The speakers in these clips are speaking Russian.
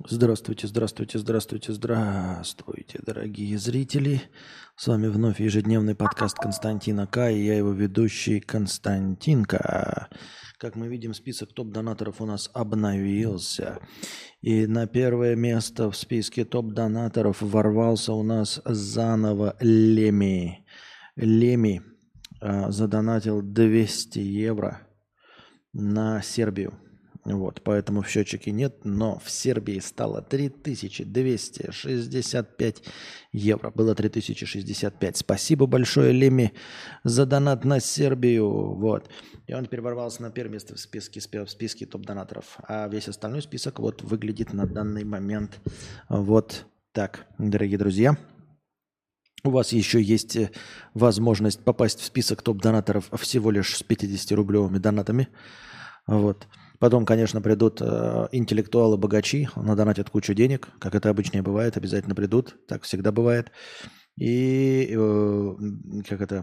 Здравствуйте, здравствуйте, здравствуйте, здравствуйте, дорогие зрители. С вами вновь ежедневный подкаст Константина К. И я его ведущий Константинка. Как мы видим, список топ-донаторов у нас обновился. И на первое место в списке топ-донаторов ворвался у нас заново Леми. Леми задонатил 200 евро на Сербию. Вот, поэтому в счетчике нет, но в Сербии стало 3265 евро. Было 3065. Спасибо большое, Леми, за донат на Сербию. Вот. И он теперь ворвался на первое место в списке топ-донаторов. А весь остальной список вот выглядит на данный момент вот так, дорогие друзья. У вас еще есть возможность попасть в список топ-донаторов всего лишь с 50-рублевыми донатами. Вот. Потом, конечно, придут интеллектуалы-богачи, надонатят кучу денег, как это обычно и бывает, обязательно придут, так всегда бывает. И как это...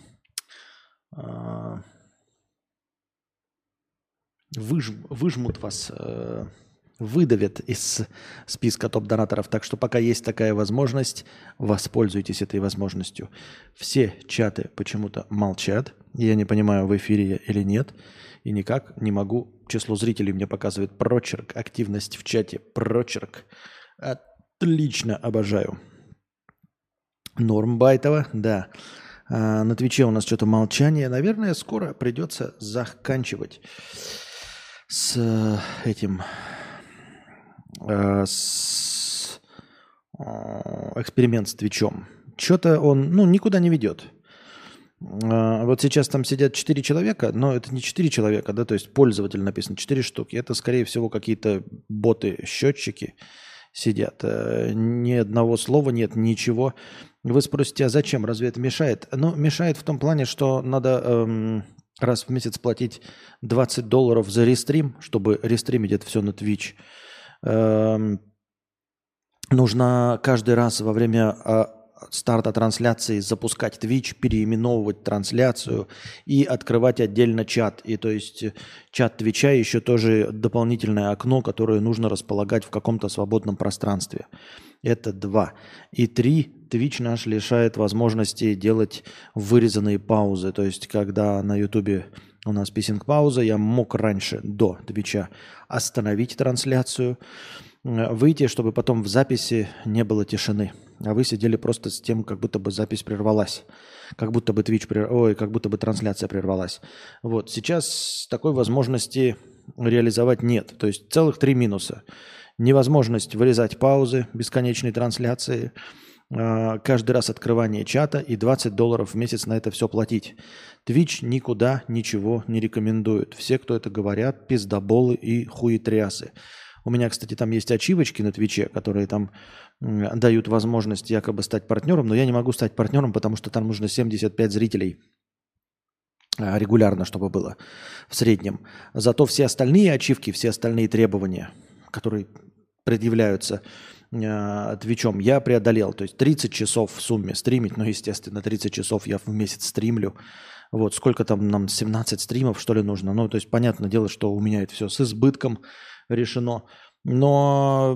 выжмут вас, выдавят из списка топ-донаторов. Так что пока есть такая возможность, воспользуйтесь этой возможностью. Все чаты почему-то молчат. Я не понимаю, в эфире я или нет. И никак не могу. Число зрителей мне показывает прочерк. Активность в чате прочерк. Отлично, обожаю. Норм Байтова, да. На Твиче у нас что-то молчание. Наверное, скоро придется заканчивать с этим... эксперимент с Твичом. Что-то он никуда не ведет. Вот сейчас там сидят 4 человека, но это не 4 человека, да, то есть пользователь написано 4 штуки. Это, скорее всего, какие-то боты-счетчики сидят. Ни одного слова нет, ничего. Вы спросите, а зачем? Разве это мешает? Ну, мешает в том плане, что надо раз в месяц платить $20 за рестрим, чтобы рестримить это все на Twitch. Нужно каждый раз во время старта трансляции запускать Twitch, переименовывать трансляцию и открывать отдельно чат. И то есть чат Твича еще тоже дополнительное окно, которое нужно располагать в каком-то свободном пространстве. Это 2. И 3. Twitch наш лишает возможности делать вырезанные паузы. То есть когда на YouTube у нас писинг-пауза, я мог раньше до Твича остановить трансляцию, выйти, чтобы потом в записи не было тишины. А вы сидели просто с тем, как будто бы запись прервалась. Как будто бы как будто бы трансляция прервалась. Вот. Сейчас такой возможности реализовать нет. То есть целых 3 минуса. Невозможность вырезать паузы бесконечной трансляции, каждый раз открывание чата и $20 в месяц на это все платить. Twitch никуда ничего не рекомендует. Все, кто это говорят, пиздоболы и хуетрясы. У меня, кстати, там есть ачивочки на Твиче, которые там дают возможность якобы стать партнером, но я не могу стать партнером, потому что там нужно 75 зрителей регулярно, чтобы было в среднем. Зато все остальные ачивки, все остальные требования, которые предъявляются Твичом, я преодолел. То есть 30 часов в сумме стримить, естественно, 30 часов я в месяц стримлю. Вот, сколько там нам, 17 стримов, что ли, нужно? То есть, понятное дело, что у меня это все с избытком решено. Но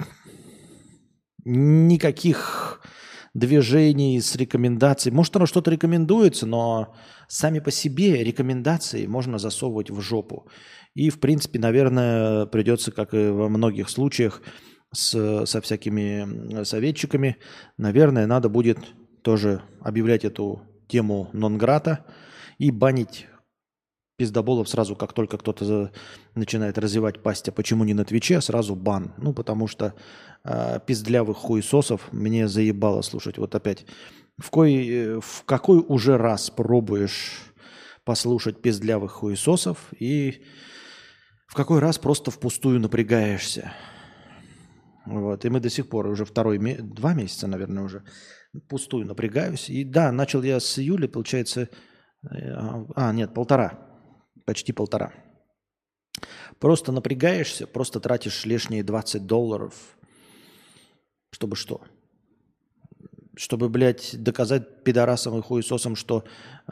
никаких движений с рекомендацией. Может, оно что-то рекомендуется, но сами по себе рекомендации можно засовывать в жопу. И, в принципе, наверное, придется, как и во многих случаях, со всякими советчиками, наверное, надо будет тоже объявлять эту тему нон-грата и банить пиздоболов сразу, как только кто-то начинает развивать пасть, а почему не на Твиче, сразу бан. Потому что пиздлявых хуесосов мне заебало слушать. Вот опять, в какой уже раз пробуешь послушать пиздлявых хуесосов и в какой раз просто впустую напрягаешься. Вот. И мы до сих пор уже 2 месяца, наверное, уже впустую напрягаюсь. И да, начал я с июля, получается... нет, 1,5. Почти 1,5. Просто напрягаешься, просто тратишь лишние $20. Чтобы что? Чтобы, блядь, доказать пидорасам и хуесосам, что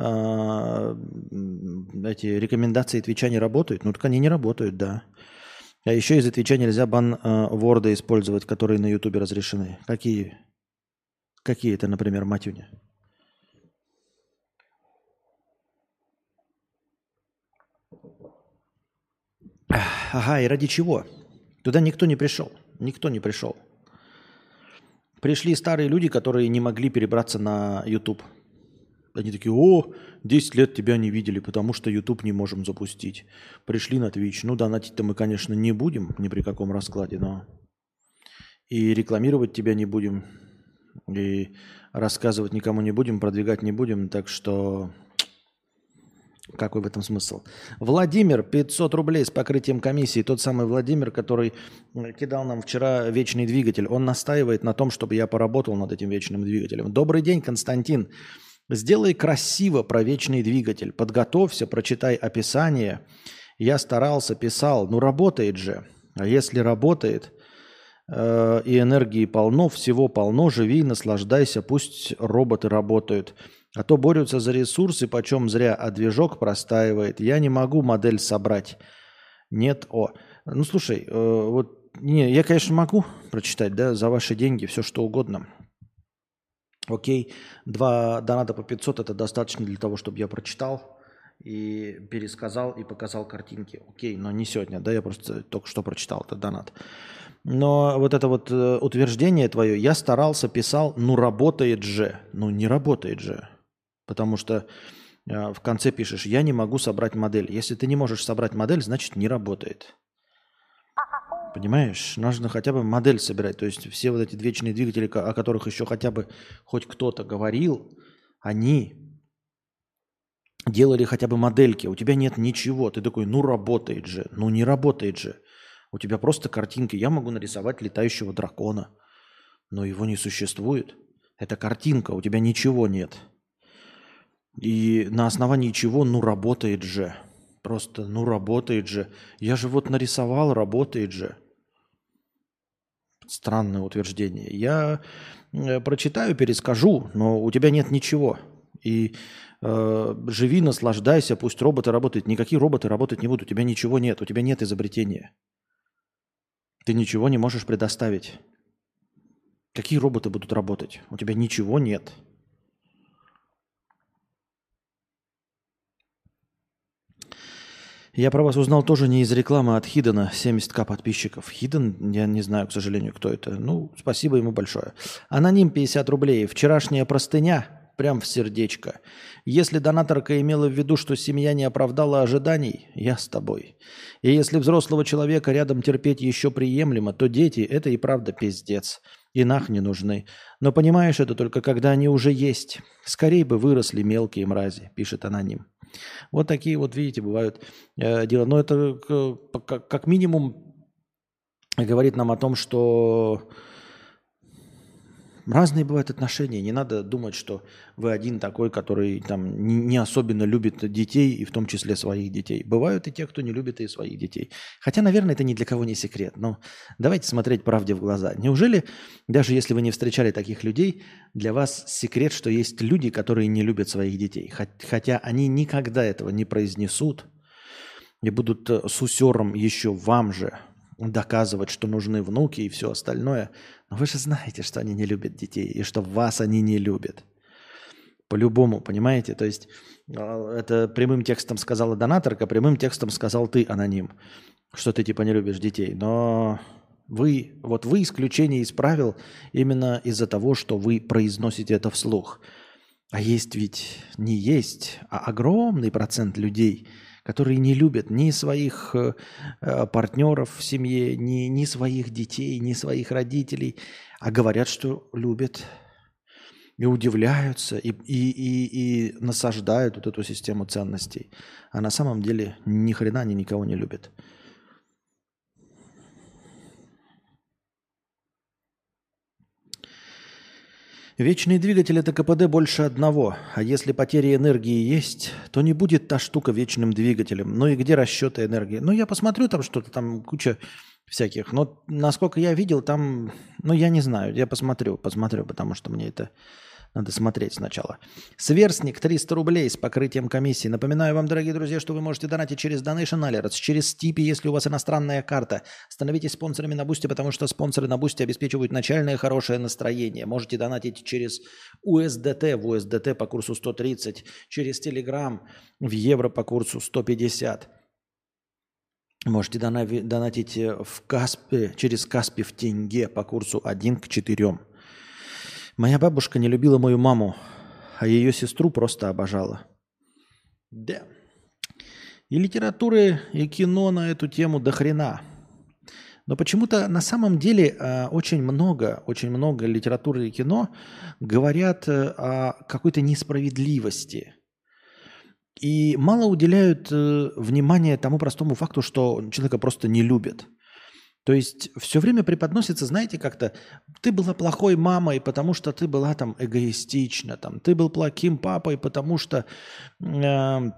эти рекомендации Твича не работают. Так они не работают, да. А еще из-за Твича нельзя бан ворды использовать, которые на Ютубе разрешены. Какие? Какие это, например, матюни? Ага, и ради чего? Туда никто не пришел. Никто не пришел. Пришли старые люди, которые не могли перебраться на YouTube. Они такие: о, 10 лет тебя не видели, потому что YouTube не можем запустить. Пришли на Twitch. Ну, донатить-то мы, конечно, не будем ни при каком раскладе, но и рекламировать тебя не будем, и рассказывать никому не будем, продвигать не будем. Так что какой в этом смысл? Владимир, 500 рублей с покрытием комиссии. Тот самый Владимир, который кидал нам вчера вечный двигатель. Он настаивает на том, чтобы я поработал над этим вечным двигателем. Добрый день, Константин. Сделай красиво про вечный двигатель. Подготовься, прочитай описание. Я старался, писал. Ну, работает же. А если работает, и энергии полно, всего полно, живи, наслаждайся, пусть роботы работают. А то борются за ресурсы, почем зря, а движок простаивает. Я не могу модель собрать. Нет, Ну, слушай, не, я, конечно, могу прочитать, да, за ваши деньги все, что угодно. Окей, 2 доната по 500 – это достаточно для того, чтобы я прочитал и пересказал и показал картинки. Окей, но не сегодня, да, я просто только что прочитал этот донат. Но вот это вот утверждение твое, я старался, писал, ну работает же. Ну не работает же, потому что в конце пишешь, я не могу собрать модель. Если ты не можешь собрать модель, значит не работает. Понимаешь? Нужно хотя бы модель собирать. То есть все вот эти вечные двигатели, о которых еще хотя бы хоть кто-то говорил, они делали хотя бы модельки. У тебя нет ничего. Ты такой, ну работает же. Ну не работает же. У тебя просто картинки. Я могу нарисовать летающего дракона, но его не существует. Это картинка, у тебя ничего нет. И на основании чего, ну работает же. Просто, ну работает же. Я же вот нарисовал, работает же. Странное утверждение. Я прочитаю, перескажу, но у тебя нет ничего. И живи, наслаждайся, пусть роботы работают. Никакие роботы работать не будут. У тебя ничего нет, у тебя нет изобретения. Ты ничего не можешь предоставить. Какие роботы будут работать? У тебя ничего нет. Я про вас узнал тоже не из рекламы, а от Хидена. 70к подписчиков. Хиден, я не знаю, к сожалению, кто это. Ну, спасибо ему большое. Аноним 50 рублей. Вчерашняя простыня прям в сердечко. Если донаторка имела в виду, что семья не оправдала ожиданий, я с тобой. И если взрослого человека рядом терпеть еще приемлемо, то дети – это и правда пиздец. И нах не нужны. Но понимаешь это только когда они уже есть. Скорее бы выросли мелкие мрази, пишет аноним. Вот такие вот, видите, бывают дела. Но это как минимум говорит нам о том, что разные бывают отношения. Не надо думать, что вы один такой, который там не особенно любит детей, и в том числе своих детей. Бывают и те, кто не любит и своих детей. Хотя, наверное, это ни для кого не секрет. Но давайте смотреть правде в глаза. Неужели, даже если вы не встречали таких людей, для вас секрет, что есть люди, которые не любят своих детей? Хотя они никогда этого не произнесут и будут с усером еще вам же доказывать, что нужны внуки и все остальное. Но вы же знаете, что они не любят детей и что вас они не любят. По-любому, понимаете? То есть это прямым текстом сказала донаторка, прямым текстом сказал ты, аноним, что ты типа не любишь детей. Но вы исключение из правил именно из-за того, что вы произносите это вслух. А есть ведь не есть, а огромный процент людей, которые не любят ни своих партнеров в семье, ни своих детей, ни своих родителей, а говорят, что любят, и удивляются, и насаждают вот эту систему ценностей. А на самом деле ни хрена они никого не любят. Вечный двигатель – это КПД больше одного, а если потери энергии есть, то не будет та штука вечным двигателем. Ну и где расчеты энергии? Ну я посмотрю там что-то, там куча всяких, но насколько я видел, там, ну я не знаю, я посмотрю, потому что мне это Надо смотреть сначала. Сверстник 300 рублей с покрытием комиссии. Напоминаю вам, дорогие друзья, что вы можете донатить через Donation Alerts, через Стипи, если у вас иностранная карта. Становитесь спонсорами на Бусти, потому что спонсоры на Бусти обеспечивают начальное хорошее настроение. Можете донатить через USDT, в USDT по курсу 130, через Telegram в евро по курсу 150. Можете донатить в Каспе, через Каспи в тенге по курсу 1 к 4. Моя бабушка не любила мою маму, а ее сестру просто обожала. Да. И литературы, и кино на эту тему до хрена. Но почему-то на самом деле очень много литературы и кино говорят о какой-то несправедливости. И мало уделяют внимания тому простому факту, что человека просто не любят. То есть все время преподносится, знаете, как-то ты была плохой мамой, потому что ты была там эгоистична, там, ты был плохим папой, потому что мало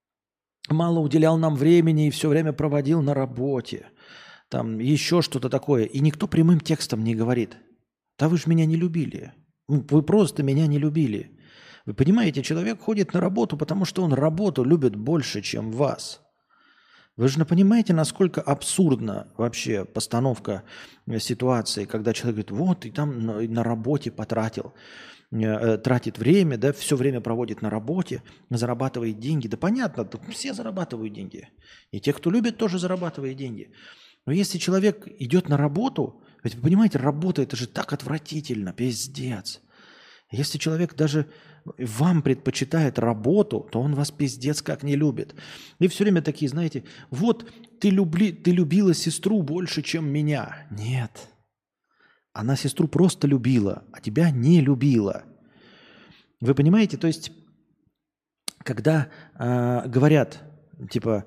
уделял нам времени и все время проводил на работе, там еще что-то такое. И никто прямым текстом не говорит: да вы же меня не любили, вы просто меня не любили. Вы понимаете, человек ходит на работу, потому что он работу любит больше, чем вас. Вы же понимаете, насколько абсурдна вообще постановка ситуации, когда человек говорит: вот, и там на работе тратит время, да, все время проводит на работе, зарабатывает деньги. Да понятно, все зарабатывают деньги. И те, кто любит, тоже зарабатывают деньги. Но если человек идет на работу, ведь вы понимаете, работа – это же так отвратительно, пиздец. Если человек даже вам предпочитает работу, то он вас пиздец как не любит. И все время такие, знаете, вот ты любила сестру больше, чем меня. Нет. Она сестру просто любила, а тебя не любила. Вы понимаете? То есть, когда говорят, типа,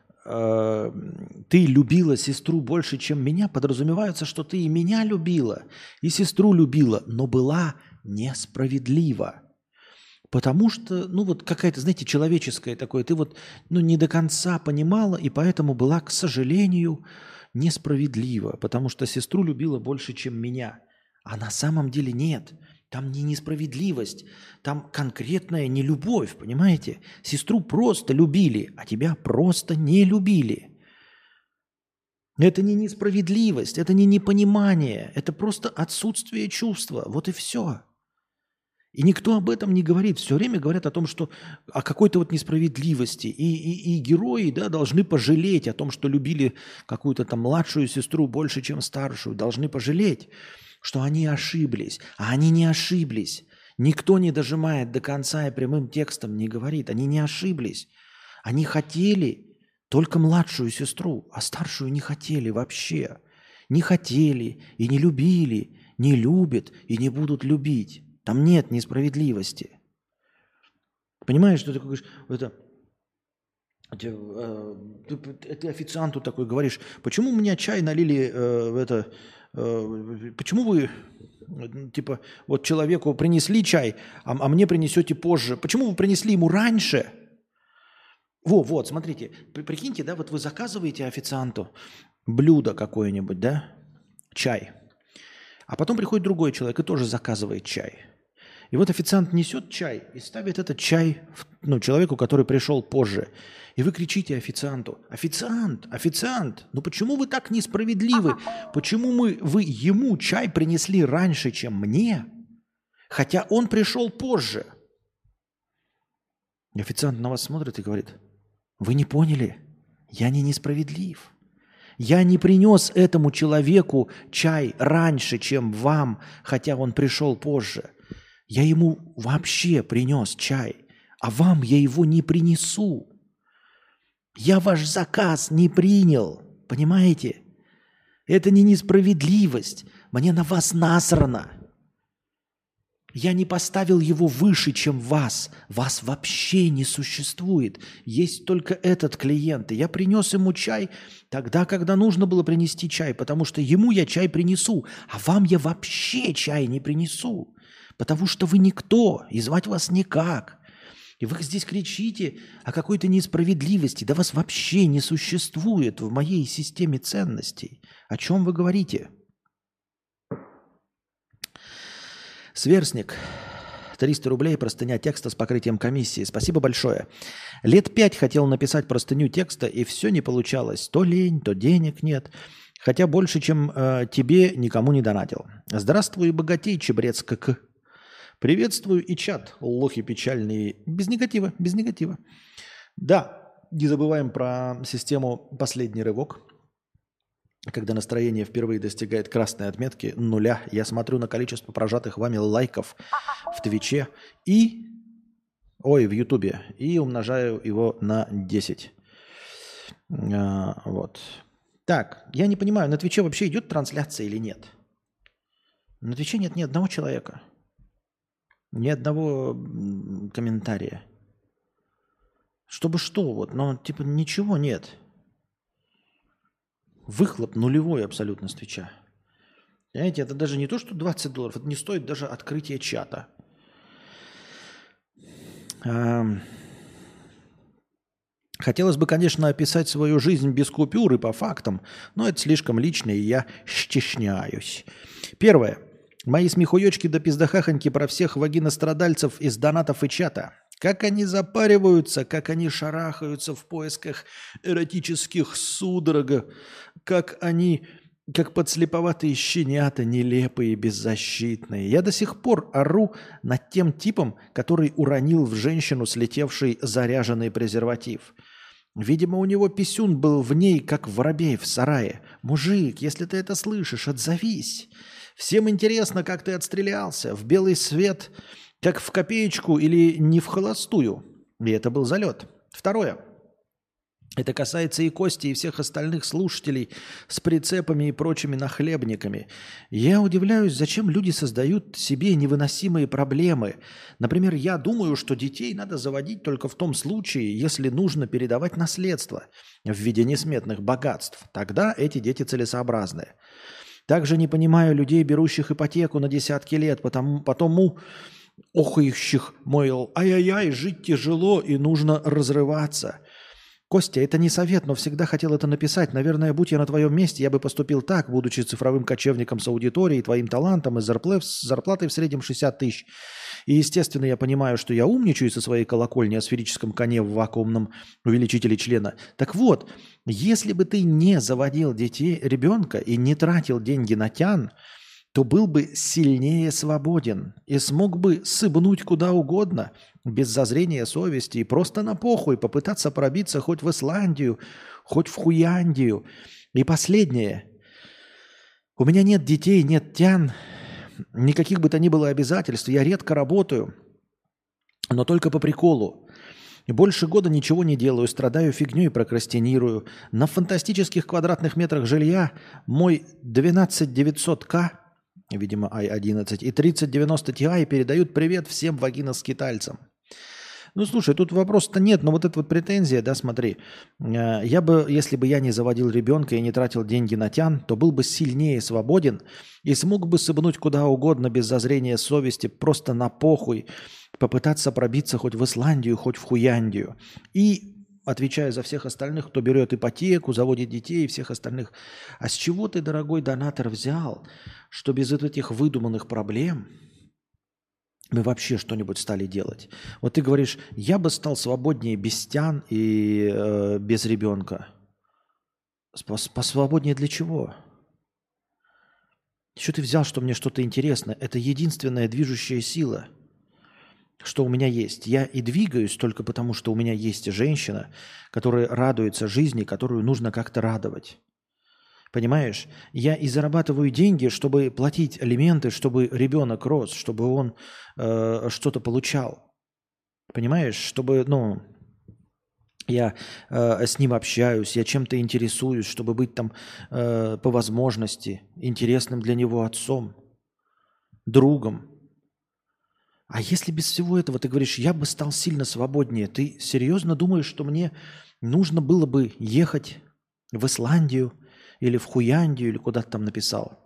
ты любила сестру больше, чем меня, подразумевается, что ты и меня любила, и сестру любила, но была несправедлива. Потому что, ну вот какая-то, знаете, человеческое такое, ты вот, ну не до конца понимала, и поэтому была, к сожалению, несправедлива, потому что сестру любила больше, чем меня. А на самом деле нет. Там не несправедливость, там конкретная нелюбовь, понимаете? Сестру просто любили, а тебя просто не любили. Это не несправедливость, это не непонимание, это просто отсутствие чувства. Вот и все. И никто об этом не говорит. Все время говорят о том, что о какой-то вот несправедливости. И герои, да, должны пожалеть о том, что любили какую-то там младшую сестру больше, чем старшую. Должны пожалеть, что они ошиблись. А они не ошиблись. Никто не дожимает до конца и прямым текстом не говорит. Они не ошиблись. Они хотели только младшую сестру, а старшую не хотели вообще. Не хотели и не любили, не любят и не будут любить. Там нет несправедливости. Понимаешь, что ты говоришь, ты официанту такой говоришь: почему у меня чай налили почему вы, типа, вот человеку принесли чай, а мне принесете позже? Почему вы принесли ему раньше? Вот, смотрите, прикиньте, да, вот вы заказываете официанту блюдо какое-нибудь, да, чай, а потом приходит другой человек и тоже заказывает чай. И вот официант несет чай и ставит этот чай человеку, который пришел позже. И вы кричите официанту: официант, официант, ну почему вы так несправедливы? Почему вы ему чай принесли раньше, чем мне, хотя он пришел позже? И официант на вас смотрит и говорит: вы не поняли, я не несправедлив. Я не принес этому человеку чай раньше, чем вам, хотя он пришел позже. Я ему вообще принес чай, а вам я его не принесу. Я ваш заказ не принял, понимаете? Это не несправедливость. Мне на вас насрано. Я не поставил его выше, чем вас. Вас вообще не существует. Есть только этот клиент. И я принес ему чай тогда, когда нужно было принести чай, потому что ему я чай принесу, а вам я вообще чай не принесу. Потому что вы никто, и звать вас никак. И вы здесь кричите о какой-то несправедливости. Да вас вообще не существует в моей системе ценностей. О чем вы говорите? Сверстник 300 рублей, простыня текста с покрытием комиссии. Спасибо большое. Лет 5 хотел написать простыню текста, и все не получалось. То лень, то денег нет. Хотя больше, чем тебе, никому не донатил. Здравствуй, богатей, чебрец КК. Приветствую и чат, лохи печальные. Без негатива, без негатива. Да, не забываем про систему «Последний рывок». Когда настроение впервые достигает красной отметки нуля, я смотрю на количество прожатых вами лайков в Твиче в Ютубе, и умножаю его на 10. Вот. Так, я не понимаю, на Твиче вообще идет трансляция или нет? На Твиче нет ни одного человека. Ни одного комментария. Чтобы что, вот, но типа ничего нет. Выхлоп нулевой абсолютно с Твича. Понимаете, это даже не то, что $20, это не стоит даже открытия чата. Хотелось бы, конечно, описать свою жизнь без купюр и по фактам, но это слишком лично, и я стесняюсь. Первое. Мои смехуёчки да пиздахахоньки про всех вагинострадальцев из донатов и чата. Как они запариваются, как они шарахаются в поисках эротических судорог, как они, как подслеповатые щенята, нелепые и беззащитные. Я до сих пор ору над тем типом, который уронил в женщину слетевший заряженный презерватив. Видимо, у него писюн был в ней, как воробей в сарае. Мужик, если ты это слышишь, отзовись. Всем интересно, как ты отстрелялся. В белый свет, как в копеечку или не в холостую. И это был залет. Второе. Это касается и Кости, и всех остальных слушателей с прицепами и прочими нахлебниками. Я удивляюсь, зачем люди создают себе невыносимые проблемы. Например, я думаю, что детей надо заводить только в том случае, если нужно передавать наследство в виде несметных богатств. Тогда эти дети целесообразны. Также не понимаю людей, берущих ипотеку на десятки лет, потому охающих, мол, ай-яй-яй, жить тяжело и нужно разрываться. Костя, это не совет, но всегда хотел это написать. Наверное, будь я на твоем месте, я бы поступил так, будучи цифровым кочевником с аудиторией, твоим талантом и зарплатой в среднем 60 тысяч. И, естественно, я понимаю, что я умничаю со своей колокольни о сферическом коне в вакуумном увеличителе члена. Так вот, если бы ты не заводил ребенка и не тратил деньги на тян, то был бы сильнее свободен и смог бы сыбнуть куда угодно, без зазрения совести, и просто на похуй попытаться пробиться хоть в Исландию, хоть в Хуяндию. И последнее. У меня нет детей, нет тян, никаких бы то ни было обязательств. Я редко работаю, но только по приколу. И больше года ничего не делаю, страдаю фигней и прокрастинирую. На фантастических квадратных метрах жилья мой 12900К, видимо, i11, и 3090 Ti передают привет всем вагиноскитальцам. Ну, слушай, тут вопроса-то нет, но вот эта вот претензия, да, смотри. Я бы, если бы я не заводил ребенка и не тратил деньги на тян, то был бы сильнее свободен и смог бы сыбнуть куда угодно без зазрения совести, просто на похуй, попытаться пробиться хоть в Исландию, хоть в Хуяндию. И, отвечая за всех остальных, кто берет ипотеку, заводит детей и всех остальных, а с чего ты, дорогой донатор, взял, что без этих выдуманных проблем мы вообще что-нибудь стали делать? Вот ты говоришь, я бы стал свободнее без тян и без ребенка. Посвободнее для чего? Что ты взял, что мне что-то интересно? Это единственная движущая сила, что у меня есть. Я и двигаюсь только потому, что у меня есть женщина, которая радуется жизни, которую нужно как-то радовать. Понимаешь? Я и зарабатываю деньги, чтобы платить алименты, чтобы ребенок рос, чтобы он что-то получал. Понимаешь? Чтобы, я с ним общаюсь, я чем-то интересуюсь, чтобы быть там по возможности интересным для него отцом, другом. А если без всего этого ты говоришь, я бы стал сильно свободнее, ты серьезно думаешь, что мне нужно было бы ехать в Исландию, или в Хуяндию, или куда ты там написал?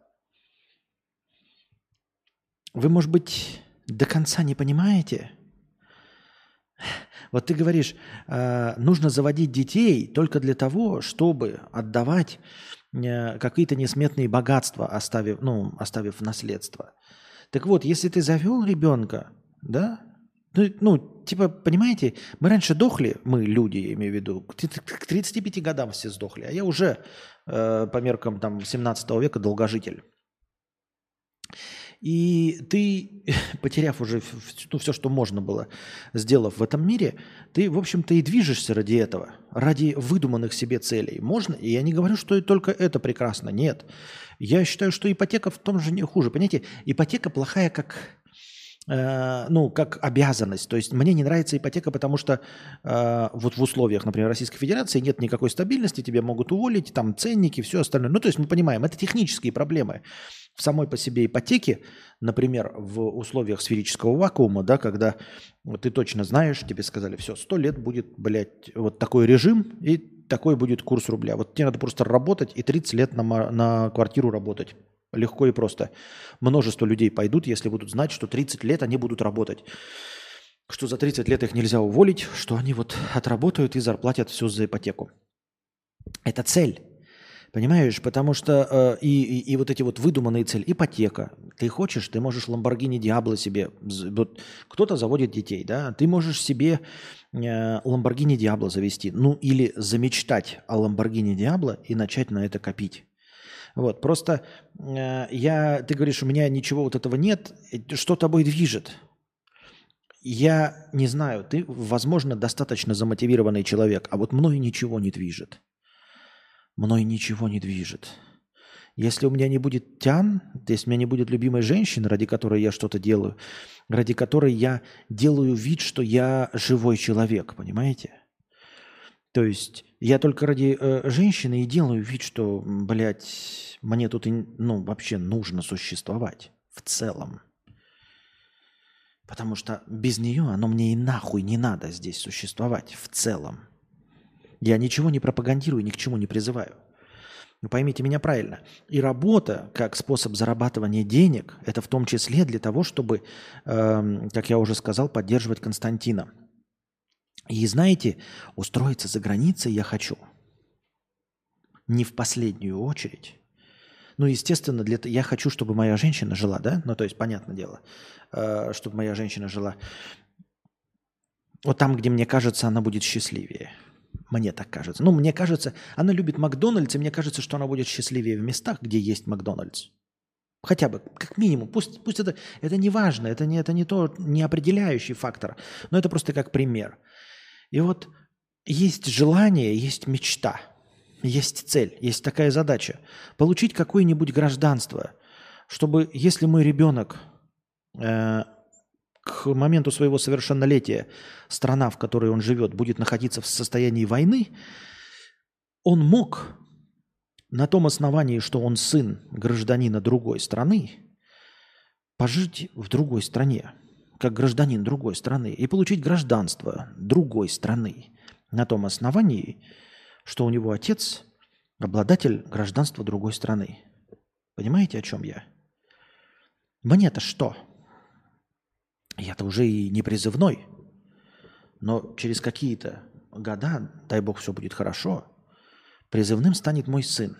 Вы, может быть, до конца не понимаете? Вот ты говоришь, нужно заводить детей только для того, чтобы отдавать какие-то несметные богатства, оставив в наследство. Так вот, если ты завел ребенка, да? Ну, типа, понимаете, мы раньше дохли, мы люди, я имею в виду, к 35 годам все сдохли, а я уже по меркам там 17 века долгожитель. И ты, потеряв уже все, что можно было, сделав в этом мире, ты, в общем-то, и движешься ради этого, ради выдуманных себе целей. Можно? И я не говорю, что только это прекрасно. Нет. Я считаю, что ипотека в том же не хуже. Понимаете, ипотека плохая как обязанность. То есть мне не нравится ипотека, потому что вот в условиях, например, Российской Федерации нет никакой стабильности, тебя могут уволить, там ценники, все остальное. Ну, то есть мы понимаем, это технические проблемы. В самой по себе ипотеке, например, в условиях сферического вакуума, да, когда ты точно знаешь, тебе сказали, все, 100 лет будет, блядь, вот такой режим и такой будет курс рубля. Вот тебе надо просто работать и 30 лет на квартиру работать. Легко и просто. Множество людей пойдут, если будут знать, что 30 лет они будут работать. Что за 30 лет их нельзя уволить, что они вот отработают и заплатят все за ипотеку. Это цель. Понимаешь? Потому что и вот эти вот выдуманные цели. Ипотека. Ты хочешь, ты можешь Lamborghini Diablo себе. Вот кто-то заводит детей, да? Ты можешь себе Lamborghini Diablo завести. Ну или замечтать о Lamborghini Diablo и начать на это копить. Вот, просто ты говоришь, у меня ничего вот этого нет, что тобой движет? Я не знаю, ты, возможно, достаточно замотивированный человек, а вот мной ничего не движет. Мной ничего не движет. Если у меня не будет тян, если у меня не будет любимой женщины, ради которой я что-то делаю, ради которой я делаю вид, что я живой человек, понимаете? То есть я только ради женщины и делаю вид, что, блядь, мне тут вообще нужно существовать в целом. Потому что без нее оно мне и нахуй не надо здесь существовать в целом. Я ничего не пропагандирую, ни к чему не призываю. Но поймите меня правильно. И работа как способ зарабатывания денег, это в том числе для того, чтобы, как я уже сказал, поддерживать Константина. И знаете, устроиться за границей я хочу. Не в последнюю очередь. Ну, естественно, я хочу, чтобы моя женщина жила, да? Ну, то есть, понятное дело, чтобы моя женщина жила вот там, где, мне кажется, она будет счастливее. Мне так кажется. Ну, мне кажется, она любит Макдональдс, и мне кажется, что она будет счастливее в местах, где есть Макдональдс. Хотя бы, как минимум. Пусть это не важно, это не определяющий фактор, но это просто как пример. И вот есть желание, есть мечта, есть цель, есть такая задача. Получить какое-нибудь гражданство, чтобы, если мой ребенок к моменту своего совершеннолетия, страна, в которой он живет, будет находиться в состоянии войны, он мог на том основании, что он сын гражданина другой страны, пожить в другой стране, как гражданин другой страны, и получить гражданство другой страны на том основании, что у него отец обладатель гражданства другой страны. Понимаете, о чем я? Мне-то что? Я-то уже и не призывной, но через какие-то года, дай бог, все будет хорошо, призывным станет мой сын.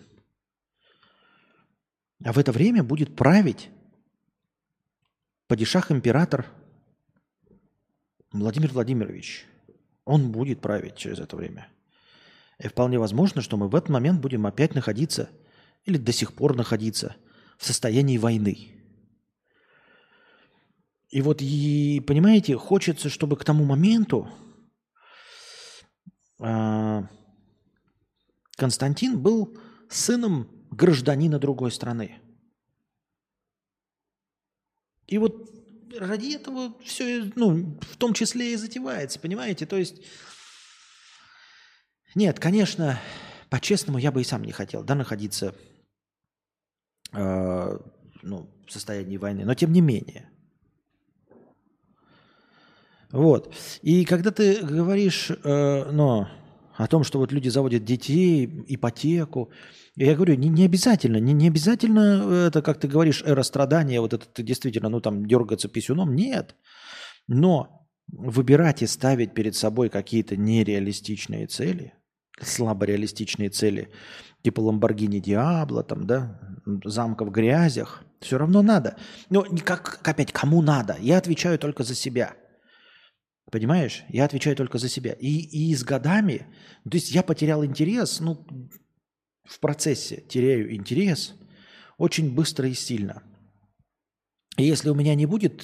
А в это время будет править падишах-император Владимир Владимирович. Он будет править через это время. И вполне возможно, что мы в этот момент будем опять находиться, или до сих пор находиться, в состоянии войны. И вот, понимаете, хочется, чтобы к тому моменту Константин был сыном гражданина другой страны. И вот ради этого все, в том числе и затевается, понимаете? То есть, нет, конечно, по-честному я бы и сам не хотел, находиться в состоянии войны, но тем не менее. Вот. И когда ты говоришь о том, что вот люди заводят детей, ипотеку, я говорю, не обязательно, не обязательно это, как ты говоришь, эра страдания, вот это ты действительно, дергаться писюном, нет. Но выбирать и ставить перед собой какие-то нереалистичные цели, слабореалистичные цели, типа Lamborghini Diablo, замка в грязях, Все равно надо. Но как опять, кому надо? Я отвечаю только за себя. Понимаешь? Я отвечаю только за себя. И с годами, то есть я потерял интерес, в процессе теряю интерес очень быстро и сильно. И если у меня не будет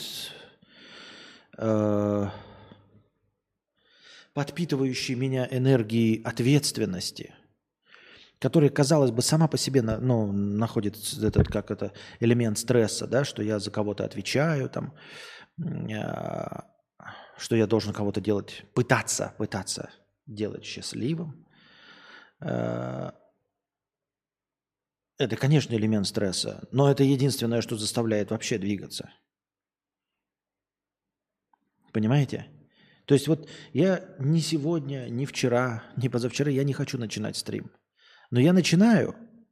подпитывающей меня энергии ответственности, которая, казалось бы, сама по себе находит элемент стресса, да, что я за кого-то отвечаю, там, что я должен кого-то делать, пытаться делать счастливым. Это, конечно, элемент стресса, но это единственное, что заставляет вообще двигаться. Понимаете? То есть вот я ни сегодня, ни вчера, ни позавчера я не хочу начинать стрим. Но я начинаю,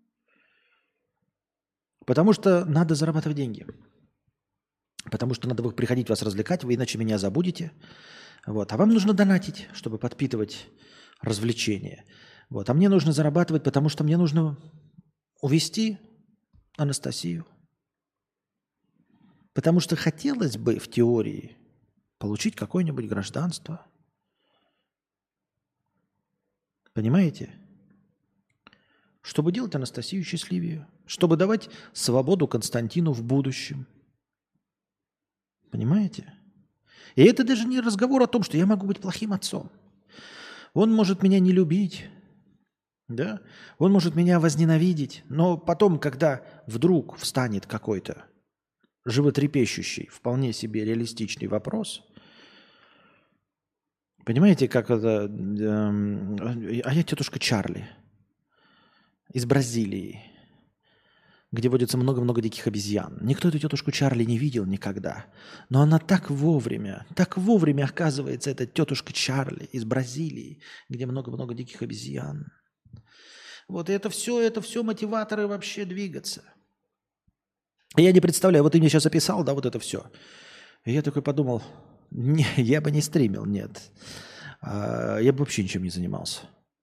потому что надо зарабатывать деньги. Потому что надо приходить вас развлекать, вы иначе меня забудете. Вот. А вам нужно донатить, чтобы подпитывать развлечения. Вот. А мне нужно зарабатывать, потому что мне нужно увести Анастасию. Потому что хотелось бы в теории получить какое-нибудь гражданство. Понимаете? Чтобы делать Анастасию счастливее. Чтобы давать свободу Константину в будущем. Понимаете? И это даже не разговор о том, что я могу быть плохим отцом. Он может меня не любить, да? Он может меня возненавидеть, но потом, когда вдруг встанет какой-то животрепещущий, вполне себе реалистичный вопрос, понимаете, как это... А я тетушка Чарли из Бразилии, где водится много-много диких обезьян. Никто эту тетушку Чарли не видел никогда. Но она так вовремя оказывается, эта тетушка Чарли из Бразилии, где много-много диких обезьян. Вот это все мотиваторы вообще двигаться. Я не представляю, вот ты мне сейчас описал, да, вот это все. И я такой подумал, не, я бы не стримил, нет. Я бы вообще ничем не занимался.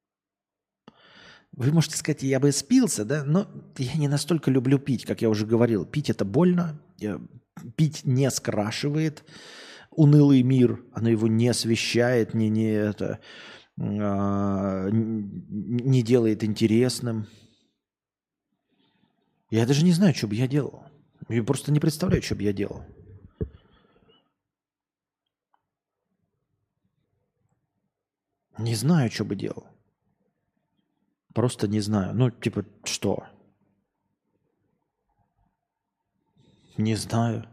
Вы можете сказать, я бы спился, да, но я не настолько люблю пить, как я уже говорил. Пить это больно, пить не скрашивает унылый мир, оно его не освещает, не делает интересным. Я даже не знаю, что бы я делал. Я просто не представляю, что бы я делал. Не знаю, что бы делал. Просто не знаю. Ну, типа, что? Не знаю.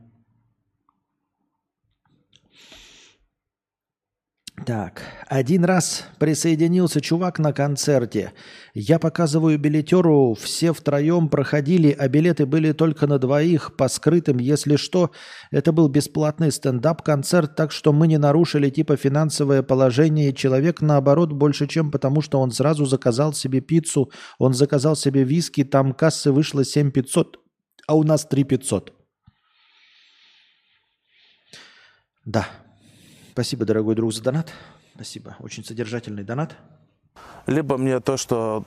Так, один раз присоединился чувак на концерте. Я показываю билетеру, все втроем проходили, а билеты были только на двоих, по скрытым, если что. Это был бесплатный стендап-концерт, так что мы не нарушили типа финансовое положение. Человек, наоборот, больше чем потому, что он сразу заказал себе пиццу, он заказал себе виски, там кассы вышло 7500, а у нас 3500. Да. Спасибо, дорогой друг, за донат. Спасибо. Очень содержательный донат. Либо мне то, что,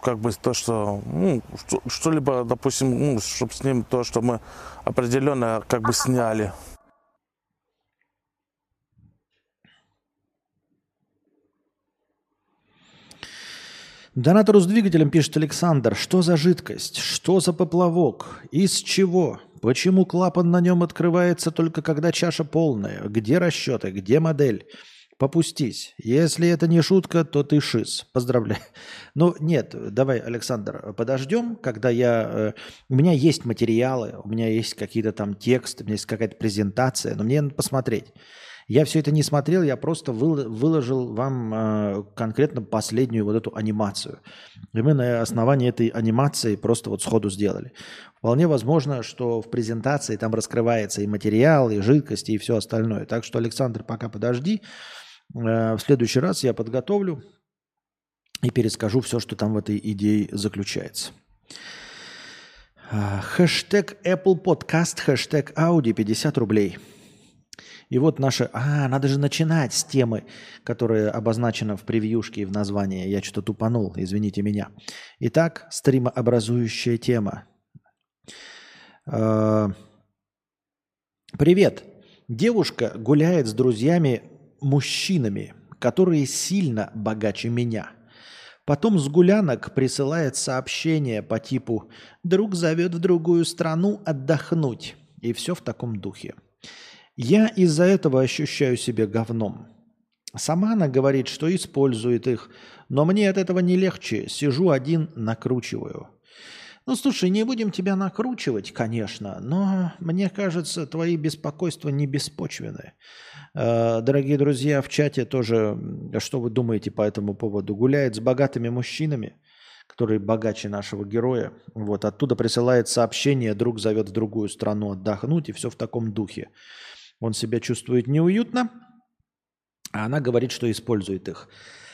что-либо, допустим, чтобы с ним то, что мы определенно сняли. Донатору с двигателем пишет Александр. Что за жидкость? Что за поплавок? Из чего? Почему клапан на нем открывается только когда чаша полная? Где расчеты? Где модель? Попустись. Если это не шутка, то ты шиз. Поздравляю. Ну, нет, давай, Александр, подождем, когда у меня есть материалы, у меня есть какие-то там тексты, у меня есть какая-то презентация, но мне надо посмотреть. Я все это не смотрел, я просто выложил вам конкретно последнюю вот эту анимацию. И мы на основании этой анимации просто вот сходу сделали. Вполне возможно, что в презентации там раскрывается и материал, и жидкость, и все остальное. Так что, Александр, пока подожди. В следующий раз я подготовлю и перескажу все, что там в этой идее заключается. Хэштег Apple Podcast, хэштег Audi 50 рублей. И вот наша... надо же начинать с темы, которая обозначена в превьюшке и в названии. Я что-то тупанул, извините меня. Итак, стримообразующая тема. А, Привет. Девушка гуляет с друзьями-мужчинами, которые сильно богаче меня. Потом с гулянок присылает сообщение по типу «Друг зовет в другую страну отдохнуть». И все в таком духе. Я из-за этого ощущаю себя говном. Сама она говорит, что использует их, но мне от этого не легче. Сижу один, накручиваю. Ну, слушай, не будем тебя накручивать, конечно, но мне кажется, твои беспокойства не беспочвены. Дорогие друзья, в чате тоже, что вы думаете по этому поводу? Гуляет с богатыми мужчинами, которые богаче нашего героя. Вот, оттуда присылает сообщение, друг зовет в другую страну отдохнуть, и все в таком духе. Он себя чувствует неуютно, а она говорит, что использует их.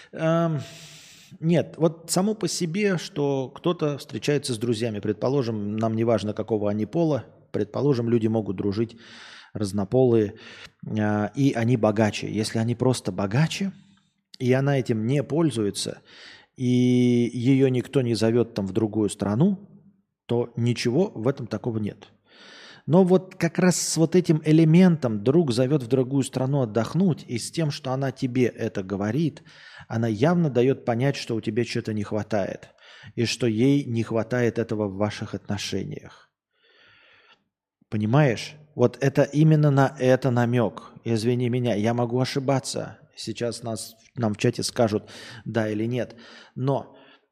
Нет, вот само по себе, что кто-то встречается с друзьями, предположим, нам не важно, какого они пола, предположим, люди могут дружить разнополые, и они богаче. Если они просто богаче, и она этим не пользуется, и ее никто не зовет там в другую страну, то ничего в этом такого нет. Но вот как раз с вот этим элементом друг зовет в другую страну отдохнуть, и с тем, что она тебе это говорит, она явно дает понять, что у тебя что-то не хватает, и что ей не хватает этого в ваших отношениях. Понимаешь? Вот это именно на это намек. Извини меня, я могу ошибаться. Сейчас нам в чате скажут да или нет. Но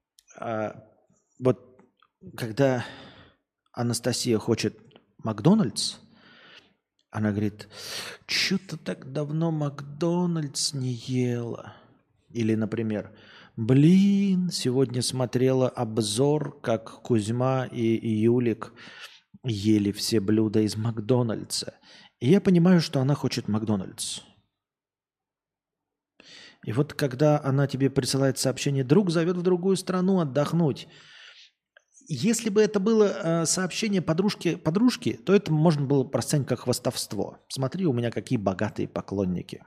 вот когда Анастасия хочет Макдональдс, она говорит, что-то так давно Макдональдс не ела. Или, например, сегодня смотрела обзор, как Кузьма и Юлик ели все блюда из Макдональдса. И я понимаю, что она хочет Макдональдс. И вот когда она тебе присылает сообщение, друг зовет в другую страну отдохнуть, если бы это было сообщение подружки, то это можно было расценить как хвастовство. Смотри, у меня какие богатые поклонники.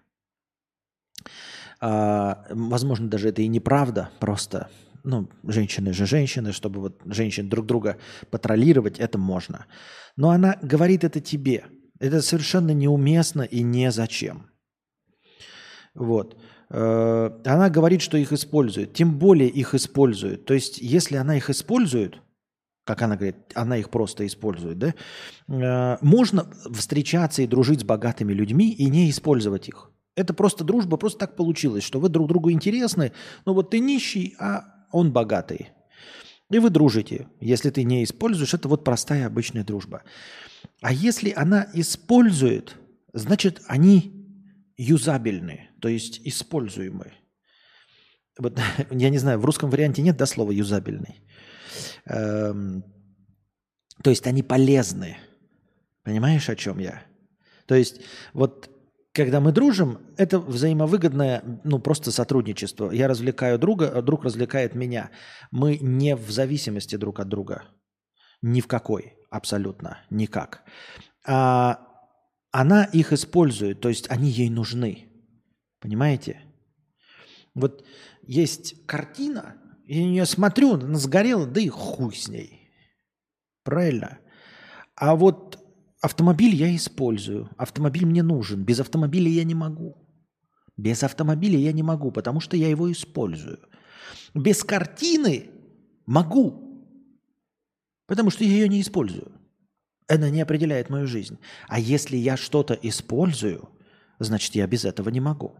Возможно, даже это и неправда, просто, женщины же женщины, чтобы вот женщин друг друга патрулировать, это можно. Но она говорит это тебе. Это совершенно неуместно и незачем. Вот. Она говорит, что их используют. Тем более их используют. То есть, если она их использует, как она говорит, она их просто использует, да, можно встречаться и дружить с богатыми людьми и не использовать их. Это просто дружба, просто так получилось, что вы друг другу интересны, но вот ты нищий, а он богатый. И вы дружите. Если ты не используешь, это вот простая обычная дружба. А если она использует, значит, они юзабельны, то есть используемы. Вот, я не знаю, в русском варианте нет слова юзабельный. То есть они полезны. Понимаешь, о чем я? То есть вот когда мы дружим, это взаимовыгодное, просто сотрудничество. Я развлекаю друга, а друг развлекает меня. Мы не в зависимости друг от друга. Ни в какой. Абсолютно. Никак. А она их использует, то есть они ей нужны. Понимаете? Вот есть картина, я на нее смотрю, она сгорела, да и хуй с ней. Правильно? А вот автомобиль я использую. Автомобиль мне нужен. Без автомобиля я не могу. Без автомобиля я не могу, потому что я его использую. Без картины могу, потому что я ее не использую. Она не определяет мою жизнь. А если я что-то использую, значит, я без этого не могу.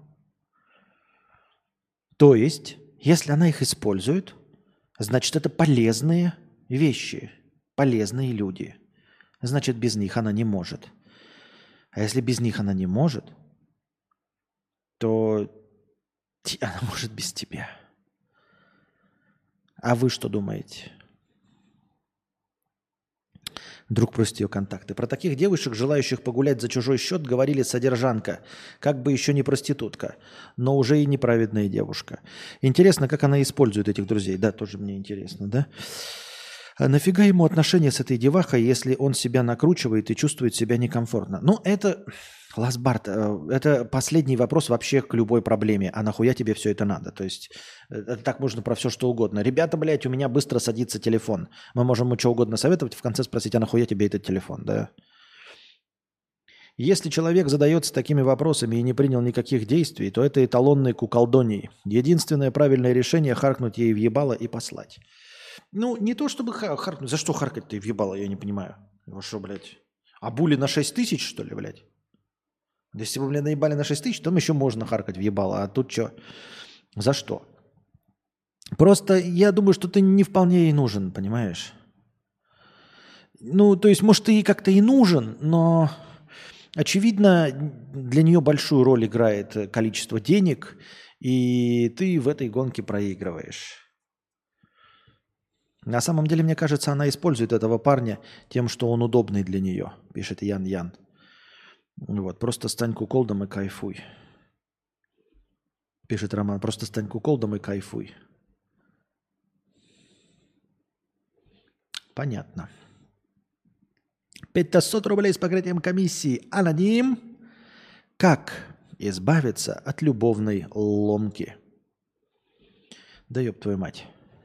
То есть, если она их использует, значит, это полезные вещи, полезные люди. Значит, без них она не может. А если без них она не может, то она может без тебя. А вы что думаете? Друг просит ее контакты. Про таких девушек, желающих погулять за чужой счет, говорили содержанка. Как бы еще не проститутка, но уже и неправедная девушка. Интересно, как она использует этих друзей. Да, тоже мне интересно, да? А нафига ему отношения с этой девахой, если он себя накручивает и чувствует себя некомфортно? Ну, это, Ласбарт, это последний вопрос вообще к любой проблеме. А нахуя тебе все это надо? То есть так можно про все что угодно. Ребята, блядь, у меня быстро садится телефон. Мы можем ему что угодно советовать, в конце спросить, а нахуя тебе этот телефон, да? Если человек задается такими вопросами и не принял никаких действий, то это эталонный куколдоний. Единственное правильное решение – харкнуть ей в ебало и послать. Ну, не то чтобы харкнуть. За что харкать-то и въебало, я не понимаю. Его что, блядь? Обули на 6 тысяч, что ли, блядь? Да если бы, блядь, наебали на 6 тысяч, то еще можно харкать въебало. А тут что? За что? Просто я думаю, что ты не вполне ей нужен, понимаешь? Ну, то есть, может, ты ей как-то и нужен, но, очевидно, для нее большую роль играет количество денег, и ты в этой гонке проигрываешь. На самом деле, мне кажется, она использует этого парня тем, что он удобный для нее, пишет Ян Ян. Вот, просто стань куколдом и кайфуй. Пишет Роман, просто стань куколдом и кайфуй. Понятно. 500 рублей с покрытием комиссии. Аноним. Как избавиться от любовной ломки? Да ёб твою мать.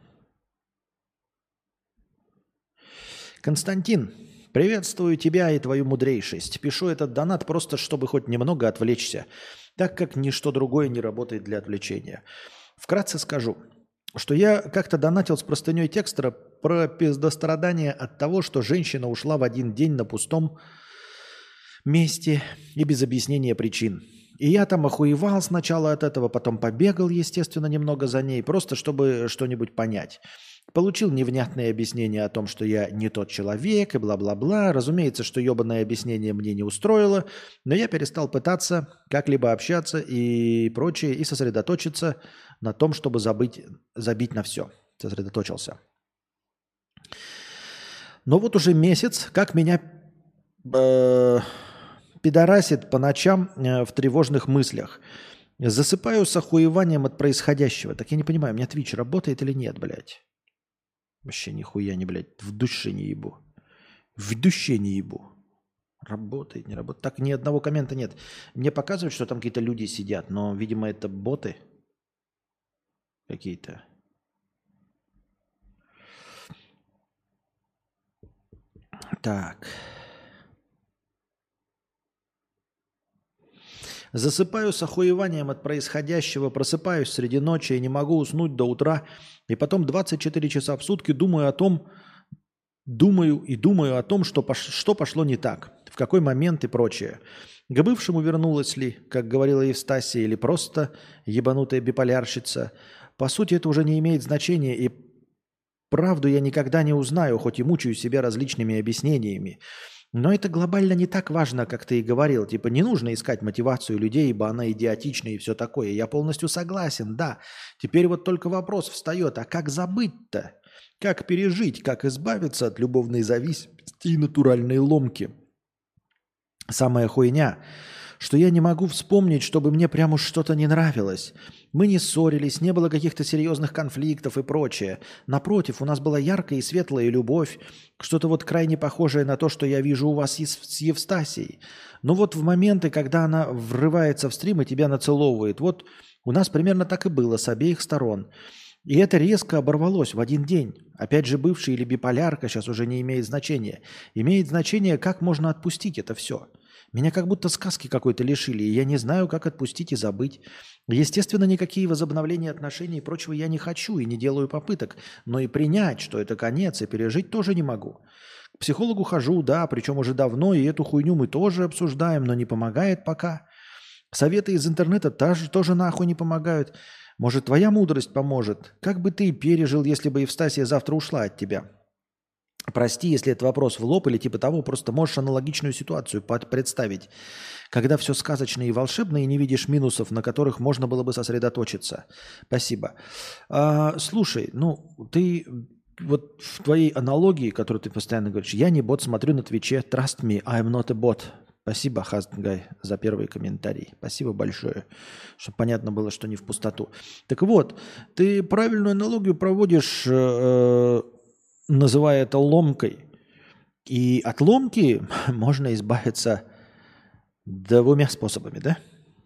Константин, приветствую тебя и твою мудрейшесть. Пишу этот донат просто, чтобы хоть немного отвлечься, так как ничто другое не работает для отвлечения. Вкратце скажу, что я как-то донатил с простыней текстера про пиздострадание от того, что женщина ушла в один день на пустом месте и без объяснения причин. И я там охуевал сначала от этого, потом побегал, естественно, немного за ней, просто чтобы что-нибудь понять. Получил невнятное объяснение о том, что я не тот человек и бла-бла-бла. Разумеется, что ебаное объяснение мне не устроило, но я перестал пытаться как-либо общаться и прочее, и сосредоточиться на том, чтобы забить на все. Сосредоточился. Но вот уже месяц, как меня пидорасит по ночам в тревожных мыслях. Засыпаю с охуеванием от происходящего. Так я не понимаю, у меня Twitch работает или нет, блядь? Вообще нихуя не, блядь, в душе не ебу. В душе не ебу. Работает, не работает. Так ни одного коммента нет. Мне показывают, что там какие-то люди сидят, но, видимо, это боты какие-то. Так. Засыпаю с охуеванием от происходящего, просыпаюсь среди ночи и не могу уснуть до утра, и потом 24 часа в сутки думаю о том, что пошло не так, в какой момент и прочее. К бывшему вернулась ли, как говорила Евстасия, или просто ебанутая биполярщица. По сути, это уже не имеет значения, и правду я никогда не узнаю, хоть и мучаю себя различными объяснениями. Но это глобально не так важно, как ты и говорил. Типа не нужно искать мотивацию людей, ибо она идиотична и все такое. Я полностью согласен, да. Теперь вот только вопрос встает, а как забыть-то? Как пережить, как избавиться от любовной зависимости и натуральной ломки? Самая хуйня, что я не могу вспомнить, чтобы мне прям уж что-то не нравилось. Мы не ссорились, не было каких-то серьезных конфликтов и прочее. Напротив, у нас была яркая и светлая любовь, что-то вот крайне похожее на то, что я вижу у вас с Евстасией. Но вот в моменты, когда она врывается в стрим и тебя нацеловывает, вот у нас примерно так и было с обеих сторон. И это резко оборвалось в один день. Опять же, бывший или биполярка сейчас уже не имеет значения. Имеет значение, как можно отпустить это все. Меня как будто сказки какой-то лишили, и я не знаю, как отпустить и забыть. Естественно, никакие возобновления отношений и прочего я не хочу и не делаю попыток. Но и принять, что это конец, и пережить тоже не могу. К психологу хожу, да, причем уже давно, и эту хуйню мы тоже обсуждаем, но не помогает пока. Советы из интернета тоже нахуй не помогают. Может, твоя мудрость поможет? Как бы ты пережил, если бы Евстасия завтра ушла от тебя? Прости, если это вопрос в лоб или типа того, просто можешь аналогичную ситуацию представить, когда все сказочно и волшебно, и не видишь минусов, на которых можно было бы сосредоточиться. Спасибо. Слушай, ну ты вот в твоей аналогии, которую ты постоянно говоришь, я не бот, смотрю на Твиче, trust me, I'm not a bot. Спасибо, Хастгай, за первый комментарий. Спасибо большое, чтобы понятно было, что не в пустоту. Так вот, ты правильную аналогию проводишь называя это ломкой. И от ломки можно избавиться двумя способами, да?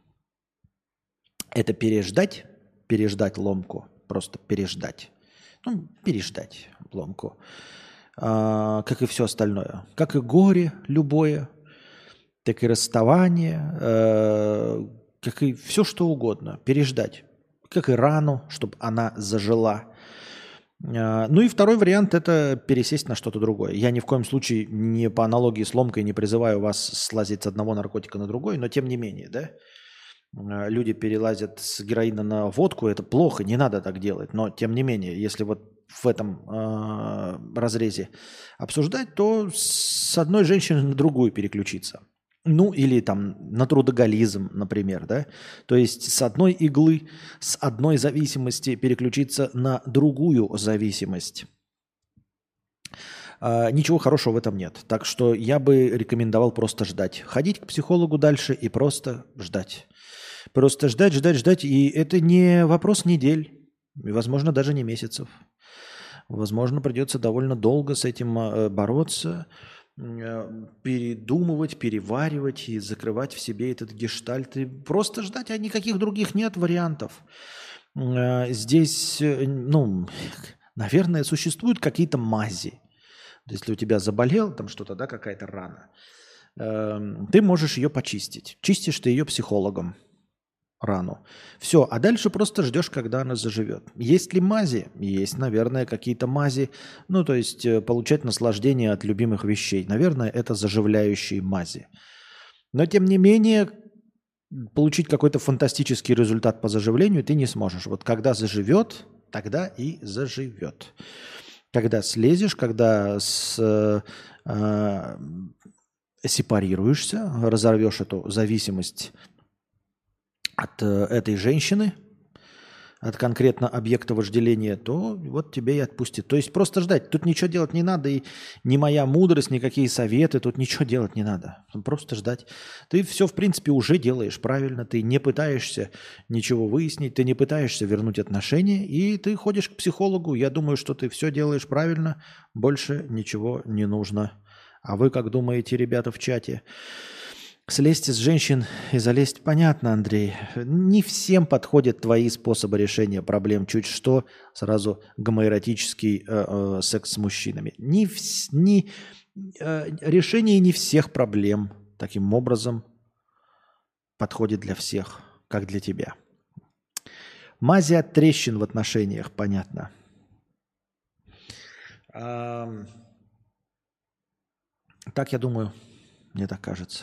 Это переждать ломку, просто переждать. Ну, переждать ломку. Как и все остальное. Как и горе любое, так и расставание, как и все что угодно. Переждать. Как и рану, чтобы она зажила. Ну и второй вариант – это пересесть на что-то другое. Я ни в коем случае не по аналогии с ломкой не призываю вас слазить с одного наркотика на другой, но тем не менее, да, люди перелазят с героина на водку, это плохо, не надо так делать, но тем не менее, если вот в этом разрезе обсуждать, то с одной женщины на другую переключиться. Ну, или там на трудоголизм, например, да. То есть с одной иглы, с одной зависимости переключиться на другую зависимость. Ничего хорошего в этом нет. Так что я бы рекомендовал просто ждать. Ходить к психологу дальше и просто ждать. Просто ждать. И это не вопрос недель, и, возможно, даже не месяцев. Возможно, придется довольно долго с этим бороться, передумывать, переваривать и закрывать в себе этот гештальт. И просто ждать, а никаких других нет вариантов. Здесь, ну, наверное, существуют какие-то мази. Если у тебя заболело там что-то, да, какая-то рана, ты можешь ее почистить. Чистишь ты ее психологом, рану. Все, а дальше просто ждешь, когда она заживет. Есть ли мази? Есть, наверное, какие-то мази. Ну, то есть получать наслаждение от любимых вещей. Наверное, это заживляющие мази. Но, тем не менее, получить какой-то фантастический результат по заживлению ты не сможешь. Вот когда заживет, тогда и заживет. Когда слезешь, когда сепарируешься, разорвешь эту зависимость от этой женщины, от конкретно объекта вожделения, то вот тебе и отпустит. То есть просто ждать. Тут ничего делать не надо, и ни моя мудрость, никакие советы, тут ничего делать не надо. Просто ждать. Ты все, в принципе, уже делаешь правильно. Ты не пытаешься ничего выяснить, ты не пытаешься вернуть отношения, и ты ходишь к психологу. Я думаю, что ты все делаешь правильно, больше ничего не нужно. А вы как думаете, ребята в чате? Слезть с женщин и залезть, понятно, Андрей. Не всем подходят твои способы решения проблем. Чуть что, сразу гомоэротический секс с мужчинами. Решение не всех проблем таким образом подходит для всех, как для тебя. Мази от трещин в отношениях, понятно. Так я думаю, мне так кажется.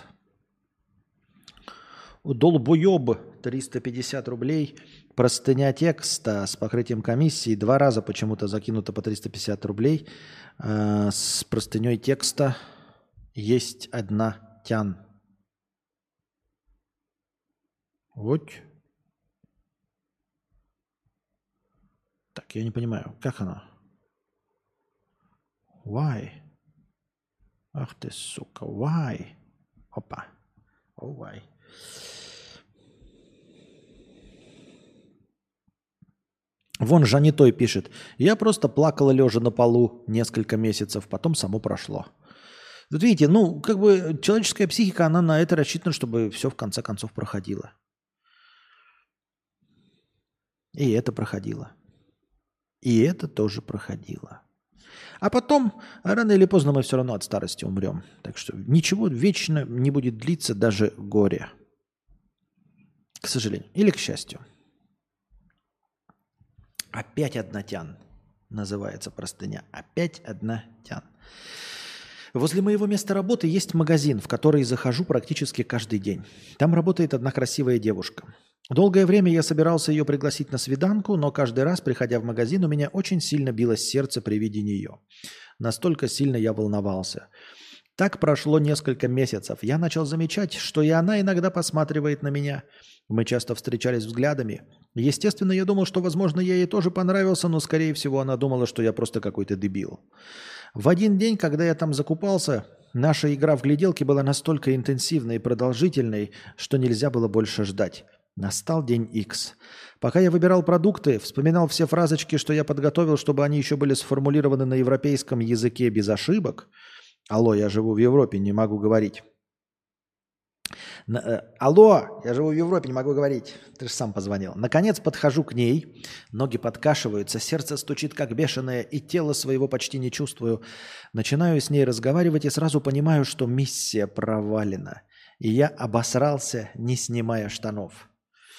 Долбоеб 350 рублей. Простыня текста с покрытием комиссии. 2 раза почему-то закинуто по 350 рублей. С простыней текста есть одна тян. Вот. Так, я не понимаю, как оно? Why? Ах ты, сука, why? Опа. Oh, why? Вон Жанитой пишет. Я просто плакала лежа на полу несколько месяцев, потом само прошло. Вот видите, ну, как бы человеческая психика, она на это рассчитана, чтобы все в конце концов проходило. И это проходило. И это тоже проходило. А потом, рано или поздно мы все равно от старости умрем. Так что ничего вечно не будет длиться, даже горе. К сожалению. Или к счастью. Опять одна тян. Называется простыня. Опять одна тян. Возле моего места работы есть магазин, в который захожу практически каждый день. Там работает одна красивая девушка. Долгое время я собирался ее пригласить на свиданку, но каждый раз, приходя в магазин, у меня очень сильно билось сердце при виде нее. Настолько сильно я волновался. Так прошло несколько месяцев. Я начал замечать, что и она иногда посматривает на меня. Мы часто встречались взглядами. Естественно, я думал, что, возможно, я ей тоже понравился, но, скорее всего, она думала, что я просто какой-то дебил. В один день, когда я там закупался, наша игра в гляделки была настолько интенсивной и продолжительной, что нельзя было больше ждать. Настал день X. Пока я выбирал продукты, вспоминал все фразочки, что я подготовил, чтобы они еще были сформулированы на европейском языке без ошибок. Алло, я живу в Европе, не могу говорить. Алло, я живу в Европе, не могу говорить. Ты же сам позвонил. Наконец подхожу к ней, ноги подкашиваются, сердце стучит как бешеное, и тело своего почти не чувствую. Начинаю с ней разговаривать и сразу понимаю, что миссия провалена. И я обосрался, не снимая штанов.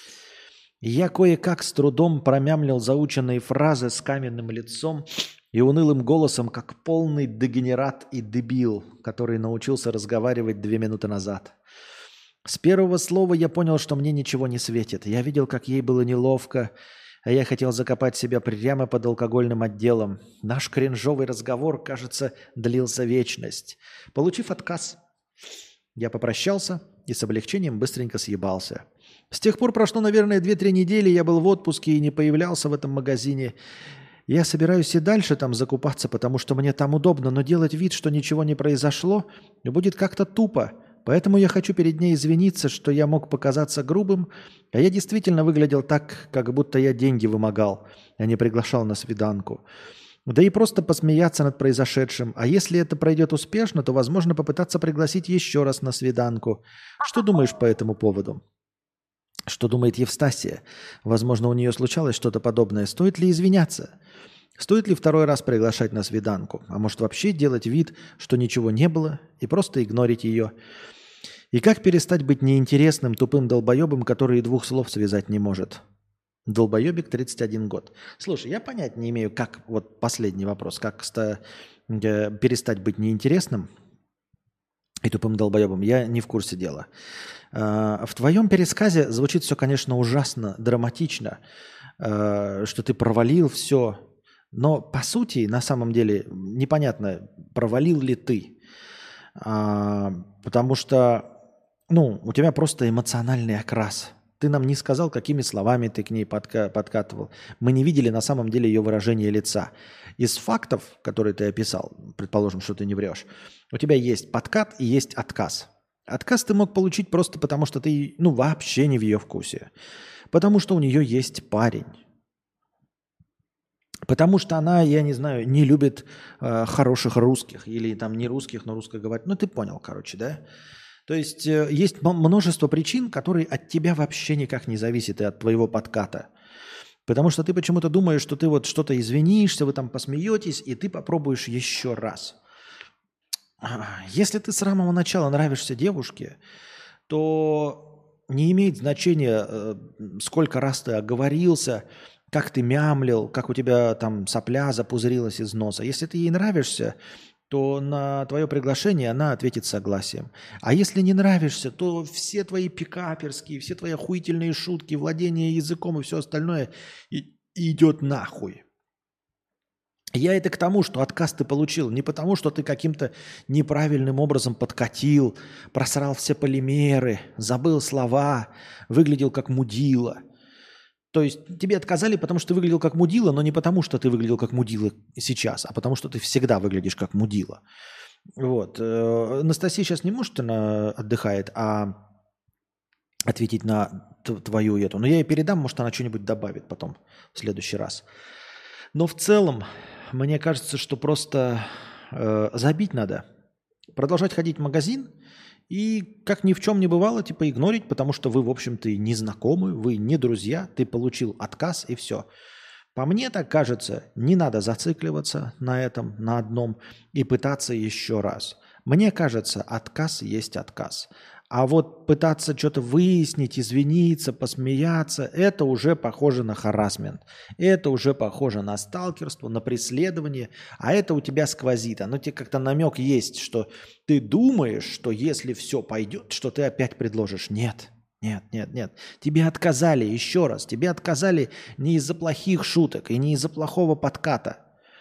Я кое-как с трудом промямлил заученные фразы с каменным лицом и унылым голосом, как полный дегенерат и дебил, который научился разговаривать 2 минуты назад. С первого слова я понял, что мне ничего не светит. Я видел, как ей было неловко, а я хотел закопать себя прямо под алкогольным отделом. Наш кринжовый разговор, кажется, длился вечность. Получив отказ, я попрощался и с облегчением быстренько съебался. С тех пор прошло, наверное, 2-3 недели, я был в отпуске и не появлялся в этом магазине. Я собираюсь и дальше там закупаться, потому что мне там удобно, но делать вид, что ничего не произошло, будет как-то тупо. Поэтому я хочу перед ней извиниться, что я мог показаться грубым, а я действительно выглядел так, как будто я деньги вымогал, а не приглашал на свиданку. Да и просто посмеяться над произошедшим. А если это пройдет успешно, то, возможно, попытаться пригласить еще раз на свиданку. Что думаешь по этому поводу? Что думает Евстасия? Возможно, у нее случалось что-то подобное. Стоит ли извиняться? Стоит ли второй раз приглашать на свиданку? А может вообще делать вид, что ничего не было, и просто игнорить ее? И как перестать быть неинтересным, тупым долбоебом, который и 2 слов связать не может? Долбоебик, 31 год. Слушай, я понять не имею, как, вот последний вопрос, как перестать быть неинтересным и тупым долбоебом. Я не в курсе дела. В твоем пересказе звучит все, конечно, ужасно, драматично, что ты провалил все. Но по сути, на самом деле, непонятно, провалил ли ты. Потому что, у тебя просто эмоциональный окрас. Ты нам не сказал, какими словами ты к ней подкатывал. Мы не видели на самом деле ее выражение лица. Из фактов, которые ты описал, предположим, что ты не врешь, у тебя есть подкат и есть отказ. Отказ ты мог получить просто потому, что ты вообще не в ее вкусе. Потому что у нее есть парень. Потому что она, я не знаю, не любит хороших русских. Или там не русских, но русскоговорящих. Ты понял, короче, да? То есть есть множество причин, которые от тебя вообще никак не зависят и от твоего подката. Потому что ты почему-то думаешь, что ты вот что-то извинишься, вы там посмеетесь, и ты попробуешь еще раз. Если ты с самого начала нравишься девушке, то не имеет значения, сколько раз ты оговорился, как ты мямлил, как у тебя там сопля запузырилась из носа. Если ты ей нравишься, то на твое приглашение она ответит согласием. А если не нравишься, то все твои пикаперские, все твои охуительные шутки, владение языком и все остальное идет нахуй. Я это к тому, что отказ ты получил не потому, что ты каким-то неправильным образом подкатил, просрал все полимеры, забыл слова, выглядел как мудила. То есть тебе отказали, потому что ты выглядел как мудила, но не потому, что ты выглядел как мудила сейчас, а потому, что ты всегда выглядишь как мудила. Вот. Анастасия сейчас не может, она отдыхает, а ответить на твою эту. Но я ей передам, может, она что-нибудь добавит потом в следующий раз. Но в целом, мне кажется, что просто забить надо. Продолжать ходить в магазин и, как ни в чем не бывало, типа игнорить, потому что вы, в общем-то, не знакомы, вы не друзья, ты получил отказ и все. По мне так кажется, не надо зацикливаться на этом, на одном и пытаться еще раз. Мне кажется, отказ есть отказ. А вот пытаться что-то выяснить, извиниться, посмеяться, это уже похоже на харассмент. Это уже похоже на сталкерство, на преследование. А это у тебя сквозит. Оно тебе как-то намек есть, что ты думаешь, что если все пойдет, что ты опять предложишь. Нет, нет, нет, нет. Тебе отказали еще раз. Тебе отказали не из-за плохих шуток и не из-за плохого подката.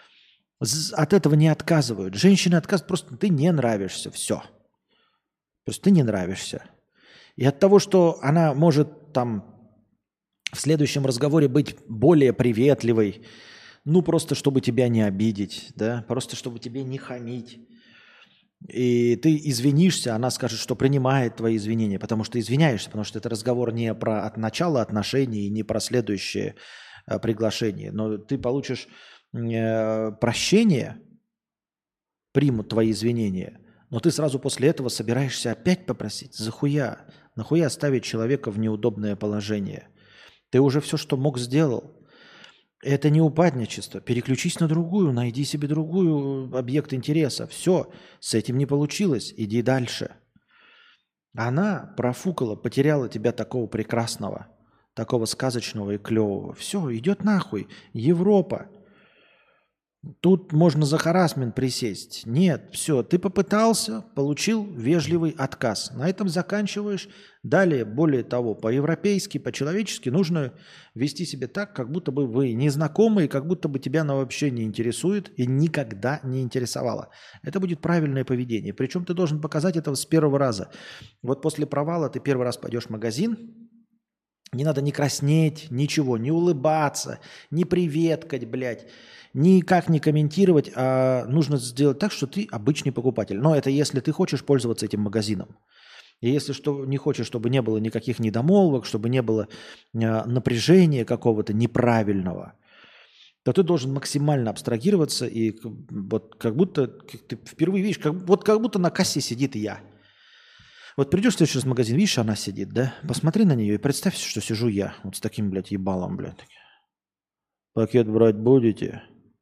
От этого не отказывают. Женщины отказывают, просто ты не нравишься. Все. Просто ты не нравишься. И от того, что она может там в следующем разговоре быть более приветливой, просто чтобы тебя не обидеть, да, просто чтобы тебе не хамить, и ты извинишься, она скажет, что принимает твои извинения, потому что ты извиняешься, потому что это разговор не про от начала отношений, не про следующее приглашение, но ты получишь прощение, примут твои извинения, но ты сразу после этого собираешься опять попросить. Захуя? Нахуя ставить человека в неудобное положение? Ты уже все, что мог, сделал. Это не упадничество. Переключись на другую, найди себе другую объект интереса. Все, с этим не получилось, иди дальше. Она профукала, потеряла тебя такого прекрасного, такого сказочного и клевого. Все, идет нахуй. Европа. Тут можно за харассмент присесть. Нет, все, ты попытался, получил вежливый отказ. На этом заканчиваешь. Далее, более того, по-европейски, по-человечески нужно вести себя так, как будто бы вы незнакомые, как будто бы тебя она вообще не интересует и никогда не интересовала. Это будет правильное поведение. Причем ты должен показать это с первого раза. Вот после провала ты первый раз пойдешь в магазин, не надо ни краснеть, ничего, не улыбаться, не приветкать, блядь. Никак не комментировать, а нужно сделать так, что ты обычный покупатель. Но это если ты хочешь пользоваться этим магазином. И если что, не хочешь, чтобы не было никаких недомолвок, чтобы не было напряжения какого-то неправильного, то ты должен максимально абстрагироваться и вот как будто ты впервые видишь, как будто на кассе сидит я. Вот придешь в следующий раз в магазин, видишь, она сидит, да? Посмотри на нее и представь, что сижу я вот с таким, блядь, ебалом, блядь. Пакет брать будете?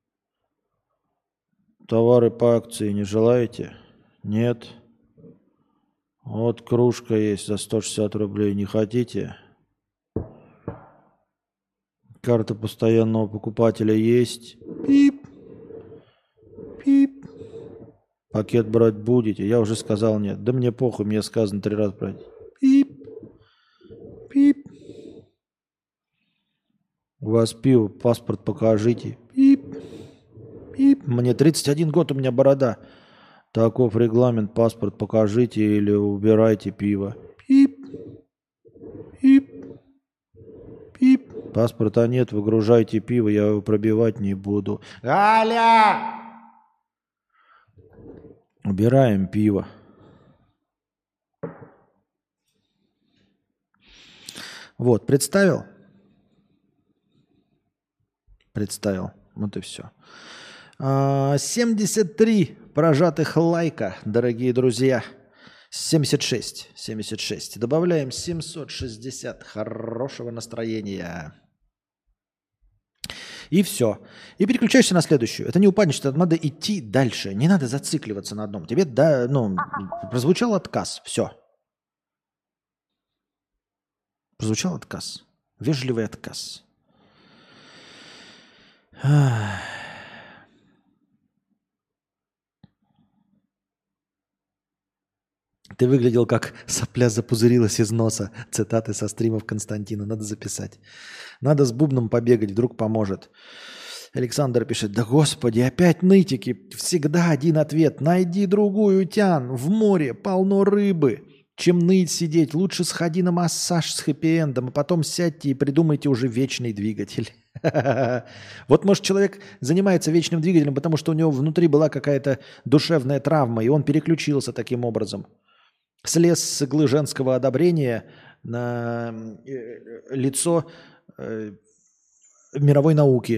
Товары по акции не желаете? Нет. Вот кружка есть за 160 рублей. Не хотите? Карта постоянного покупателя есть. Пип. Пип. Пакет брать будете? Я уже сказал нет. Да мне похуй, мне сказано 3 раза брать. Пип. Пип. У вас пиво, паспорт покажите. Пип. Пип. Мне 31 год, у меня борода. Таков регламент, паспорт покажите или убирайте пиво. Пип. Пип. Пип. Паспорта нет, выгружайте пиво, я его пробивать не буду. Галя! Убираем пиво. Вот, представил? Представил. Вот и все. 73 прожатых лайка, дорогие друзья. 76. 76. Добавляем 760 хорошего настроения. И все. И переключаешься на следующую. Это не упадничество, надо идти дальше. Не надо зацикливаться на одном. Тебе, да, прозвучал отказ. Все. Прозвучал отказ. Вежливый отказ. Ты выглядел как сопля запузырилась из носа. Цитаты со стримов Константина. Надо записать. Надо с бубном побегать, вдруг поможет. Александр пишет: да господи, опять нытики. Всегда один ответ. Найди другую тян. В море полно рыбы. Чем ныть сидеть, лучше сходи на массаж с хэппи-эндом, а потом сядьте и придумайте уже вечный двигатель. Вот, может, человек занимается вечным двигателем, потому что у него внутри была какая-то душевная травма, и он переключился таким образом. Слез с иглы женского одобрения на лицо мировой науки.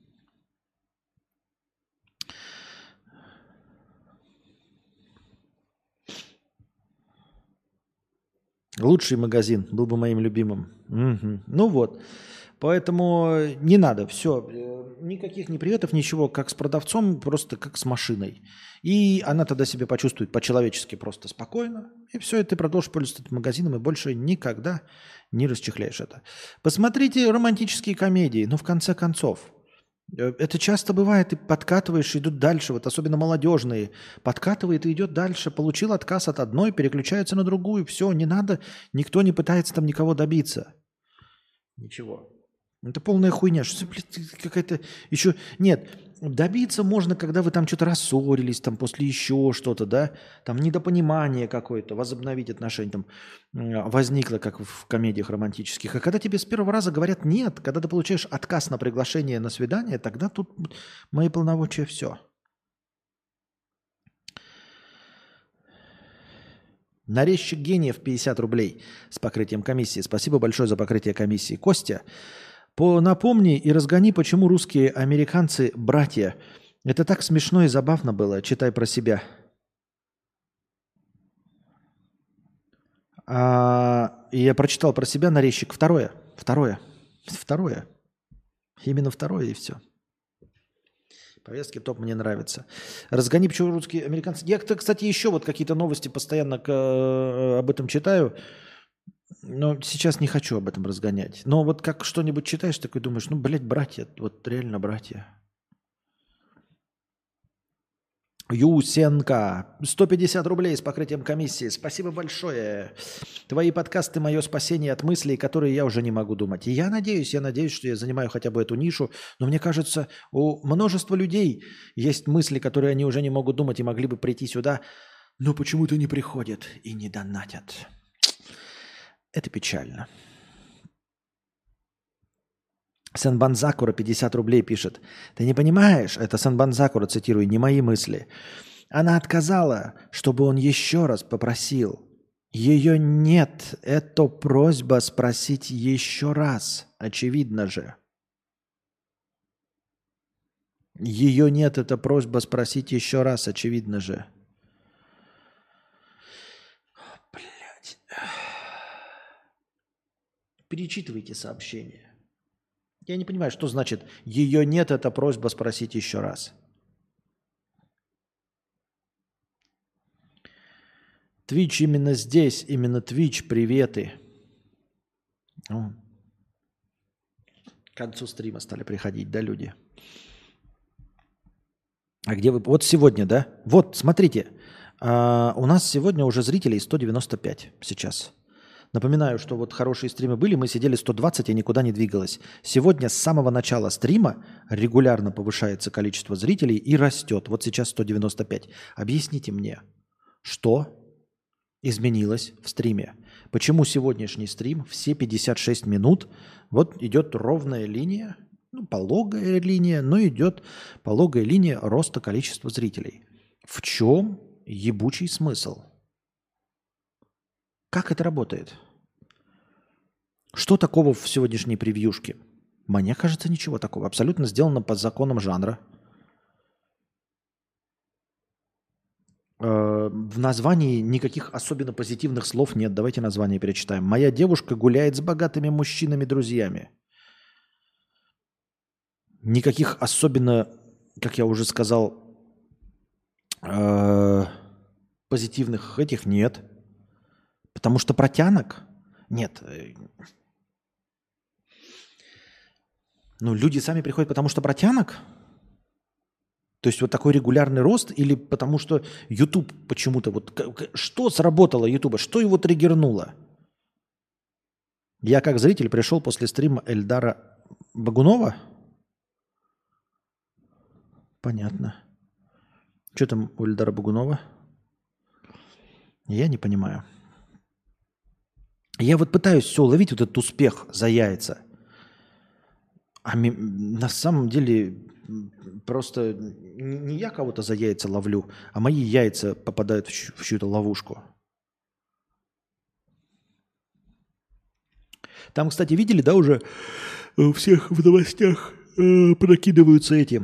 Лучший магазин, был бы моим любимым. Угу. Ну вот, поэтому не надо, все, никаких неприветов, ничего, как с продавцом, просто как с машиной. И она тогда себя почувствует по-человечески просто спокойно, и все, и ты продолжишь пользоваться этим магазином, и больше никогда не расчехляешь это. Посмотрите романтические комедии, ну в конце концов. Это часто бывает, ты подкатываешь, идут дальше, вот особенно молодежные, подкатывает и идет дальше, получил отказ от одной, переключается на другую, все, не надо, никто не пытается там никого добиться. Ничего. Это полная хуйня, что, блядь, какая-то еще... Нет, добиться можно, когда вы там что-то рассорились, там после еще что-то, да, там недопонимание какое-то, возобновить отношения, там возникло, как в комедиях романтических. А когда тебе с первого раза говорят нет, когда ты получаешь отказ на приглашение на свидание, тогда тут мои полномочия все. Нарезчик гениев 50 рублей с покрытием комиссии. Спасибо большое за покрытие комиссии. Костя, напомни и разгони, почему русские американцы братья. Это так смешно и забавно было. Читай про себя. И я прочитал про себя нарезчик. Второе. Именно второе и все. Повестки топ мне нравится. Разгони, почему русские американцы. Я, кстати, еще вот какие-то новости постоянно об этом читаю. Но сейчас не хочу об этом разгонять. Но вот как что-нибудь читаешь, такой думаешь, ну, блядь, братья, вот реально братья. Юсенко, 150 рублей с покрытием комиссии. Спасибо большое. Твои подкасты – мое спасение от мыслей, которые я уже не могу думать. И я надеюсь, что я занимаю хотя бы эту нишу. Но мне кажется, у множества людей есть мысли, которые они уже не могут думать и могли бы прийти сюда, но почему-то не приходят и не донатят. Это печально. Сенбанзакура 50 рублей пишет. Ты не понимаешь, это Сенбанзакура, цитирую, не мои мысли. Она отказала, чтобы он еще раз попросил. Ее нет, это просьба спросить еще раз. Очевидно же. Ее нет, это просьба спросить еще раз. Очевидно же. Блядь. Перечитывайте сообщение. Я не понимаю, что значит «ее нет, это просьба спросить еще раз». Твич именно здесь, именно Twitch, приветы. К концу стрима стали приходить, да, люди? А где вы? Вот сегодня, да? Вот, смотрите, у нас сегодня уже зрителей 195 сейчас. Напоминаю, что вот хорошие стримы были, мы сидели 120 и никуда не двигалось. Сегодня с самого начала стрима регулярно повышается количество зрителей и растет. Вот сейчас 195. Объясните мне, что изменилось в стриме? Почему сегодняшний стрим все 56 минут, вот идет ровная линия, ну, пологая линия, но идет пологая линия роста количества зрителей. В чем ебучий смысл? Как это работает? Что такого в сегодняшней превьюшке? Мне кажется, ничего такого. Абсолютно сделано по законам жанра. В названии никаких особенно позитивных слов нет. Давайте название перечитаем. «Моя девушка гуляет с богатыми мужчинами-друзьями». Никаких особенно, как я уже сказал, позитивных этих нет. Потому что протянок? Нет. Ну, люди сами приходят, потому что протянок? То есть вот такой регулярный рост? Или потому что YouTube почему-то... Вот что сработало YouTube? Что его триггернуло? Я как зритель пришел после стрима Эльдара Багунова? Понятно. Что там у Эльдара Багунова? Я не понимаю. Я вот пытаюсь все уловить, вот этот успех за яйца. А на самом деле просто не я кого-то за яйца ловлю, а мои яйца попадают в чью-то ловушку. Там, кстати, видели, да, уже у всех в новостях прокидываются эти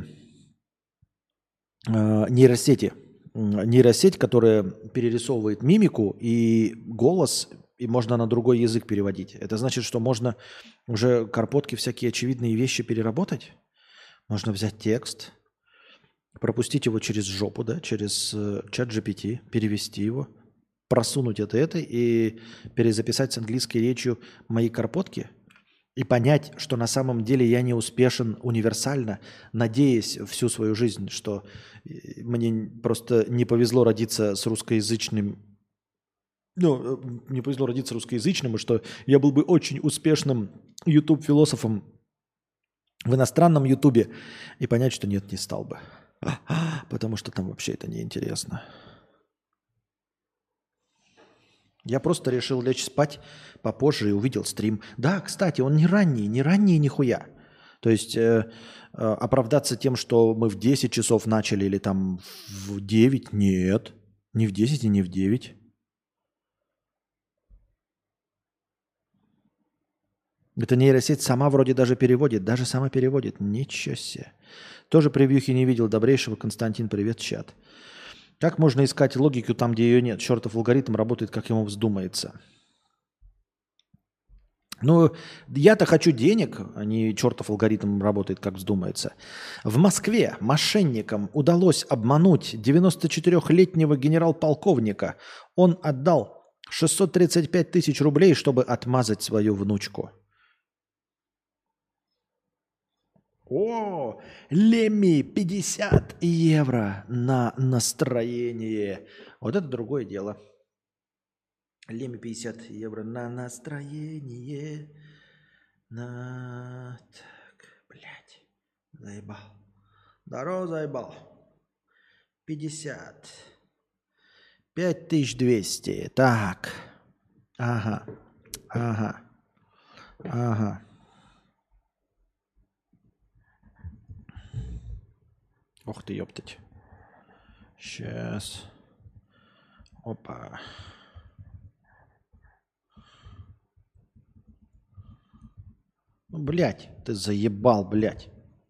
нейросети. Нейросеть, которая перерисовывает мимику и голос, и можно на другой язык переводить. Это значит, что можно уже карпотки всякие очевидные вещи переработать. Можно взять текст, пропустить его через жопу, да, через чат GPT, перевести его, просунуть это и перезаписать с английской речью мои карпотки и понять, что на самом деле я не успешен универсально, надеясь всю свою жизнь, что мне просто не повезло родиться с русскоязычным, не повезло родиться русскоязычным, и что я был бы очень успешным YouTube-философом в иностранном YouTube, и понять, что нет, не стал бы. Потому что там вообще это неинтересно. Я просто решил лечь спать попозже и увидел стрим. Да, кстати, он не ранний нихуя. То есть оправдаться тем, что мы в 10 часов начали или там в 9, нет. Не в 10 и не в 9. Эта нейросеть сама вроде даже переводит. Даже сама переводит. Ничего себе. Тоже превьюхи не видел. Добрейшего Константин, привет, чат. Как можно искать логику там, где ее нет? Чертов алгоритм работает, как ему вздумается. Ну, я-то хочу денег, а не чертов алгоритм работает, как вздумается. В Москве мошенникам удалось обмануть 94-летнего генерал-полковника. Он отдал 635 тысяч рублей, чтобы отмазать свою внучку. О, Лемми, 50 евро на настроение. Вот это другое дело. Лемми 50 евро на настроение. Так, блядь. Заебал. Здорово, заебал. 50. 5200. Так. Ага. Ага. Ага. Ох ты, ёптать. Сейчас. Опа. Ну, блядь, ты заебал, блядь.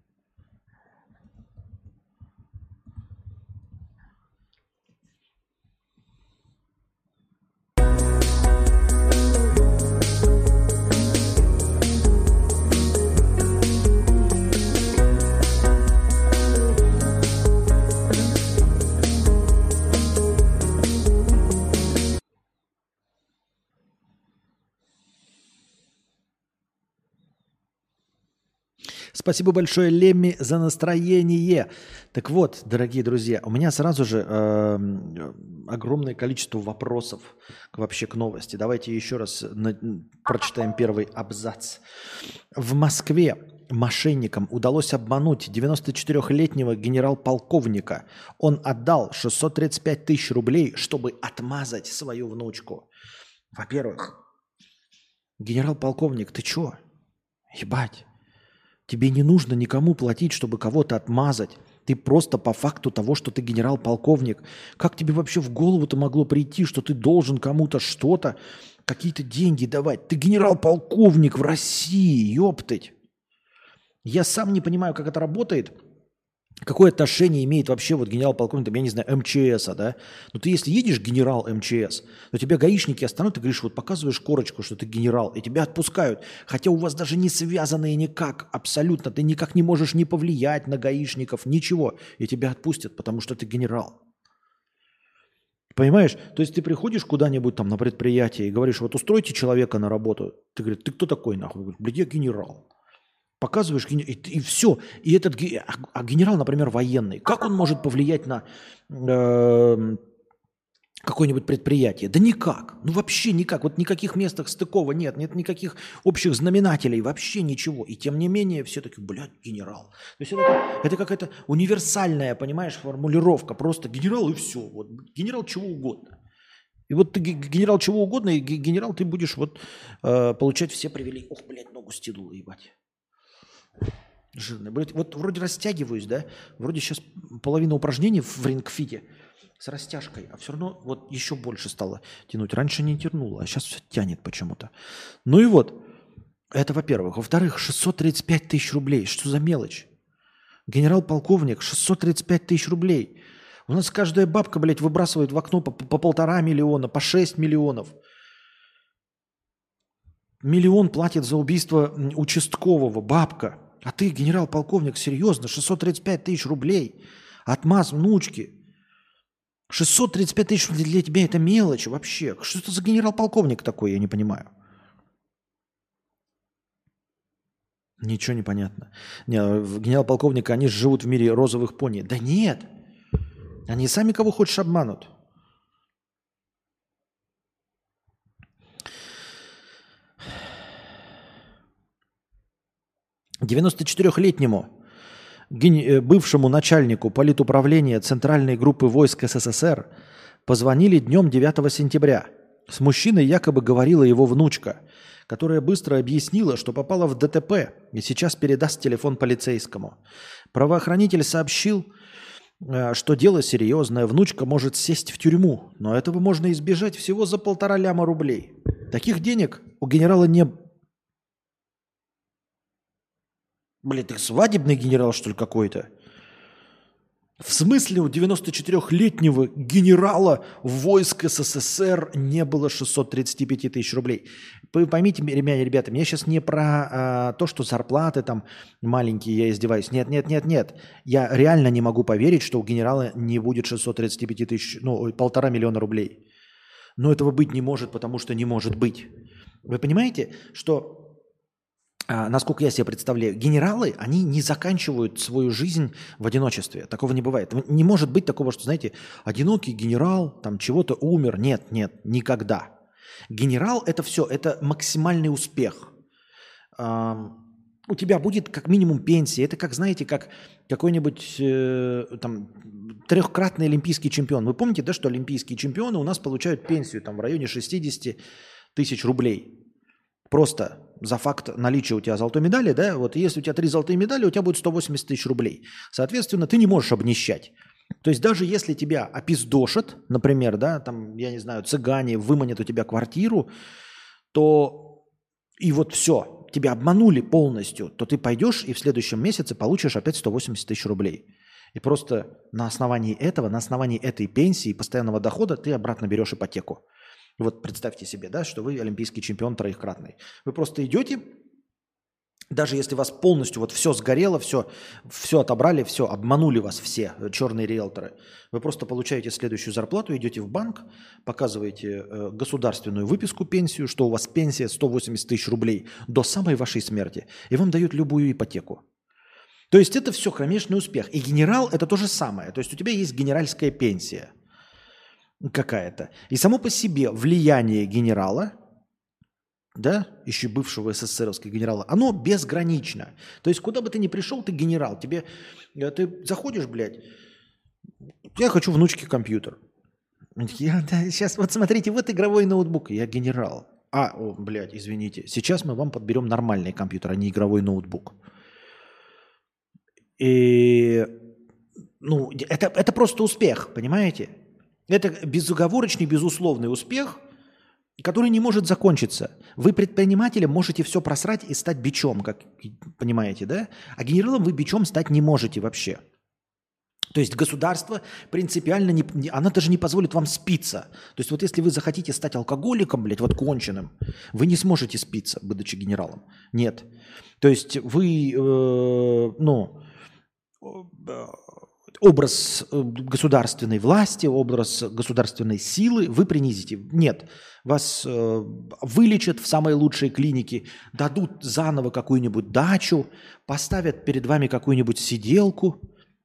Спасибо большое, Лемми, за настроение. Так вот, дорогие друзья, у меня сразу же огромное количество вопросов вообще к новости. Давайте еще раз прочитаем первый абзац. В Москве мошенникам удалось обмануть 94-летнего генерал-полковника. Он отдал 635 тысяч рублей, чтобы отмазать свою внучку. Во-первых, генерал-полковник, ты чё? Ебать. Тебе не нужно никому платить, чтобы кого-то отмазать. Ты просто по факту того, что ты генерал-полковник. Как тебе вообще в голову-то могло прийти, что ты должен кому-то что-то, какие-то деньги давать? Ты генерал-полковник в России, ёптать. Я сам не понимаю, как это работает. Какое отношение имеет вообще вот генерал-полковник, я не знаю, МЧС, да? Но ты если едешь генерал МЧС, то тебя гаишники остановят, ты говоришь, вот показываешь корочку, что ты генерал, и тебя отпускают. Хотя у вас даже не связанные никак, абсолютно. Ты никак не можешь не повлиять на гаишников, ничего. И тебя отпустят, потому что ты генерал. Понимаешь? То есть ты приходишь куда-нибудь там на предприятие и говоришь, вот устройте человека на работу. Ты говоришь, ты кто такой нахуй? Говорит, блядь, я генерал. Показываешь, и все. И этот генерал, например, военный, как он может повлиять на какое-нибудь предприятие? Да никак. Ну вообще никак. Вот никаких местах стыкова нет, нет никаких общих знаменателей, вообще ничего. И тем не менее все таки, блядь, генерал. То есть это какая-то универсальная, понимаешь, формулировка. Просто генерал и все. Вот, генерал чего угодно. И вот ты генерал чего угодно, и генерал ты будешь вот получать все привилегии. Ох, блядь, ногу стянуло, ебать. Жирный. Блядь, вот вроде растягиваюсь, да? Вроде сейчас половина упражнений в рингфите с растяжкой, а все равно вот еще больше стало тянуть. Раньше не тянуло, а сейчас все тянет почему-то. Ну и вот, это во-первых. Во-вторых, 635 тысяч рублей. Что за мелочь? Генерал-полковник, 635 тысяч рублей. У нас каждая бабка, блядь, выбрасывает в окно по 1,5 миллиона, по 6 миллионов. Миллион платит за убийство участкового, бабка. А ты, генерал-полковник, серьезно, 635 тысяч рублей. Отмаз внучки. 635 тысяч для тебя это мелочь вообще. Что это за генерал-полковник такой, я не понимаю. Ничего не понятно. Не, генерал-полковника, они же живут в мире розовых пони. Да нет. Они сами кого хочешь обманут. «94-летнему бывшему начальнику политуправления Центральной группы войск СССР позвонили днем 9 сентября. С мужчиной якобы говорила его внучка, которая быстро объяснила, что попала в ДТП и сейчас передаст телефон полицейскому. Правоохранитель сообщил, что дело серьезное, внучка может сесть в тюрьму, но этого можно избежать всего за 1,5 ляма рублей. Таких денег у генерала не Блядь, ты свадебный генерал, что ли, какой-то? В смысле у 94-летнего генерала войск СССР не было 635 тысяч рублей? Вы поймите меня, ребята, мне сейчас не про то, что зарплаты там маленькие, я издеваюсь. Нет, нет, нет, нет. Я реально не могу поверить, что у генерала не будет 635 тысяч, 1,5 миллиона рублей. Но этого быть не может, потому что не может быть. Вы понимаете, что... насколько я себе представляю, генералы, они не заканчивают свою жизнь в одиночестве. Такого не бывает. Не может быть такого, что, знаете, одинокий генерал там чего-то умер. Нет, нет, никогда. Генерал – это все, это максимальный успех. У тебя будет как минимум пенсия. Это как, знаете, как какой-нибудь там трехкратный олимпийский чемпион. Вы помните, да, что олимпийские чемпионы у нас получают пенсию там в районе 60 тысяч рублей. Просто за факт наличия у тебя золотой медали, да, вот если у тебя 3 золотые медали, у тебя будет 180 тысяч рублей. Соответственно, ты не можешь обнищать. То есть даже если тебя опиздошат, например, да, там, я не знаю, цыгане выманят у тебя квартиру, то и вот все, тебя обманули полностью, то ты пойдешь и в следующем месяце получишь опять 180 тысяч рублей. И просто на основании этого, на основании этой пенсии, постоянного дохода ты обратно берешь ипотеку. Вот представьте себе, да, что вы олимпийский чемпион троекратный. Вы просто идете, даже если вас полностью вот все сгорело, все отобрали, все, обманули вас все, черные риэлторы, вы просто получаете следующую зарплату, идете в банк, показываете государственную выписку, пенсию, что у вас пенсия 180 тысяч рублей до самой вашей смерти, и вам дают любую ипотеку. То есть это все кромешный успех. И генерал – это то же самое. То есть у тебя есть генеральская пенсия какая-то. И само по себе влияние генерала, да, еще бывшего СССРовского генерала, оно безгранично. То есть куда бы ты ни пришел, ты генерал. Ты заходишь, блядь, я хочу внучке компьютер. Сейчас вот смотрите, вот игровой ноутбук, я генерал. Блядь, извините, сейчас мы вам подберем нормальный компьютер, а не игровой ноутбук. И, это просто успех, понимаете? Это безоговорочный, безусловный успех, который не может закончиться. Вы предпринимателем можете все просрать и стать бичом, как понимаете, да? А генералом вы бичом стать не можете вообще. То есть государство принципиально, оно даже не позволит вам спиться. То есть вот если вы захотите стать алкоголиком, блядь, вот конченым, вы не сможете спиться, будучи генералом. Нет. То есть вы, образ государственной власти, образ государственной силы вы принизите. Нет, вас вылечат в самой лучшей клинике, дадут заново какую-нибудь дачу, поставят перед вами какую-нибудь сиделку,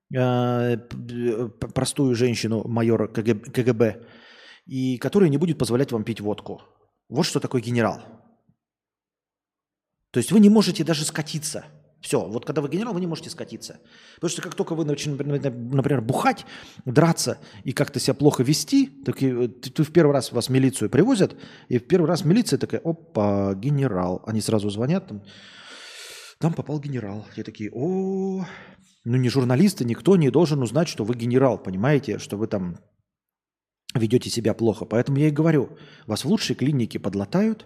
простую женщину, майора КГБ, и которая не будет позволять вам пить водку. Вот что такое генерал. То есть вы не можете даже скатиться. Все, вот когда вы генерал, вы не можете скатиться. Потому что как только вы начнете, например, бухать, драться и как-то себя плохо вести, так и ты в первый раз вас в милицию привозят, и в первый раз милиция такая: опа, генерал. Они сразу звонят, там попал генерал. И такие: ни журналисты, никто не должен узнать, что вы генерал, понимаете, что вы там ведете себя плохо. Поэтому я и говорю, вас в лучшей клинике подлатают,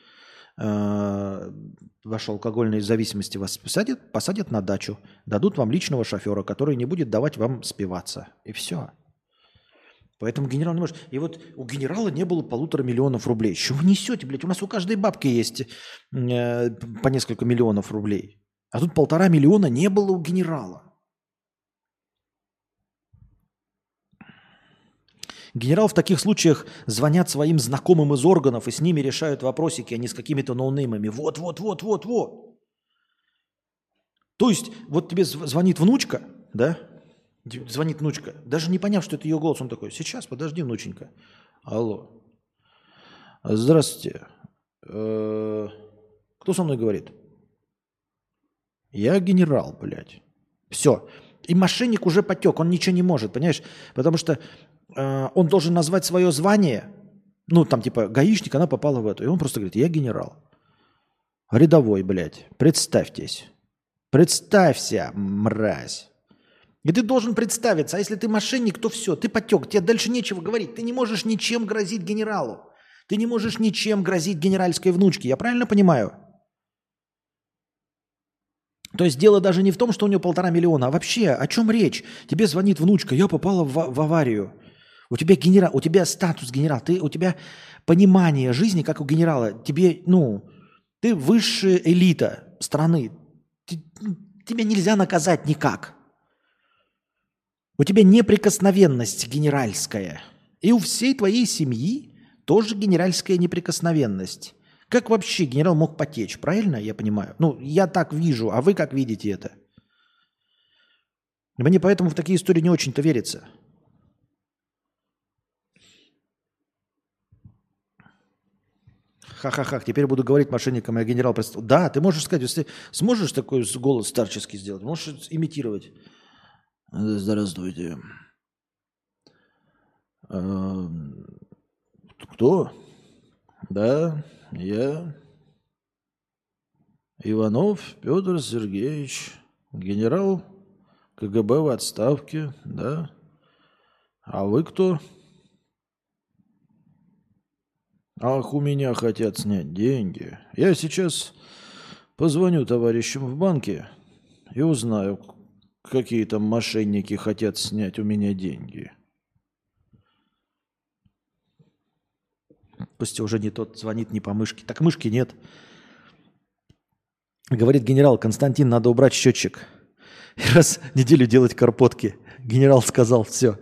ваши алкогольные зависимости вас посадят на дачу, дадут вам личного шофера, который не будет давать вам спиваться. И все. Поэтому генерал не может. И вот у генерала не было 1,5 миллиона рублей. Что вы несете, блядь? У нас у каждой бабки есть по несколько миллионов рублей. А тут 1,5 миллиона не было у генерала. Генерал в таких случаях звонят своим знакомым из органов и с ними решают вопросики, а не с какими-то ноунеймами. Вот. То есть вот тебе звонит внучка, да? Звонит внучка, даже не поняв, что это ее голос, он такой: сейчас, подожди, внученька. Алло. Здравствуйте. Кто со мной говорит? Я генерал, блядь. Все. И мошенник уже потек, он ничего не может, понимаешь? Потому что он должен назвать свое звание, типа гаишник, она попала в эту. И он просто говорит: я генерал. Рядовой, блядь, представьтесь. Представься, мразь. И ты должен представиться. А если ты мошенник, то все, ты потек. Тебе дальше нечего говорить. Ты не можешь ничем грозить генералу. Ты не можешь ничем грозить генеральской внучке. Я правильно понимаю? То есть дело даже не в том, что у него 1,5 миллиона, а вообще о чем речь? Тебе звонит внучка, я попала в аварию. У тебя генерал, у тебя статус генерал, у тебя понимание жизни, как у генерала. Тебе, ты высшая элита страны. Тебя нельзя наказать никак. У тебя неприкосновенность генеральская. И у всей твоей семьи тоже генеральская неприкосновенность. Как вообще генерал мог потечь, правильно я понимаю? Я так вижу, а вы как видите это? Мне поэтому в такие истории не очень-то верится. Ха-ха-ха, теперь буду говорить мошенникам, я генерал. Да, ты можешь сказать, если сможешь такой голос старческий сделать, можешь имитировать. Здравствуйте. Кто? Да, я Иванов Петр Сергеевич, генерал КГБ в отставке, да. А вы кто? Ах, у меня хотят снять деньги. Я сейчас позвоню товарищам в банке и узнаю, какие там мошенники хотят снять у меня деньги. Костя уже не тот, звонит не по мышке. Так мышки нет. Говорит генерал, Константин, надо убрать счетчик. И раз в неделю делать карпотки. Генерал сказал, все.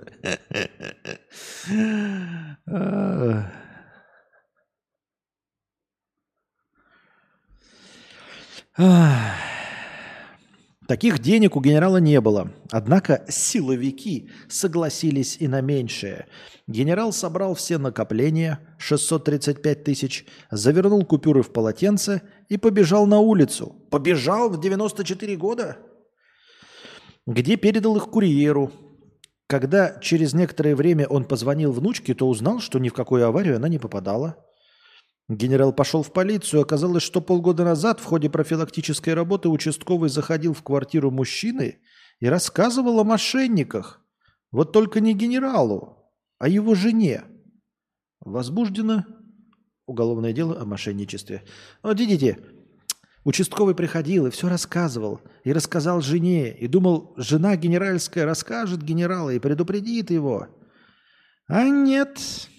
Таких денег у генерала не было. Однако силовики согласились и на меньшее. Генерал собрал все накопления, 635 тысяч, завернул купюры в полотенце и побежал на улицу. Побежал в 94 года? Где передал их курьеру. Когда через некоторое время он позвонил внучке, то узнал, что ни в какую аварию она не попадала. Генерал пошел в полицию. Оказалось, что полгода назад в ходе профилактической работы участковый заходил в квартиру мужчины и рассказывал о мошенниках. Вот только не генералу, а его жене. Возбуждено уголовное дело о мошенничестве. Вот видите, участковый приходил и все рассказывал. И рассказал жене. И думал, жена генеральская расскажет генералу и предупредит его. А нет,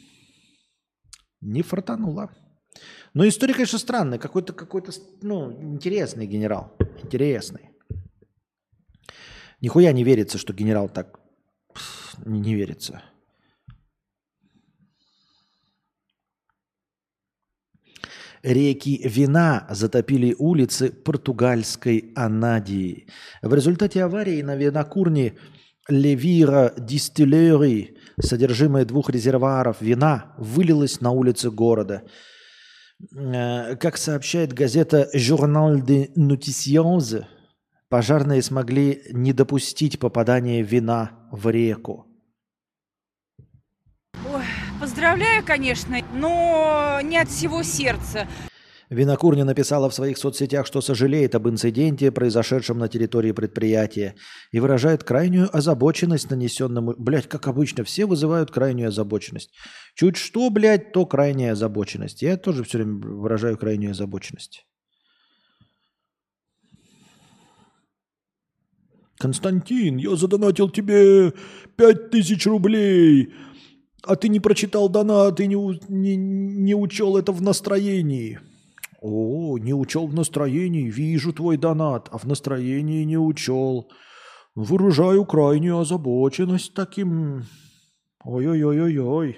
не фартануло. Но история, конечно, странная. Какой-то, интересный генерал. Интересный. Нихуя не верится, что генерал так... Не верится. Реки вина затопили улицы португальской Анадии. В результате аварии на винокурне Левира Дистиллери содержимое 2 резервуаров вина вылилось на улицы города. Как сообщает газета «Journal de Noticias», пожарные смогли не допустить попадания вина в реку. Ой, поздравляю, конечно, но не от всего сердца. Винокурня написала в своих соцсетях, что сожалеет об инциденте, произошедшем на территории предприятия, и выражает крайнюю озабоченность нанесенному... Блядь, как обычно, все вызывают крайнюю озабоченность. Чуть что, блядь, то крайняя озабоченность. Я тоже все время выражаю крайнюю озабоченность. Константин, я задонатил тебе 5000 рублей, а ты не прочитал донат и не учел это в настроении. О, не учел в настроении, вижу твой донат, а в настроении не учел. Выражаю крайнюю озабоченность таким. Ой-ой-ой-ой-ой.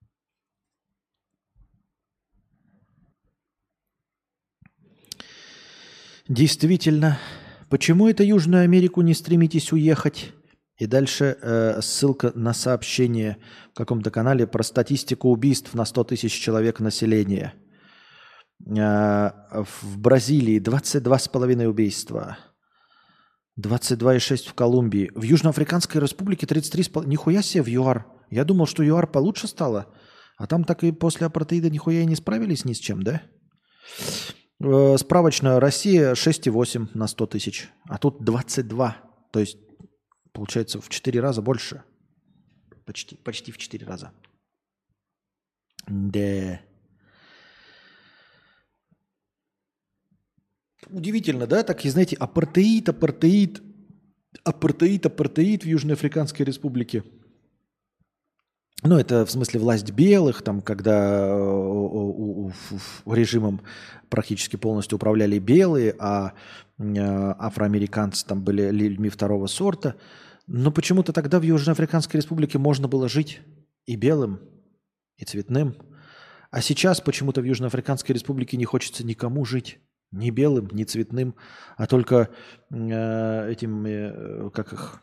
Действительно, почему это Южную Америку не стремитесь уехать? И дальше ссылка на сообщение в каком-то канале про статистику убийств на 100 тысяч человек населения. В Бразилии 22,5 убийства. 22,6 в Колумбии. В Южноафриканской Республике 33,5. Нихуя себе в ЮАР. Я думал, что ЮАР получше стало. А там так и после апартеида нихуя и не справились ни с чем, да? Справочная Россия 6,8 на 100 тысяч. А тут 22. То есть, получается, в 4 раза больше. Почти в 4 раза. Да. удивительно, да? Так, и знаете, апартеид в Южноафриканской Республике. Ну, это в смысле власть белых, там, когда режимом практически полностью управляли белые, а афроамериканцы там были людьми второго сорта. Но почему-то тогда в Южноафриканской Республике можно было жить и белым, и цветным. А сейчас почему-то в Южноафриканской Республике не хочется никому жить. Ни белым, ни цветным, а только этим, как их,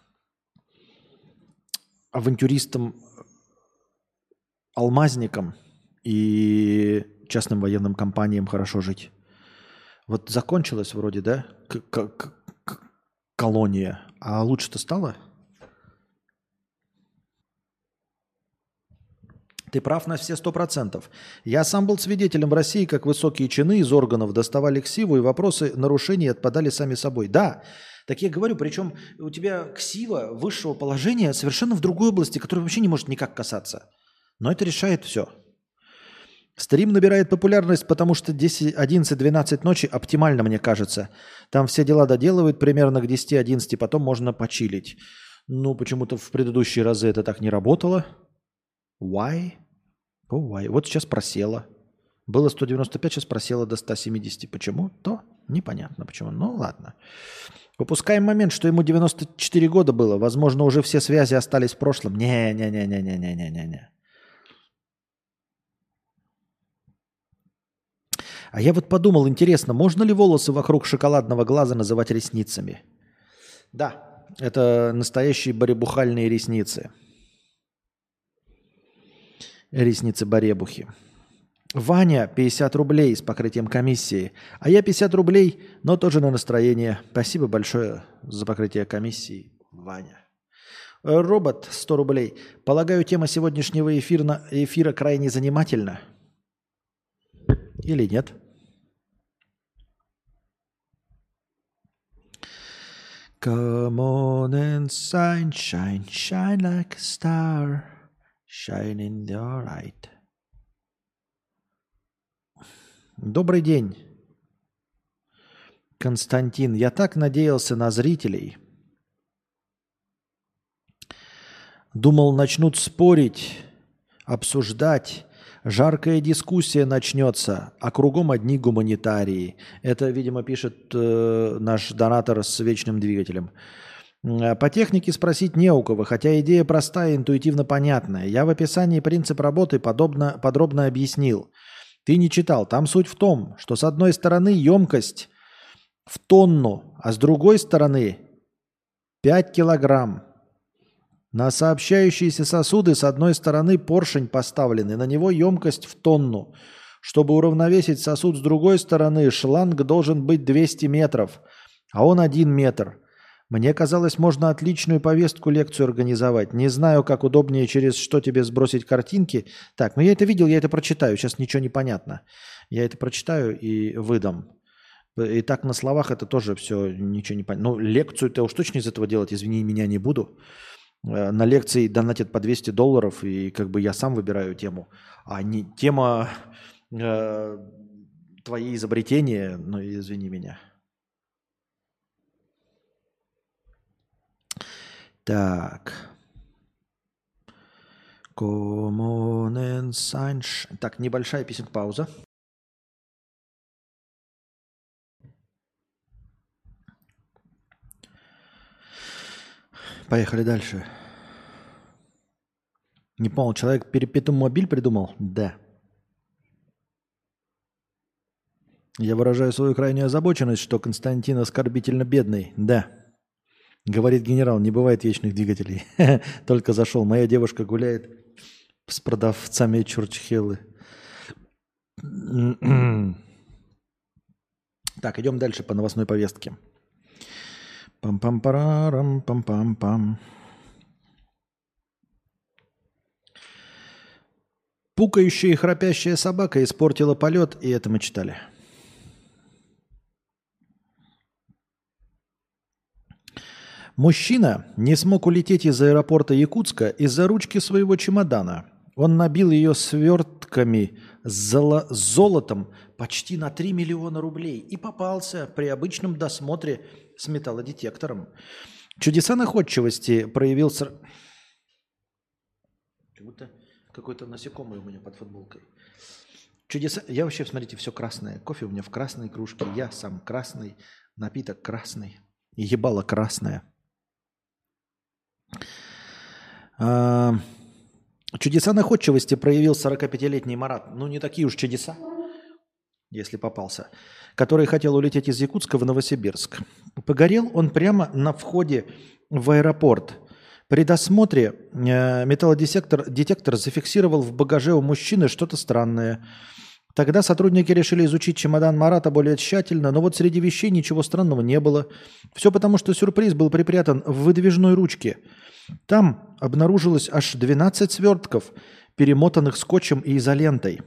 авантюристам, алмазникам и частным военным компаниям хорошо жить. Вот закончилась вроде, да, колония, а лучше-то стало? Ты прав на все 100%. Я сам был свидетелем в России, как высокие чины из органов доставали ксиву, и вопросы нарушений отпадали сами собой. Да, так я говорю, причем у тебя ксива высшего положения совершенно в другой области, которая вообще не может никак касаться. Но это решает все. Стрим набирает популярность, потому что 10, 11, 12 ночи оптимально, мне кажется. Там все дела доделывают примерно к 10-11, потом можно почилить. Ну, почему-то в предыдущие разы это так не работало. Why? Why? Вот сейчас просело. Было 195, сейчас просело до 170. Почему? То непонятно почему. Ну ладно. Выпускаем момент, что ему 94 года было. Возможно, уже все связи остались в прошлом. Не-не-не-не-не-не-не-не. А я вот подумал, интересно, можно ли волосы вокруг шоколадного глаза называть ресницами? Да, это настоящие баребухальные ресницы. Ресницы-баребухи. Ваня, 50 рублей с покрытием комиссии. А я 50 рублей, но тоже на настроение. Спасибо большое за покрытие комиссии, Ваня. Робот, 100 рублей. Полагаю, тема сегодняшнего эфира крайне занимательна. Или нет? Come on and shine, shine, shine like a star. Shine in your light. Добрый день, Константин. Я так надеялся на зрителей. Думал, начнут спорить, обсуждать. Жаркая дискуссия начнется, а кругом одни гуманитарии. Это, видимо, пишет наш донатор с вечным двигателем. По технике спросить не у кого, хотя идея простая и интуитивно понятная. Я в описании принцип работы подробно объяснил. Ты не читал. Там суть в том, что с одной стороны емкость в тонну, а с другой стороны 5 килограмм. На сообщающиеся сосуды с одной стороны поршень поставленный, на него емкость в тонну. Чтобы уравновесить сосуд с другой стороны, шланг должен быть 200 метров, а он 1 метр. Мне казалось, можно отличную повестку, лекцию организовать. Не знаю, как удобнее через что тебе сбросить картинки. Так, ну я это видел, я это прочитаю. Сейчас ничего не понятно. Я это прочитаю и выдам. И так на словах это тоже все ничего не понятно. Ну, лекцию-то уж точно из этого делать, извини, меня не буду. На лекции донатят по $200, и как бы я сам выбираю тему. А не тема твои изобретения, ну извини меня. Так. Come on and sunshine. Так, небольшая песенка пауза. Поехали дальше. Не понял, человек перепетум мобиль придумал? Да. Я выражаю свою крайнюю озабоченность, что Константин оскорбительно бедный. Да. Говорит генерал, не бывает вечных двигателей. Только зашел. Моя девушка гуляет с продавцами чурчхелы. Так, идем дальше по новостной повестке. Пам-пам-парам, пам-пам-пам. Пукающая и храпящая собака испортила полет, и это мы читали. Мужчина не смог улететь из аэропорта Якутска из-за ручки своего чемодана. Он набил ее свертками с золотом, почти на 3 миллиона рублей и попался при обычном досмотре с металлодетектором. Чудеса находчивости проявил... Как будто какой-то насекомый у меня под футболкой. Чудеса... Я вообще, смотрите, все красное. Кофе у меня в красной кружке, я сам красный, напиток красный, ебало красное. Чудеса находчивости проявил 45-летний Марат. Ну, не такие уж чудеса, если попался. Который хотел улететь из Якутска в Новосибирск. Погорел он прямо на входе в аэропорт. При досмотре металлодетектор зафиксировал в багаже у мужчины что-то странное. Тогда сотрудники решили изучить чемодан Марата более тщательно, но вот среди вещей ничего странного не было. Все потому, что сюрприз был припрятан в выдвижной ручке. Там обнаружилось аж 12 свертков, перемотанных скотчем и изолентой.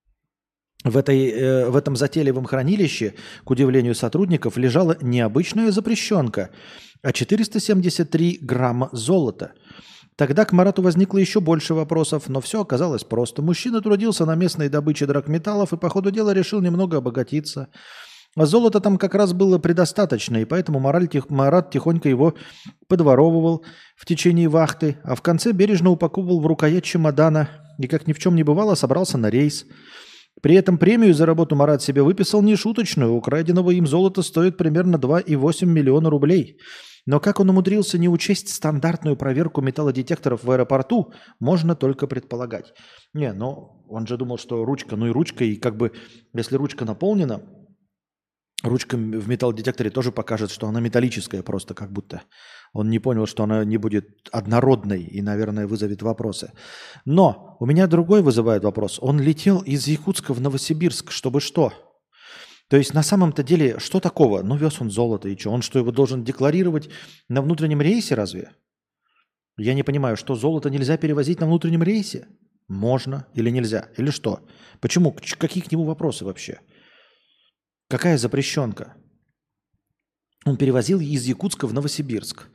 В этом затейливом хранилище, к удивлению сотрудников, лежала не обычная запрещенка, а 473 грамма золота. Тогда к Марату возникло еще больше вопросов, но все оказалось просто. Мужчина трудился на местной добыче драгметаллов и по ходу дела решил немного обогатиться. А золота там как раз было предостаточно, и поэтому Марат тихонько его подворовывал в течение вахты, а в конце бережно упаковывал в рукоять чемодана и, как ни в чем не бывало, собрался на рейс. При этом премию за работу Марат себе выписал нешуточную. Украденного им золота стоит примерно 2,8 миллиона рублей. Но как он умудрился не учесть стандартную проверку металлодетекторов в аэропорту, можно только предполагать. Не, но он же думал, что ручка, ну и ручка, и как бы, если ручка наполнена, ручка в металлодетекторе тоже покажет, что она металлическая просто как будто. Он не понял, что она не будет однородной и, наверное, вызовет вопросы. Но у меня другой вызывает вопрос. Он летел из Якутска в Новосибирск, чтобы что? То есть на самом-то деле что такого? Ну, вез он золото и что? Он что, его должен декларировать на внутреннем рейсе разве? Я не понимаю, что золото нельзя перевозить на внутреннем рейсе? Можно или нельзя? Или что? Почему? Какие к нему вопросы вообще? Какая запрещенка? Он перевозил из Якутска в Новосибирск.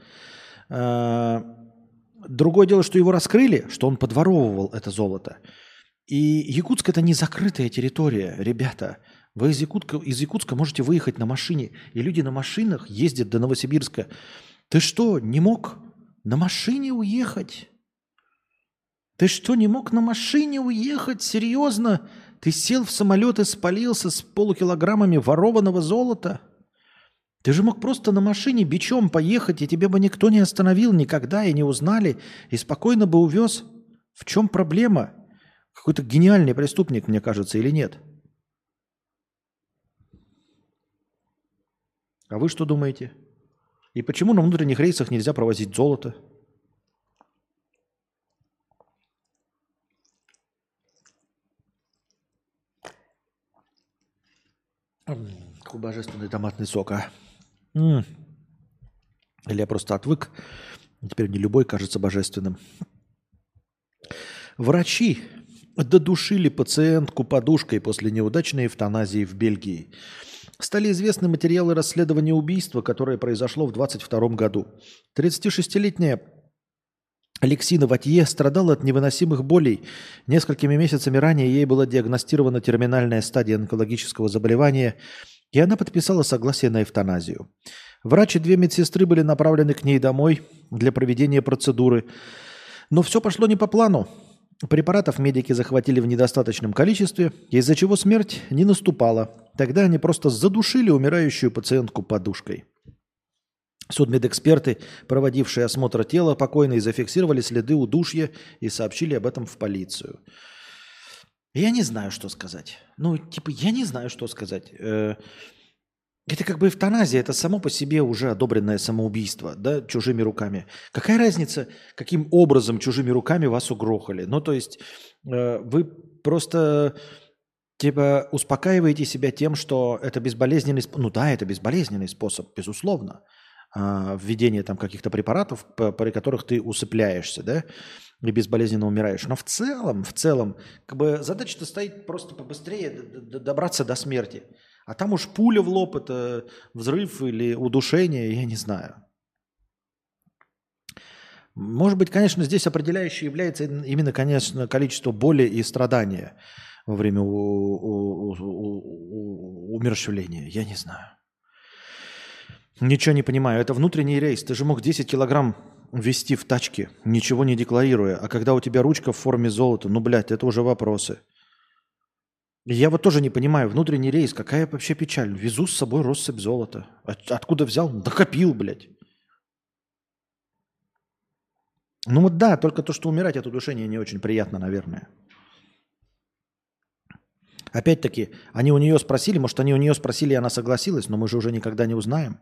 Другое дело, что его раскрыли, что он подворовывал это золото. И Якутск – это не закрытая территория, ребята. Вы из Якутска можете выехать на машине, и люди на машинах ездят до Новосибирска. Ты что, не мог на машине уехать? Ты что, не мог на машине уехать? Серьезно? Ты сел в самолет и спалился с полукилограммами ворованного золота? Ты же мог просто на машине бичом поехать, и тебя бы никто не остановил никогда, и не узнали, и спокойно бы увез. В чем проблема? Какой-то гениальный преступник, мне кажется, или нет? А вы что думаете? И почему на внутренних рейсах нельзя провозить золото? Какой божественный томатный сок, а? Или я просто отвык. Теперь не любой кажется божественным. Врачи додушили пациентку подушкой после неудачной эвтаназии в Бельгии. Стали известны материалы расследования убийства, которое произошло в 2022 году. 36-летняя Алексина Ватье страдала от невыносимых болей. Несколькими месяцами ранее ей была диагностирована терминальная стадия онкологического заболевания, и она подписала согласие на эвтаназию. Врач и 2 медсестры были направлены к ней домой для проведения процедуры. Но все пошло не по плану. Препаратов медики захватили в недостаточном количестве, из-за чего смерть не наступала. Тогда они просто задушили умирающую пациентку подушкой. Судмедэксперты, проводившие осмотр тела покойной, зафиксировали следы удушья и сообщили об этом в полицию. Я не знаю, что сказать. Я не знаю, что сказать. Это как бы эвтаназия, это само по себе уже одобренное самоубийство, да, чужими руками. Какая разница, каким образом чужими руками вас угрохали? То есть вы просто успокаиваете себя тем, что это безболезненный способ. Это безболезненный способ, безусловно. Введение там каких-то препаратов, при которых ты усыпляешься, да, и безболезненно умираешь. Но в целом, как бы задача-то стоит просто побыстрее добраться до смерти. А там уж пуля в лоб, это взрыв или удушение, я не знаю. Может быть, конечно, здесь определяющее является именно, конечно, количество боли и страдания. во время умерщвления. Я не знаю. Ничего не понимаю. Это внутренний рейс. Ты же мог 10 килограмм везти в тачке, ничего не декларируя. А когда у тебя ручка в форме золота, ну, блядь, это уже вопросы. Я вот тоже не понимаю. Внутренний рейс, какая вообще печаль? Везу с собой россыпь золота. Откуда взял? Докопил, блядь. Ну вот да, только то, что умирать от удушения не очень приятно, наверное. Опять-таки, они у нее спросили, может, они у нее спросили, и она согласилась, но мы же уже никогда не узнаем.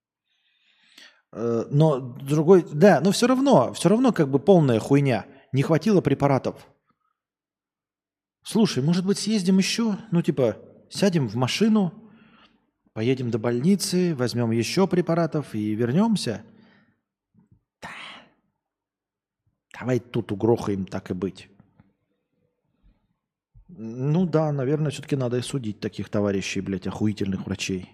Но другой, да, но все равно как бы полная хуйня. Не хватило препаратов. Слушай, может быть, съездим еще? Ну, типа, сядем в машину, поедем до больницы, возьмем еще препаратов и вернемся? Да. Давай тут угрохаем, так и быть. Ну да, наверное, все-таки надо и судить таких товарищей, блядь, охуительных врачей.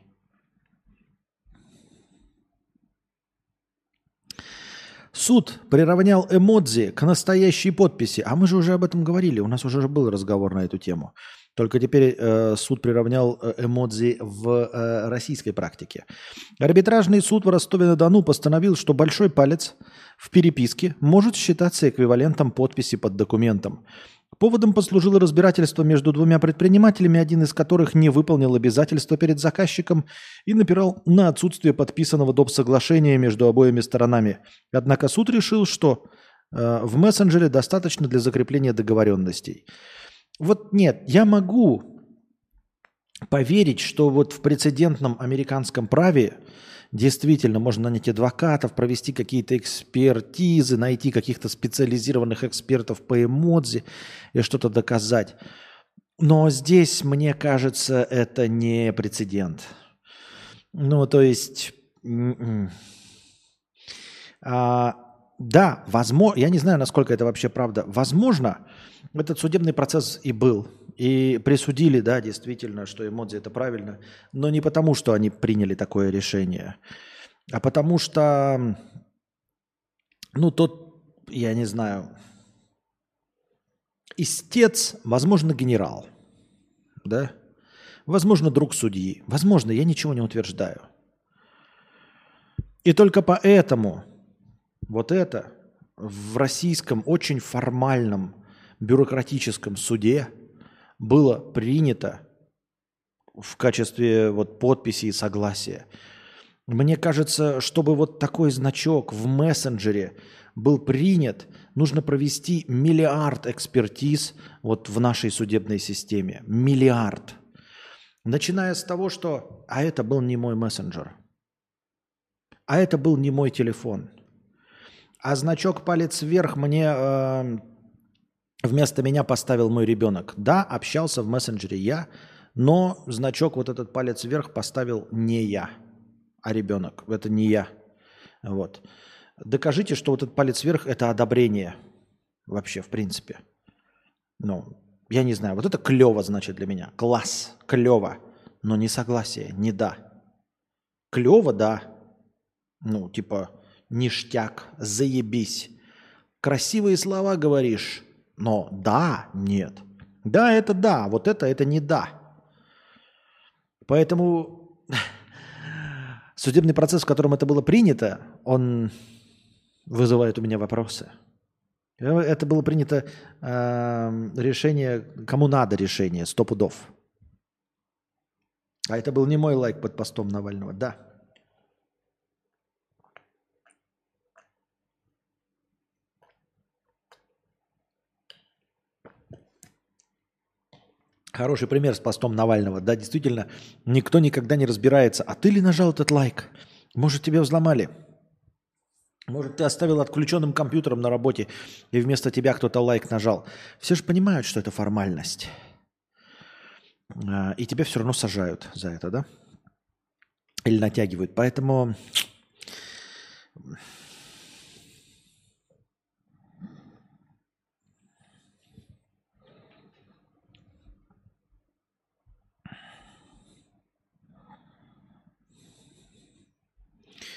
Суд приравнял эмодзи к настоящей подписи. А мы же уже об этом говорили, у нас уже был разговор на эту тему. Только теперь суд приравнял эмодзи в российской практике. Арбитражный суд в Ростове-на-Дону постановил, что большой палец в переписке может считаться эквивалентом подписи под документом. Поводом послужило разбирательство между двумя предпринимателями, один из которых не выполнил обязательства перед заказчиком и напирал на отсутствие подписанного доп. Соглашения между обоими сторонами. Однако суд решил, что в мессенджере достаточно для закрепления договоренностей. Вот нет, я могу поверить, что вот в прецедентном американском праве действительно можно нанять адвокатов, провести какие-то экспертизы, найти каких-то специализированных экспертов по эмодзи и что-то доказать. Но здесь, мне кажется, это не прецедент. Ну, то есть, да, возможно, я не знаю, насколько это вообще правда. Возможно, этот судебный процесс и был. И присудили, да, действительно, что эмодзи это правильно. Но не потому, что они приняли такое решение, а потому что, ну, тот, я не знаю, истец, возможно, генерал, да, возможно, друг судьи, возможно, я ничего не утверждаю. И только поэтому вот это в российском очень формальном бюрократическом суде было принято в качестве вот подписи и согласия. Мне кажется, чтобы вот такой значок в мессенджере был принят, нужно провести миллиард экспертиз вот в нашей судебной системе. Миллиард. Начиная с того, что «а это был не мой мессенджер», «а это был не мой телефон», «а значок палец вверх мне вместо меня поставил мой ребенок». Да, общался в мессенджере я, но значок вот этот палец вверх поставил не я, а ребенок. Это не я. Вот. Докажите, что вот этот палец вверх – это одобрение вообще, в принципе. Ну, я не знаю. Вот это клево, значит, для меня. Класс, клево. Но не согласие, не да. Клево, да. Ну, типа, ништяк, заебись. Красивые слова говоришь, но да, нет. Да, это да, вот это не да. Поэтому судебный процесс, в котором это было принято, он вызывает у меня вопросы. Это было принято решение, кому надо решение, 100 пудов. А это был не мой лайк под постом Навального, да. Хороший пример с постом Навального. Да, действительно, никто никогда не разбирается. А ты ли нажал этот лайк? Может, тебя взломали? Может, ты оставил отключенным компьютером на работе, и вместо тебя кто-то лайк нажал. Все же понимают, что это формальность. И тебя все равно сажают за это, да? Или натягивают. Поэтому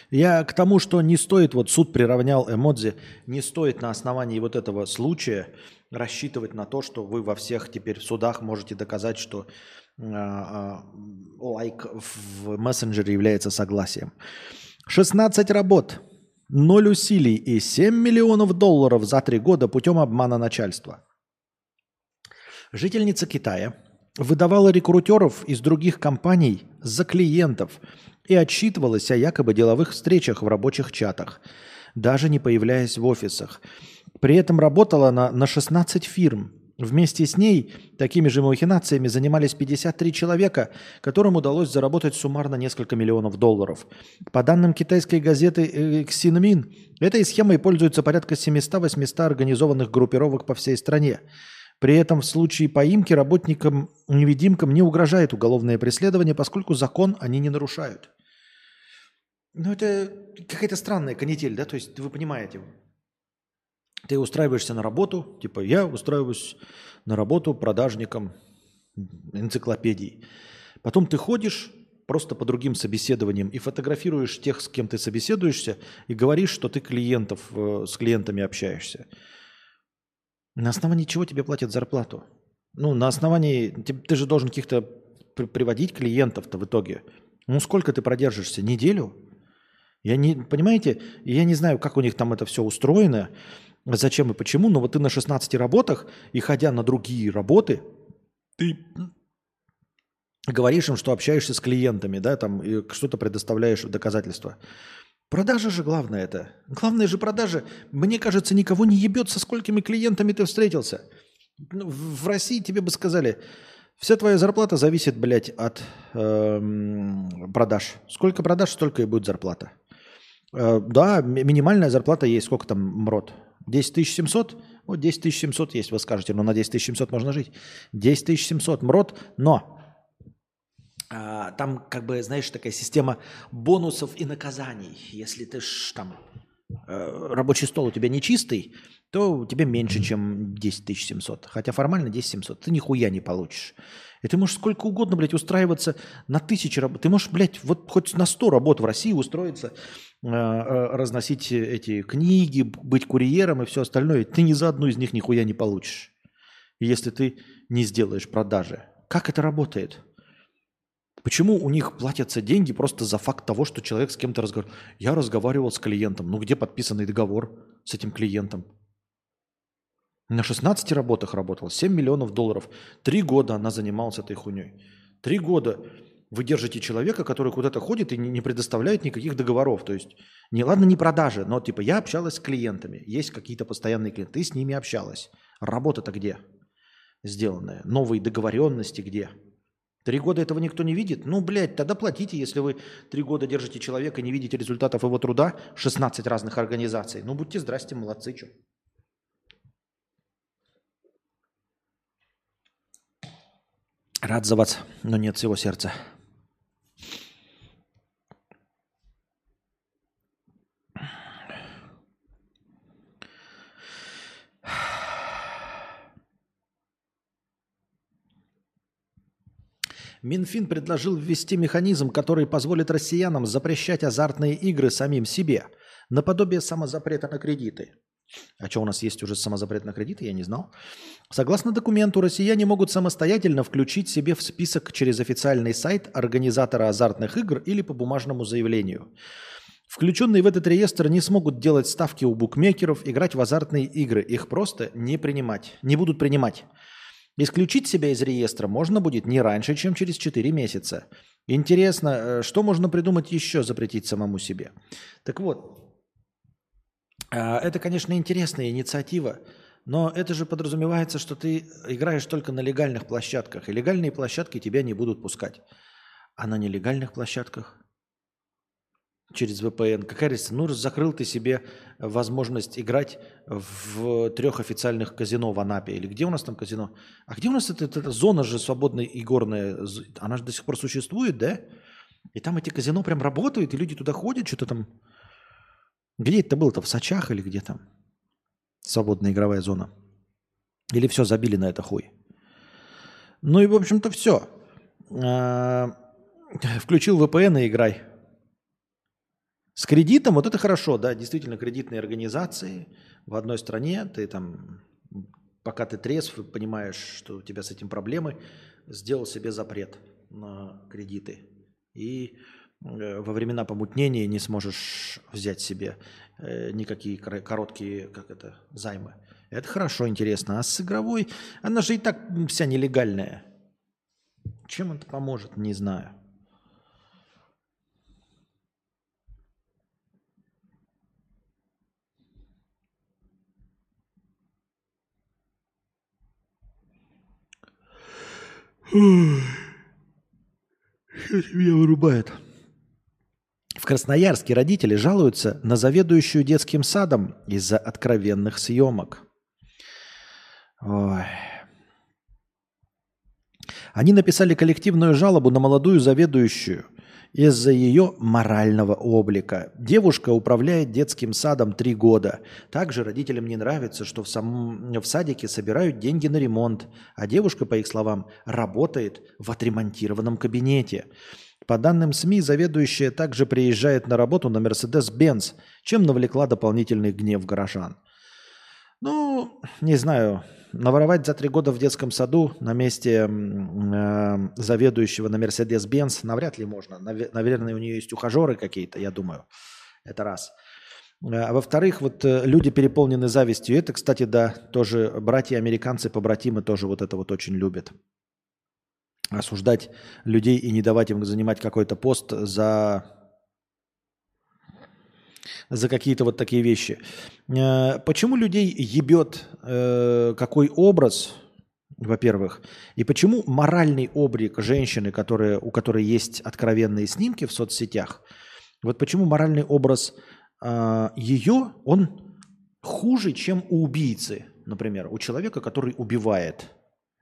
Я к тому, что не стоит, вот суд приравнял эмодзи, не стоит на основании вот этого случая рассчитывать на то, что вы во всех теперь судах можете доказать, что лайк в мессенджере является согласием. 16 работ, 0 усилий и 7 миллионов долларов за 3 года путем обмана начальства. Жительница Китая выдавала рекрутеров из других компаний за клиентов и отчитывалась о якобы деловых встречах в рабочих чатах, даже не появляясь в офисах. При этом работала она на 16 фирм. Вместе с ней такими же махинациями занимались 53 человека, которым удалось заработать суммарно несколько миллионов долларов. По данным китайской газеты «Ксинмин», этой схемой пользуются порядка 700-800 организованных группировок по всей стране. При этом в случае поимки работникам-невидимкам не угрожает уголовное преследование, поскольку закон они не нарушают. Ну, это какая-то странная канитель, да? То есть вы понимаете, ты устраиваешься на работу, типа я устраиваюсь на работу продажником энциклопедий. Потом ты ходишь просто по другим собеседованиям и фотографируешь тех, с кем ты собеседуешься, и говоришь, что ты с клиентами общаешься. На основании чего тебе платят зарплату? Ну, на основании... Ты же должен каких-то приводить клиентов-то в итоге. Ну, сколько ты продержишься? Неделю? Понимаете, я не знаю, как у них там это все устроено, зачем и почему, но вот ты на 16 работах, и ходя на другие работы, ты говоришь им, что общаешься с клиентами, да, там, и что-то предоставляешь в доказательство. Продажа же главное это. Главное же продажа. Мне кажется, никого не ебет, со сколькими клиентами ты встретился. В России тебе бы сказали, вся твоя зарплата зависит, блядь, от продаж. Сколько продаж, столько и будет зарплата. Да, минимальная зарплата есть. Сколько там МРОТ? 10 700? Вот 10 700 есть, вы скажете, но на 10 700 можно жить. 10 700 МРОТ, но там, как бы, знаешь, такая система бонусов и наказаний. Если ты там рабочий стол у тебя нечистый, то тебе меньше, чем 10 700. Хотя формально 10 700. Ты нихуя не получишь. И ты можешь сколько угодно, блядь, устраиваться на 1000 работ. Ты можешь, блядь, вот хоть на 100 работ в России устроиться, разносить эти книги, быть курьером и все остальное. Ты ни за одну из них нихуя не получишь, если ты не сделаешь продажи. Как это работает? Почему у них платятся деньги просто за факт того, что человек с кем-то разговаривал? Я разговаривал с клиентом. Ну где подписанный договор с этим клиентом? На 16 работах работал, 7 миллионов долларов. 3 года она занималась этой хуйней. 3 года вы держите человека, который куда-то ходит и не предоставляет никаких договоров. То есть, ладно, не продажи, но типа я общалась с клиентами. Есть какие-то постоянные клиенты. Ты с ними общалась. Работа-то где сделанная? Новые договоренности где? 3 года этого никто не видит? Ну, блядь, тогда платите, если вы 3 года держите человека и не видите результатов его труда, 16 разных организаций. Ну, будьте здрасте, молодцы, чё. Рад за вас, но нет всего сердца. Минфин предложил ввести механизм, который позволит россиянам запрещать азартные игры самим себе, наподобие самозапрета на кредиты. А что у нас есть уже самозапрет на кредиты, я не знал. Согласно документу, россияне могут самостоятельно включить себе в список через официальный сайт организатора азартных игр или по бумажному заявлению. Включенные в этот реестр не смогут делать ставки у букмекеров, играть в азартные игры. Их просто не будут принимать. Исключить себя из реестра можно будет не раньше, чем через 4 месяца. Интересно, что можно придумать еще запретить самому себе? Так вот, это, конечно, интересная инициатива, но это же подразумевается, что ты играешь только на легальных площадках, и легальные площадки тебя не будут пускать. А на нелегальных площадках через VPN, какая разница? Ну, закрыл ты себе возможность играть в 3 официальных казино в Анапе. Или где у нас там казино? А где у нас эта зона же свободная игорная? Она же до сих пор существует, да? И там эти казино прям работают, и люди туда ходят, что-то там... Где это было-то? В Сочах или где там? Свободная игровая зона. Или все, забили на это хуй. Ну и, в общем-то, все. Включил VPN и играй. С кредитом вот это хорошо, да, действительно кредитные организации в одной стране, ты там, пока ты трезв и понимаешь, что у тебя с этим проблемы, сделал себе запрет на кредиты. И во времена помутнения не сможешь взять себе никакие короткие, как это, займы. Это хорошо, интересно. А с игровой, она же и так вся нелегальная. Чем это поможет, не знаю. Меня вырубает. В Красноярске родители жалуются на заведующую детским садом из-за откровенных съемок. Ой. Они написали коллективную жалобу на молодую заведующую из-за ее морального облика. Девушка управляет детским садом 3 года. Также родителям не нравится, что в садике собирают деньги на ремонт, а девушка, по их словам, работает в отремонтированном кабинете. По данным СМИ, заведующая также приезжает на работу на Mercedes-Benz, чем навлекла дополнительный гнев горожан. Ну, не знаю, наворовать за 3 года в детском саду на месте заведующего на Mercedes-Benz навряд ли можно. Наверное, у нее есть ухажеры какие-то, я думаю. Это раз. А во-вторых, вот люди переполнены завистью. Это, кстати, да, тоже братья-американцы, побратимы тоже вот это вот очень любят. Осуждать людей и не давать им занимать какой-то пост за какие-то вот такие вещи. Почему людей ебет какой образ, во-первых, и почему моральный облик женщины, у которой есть откровенные снимки в соцсетях, вот почему моральный образ ее, он хуже, чем у убийцы, например, у человека, который убивает.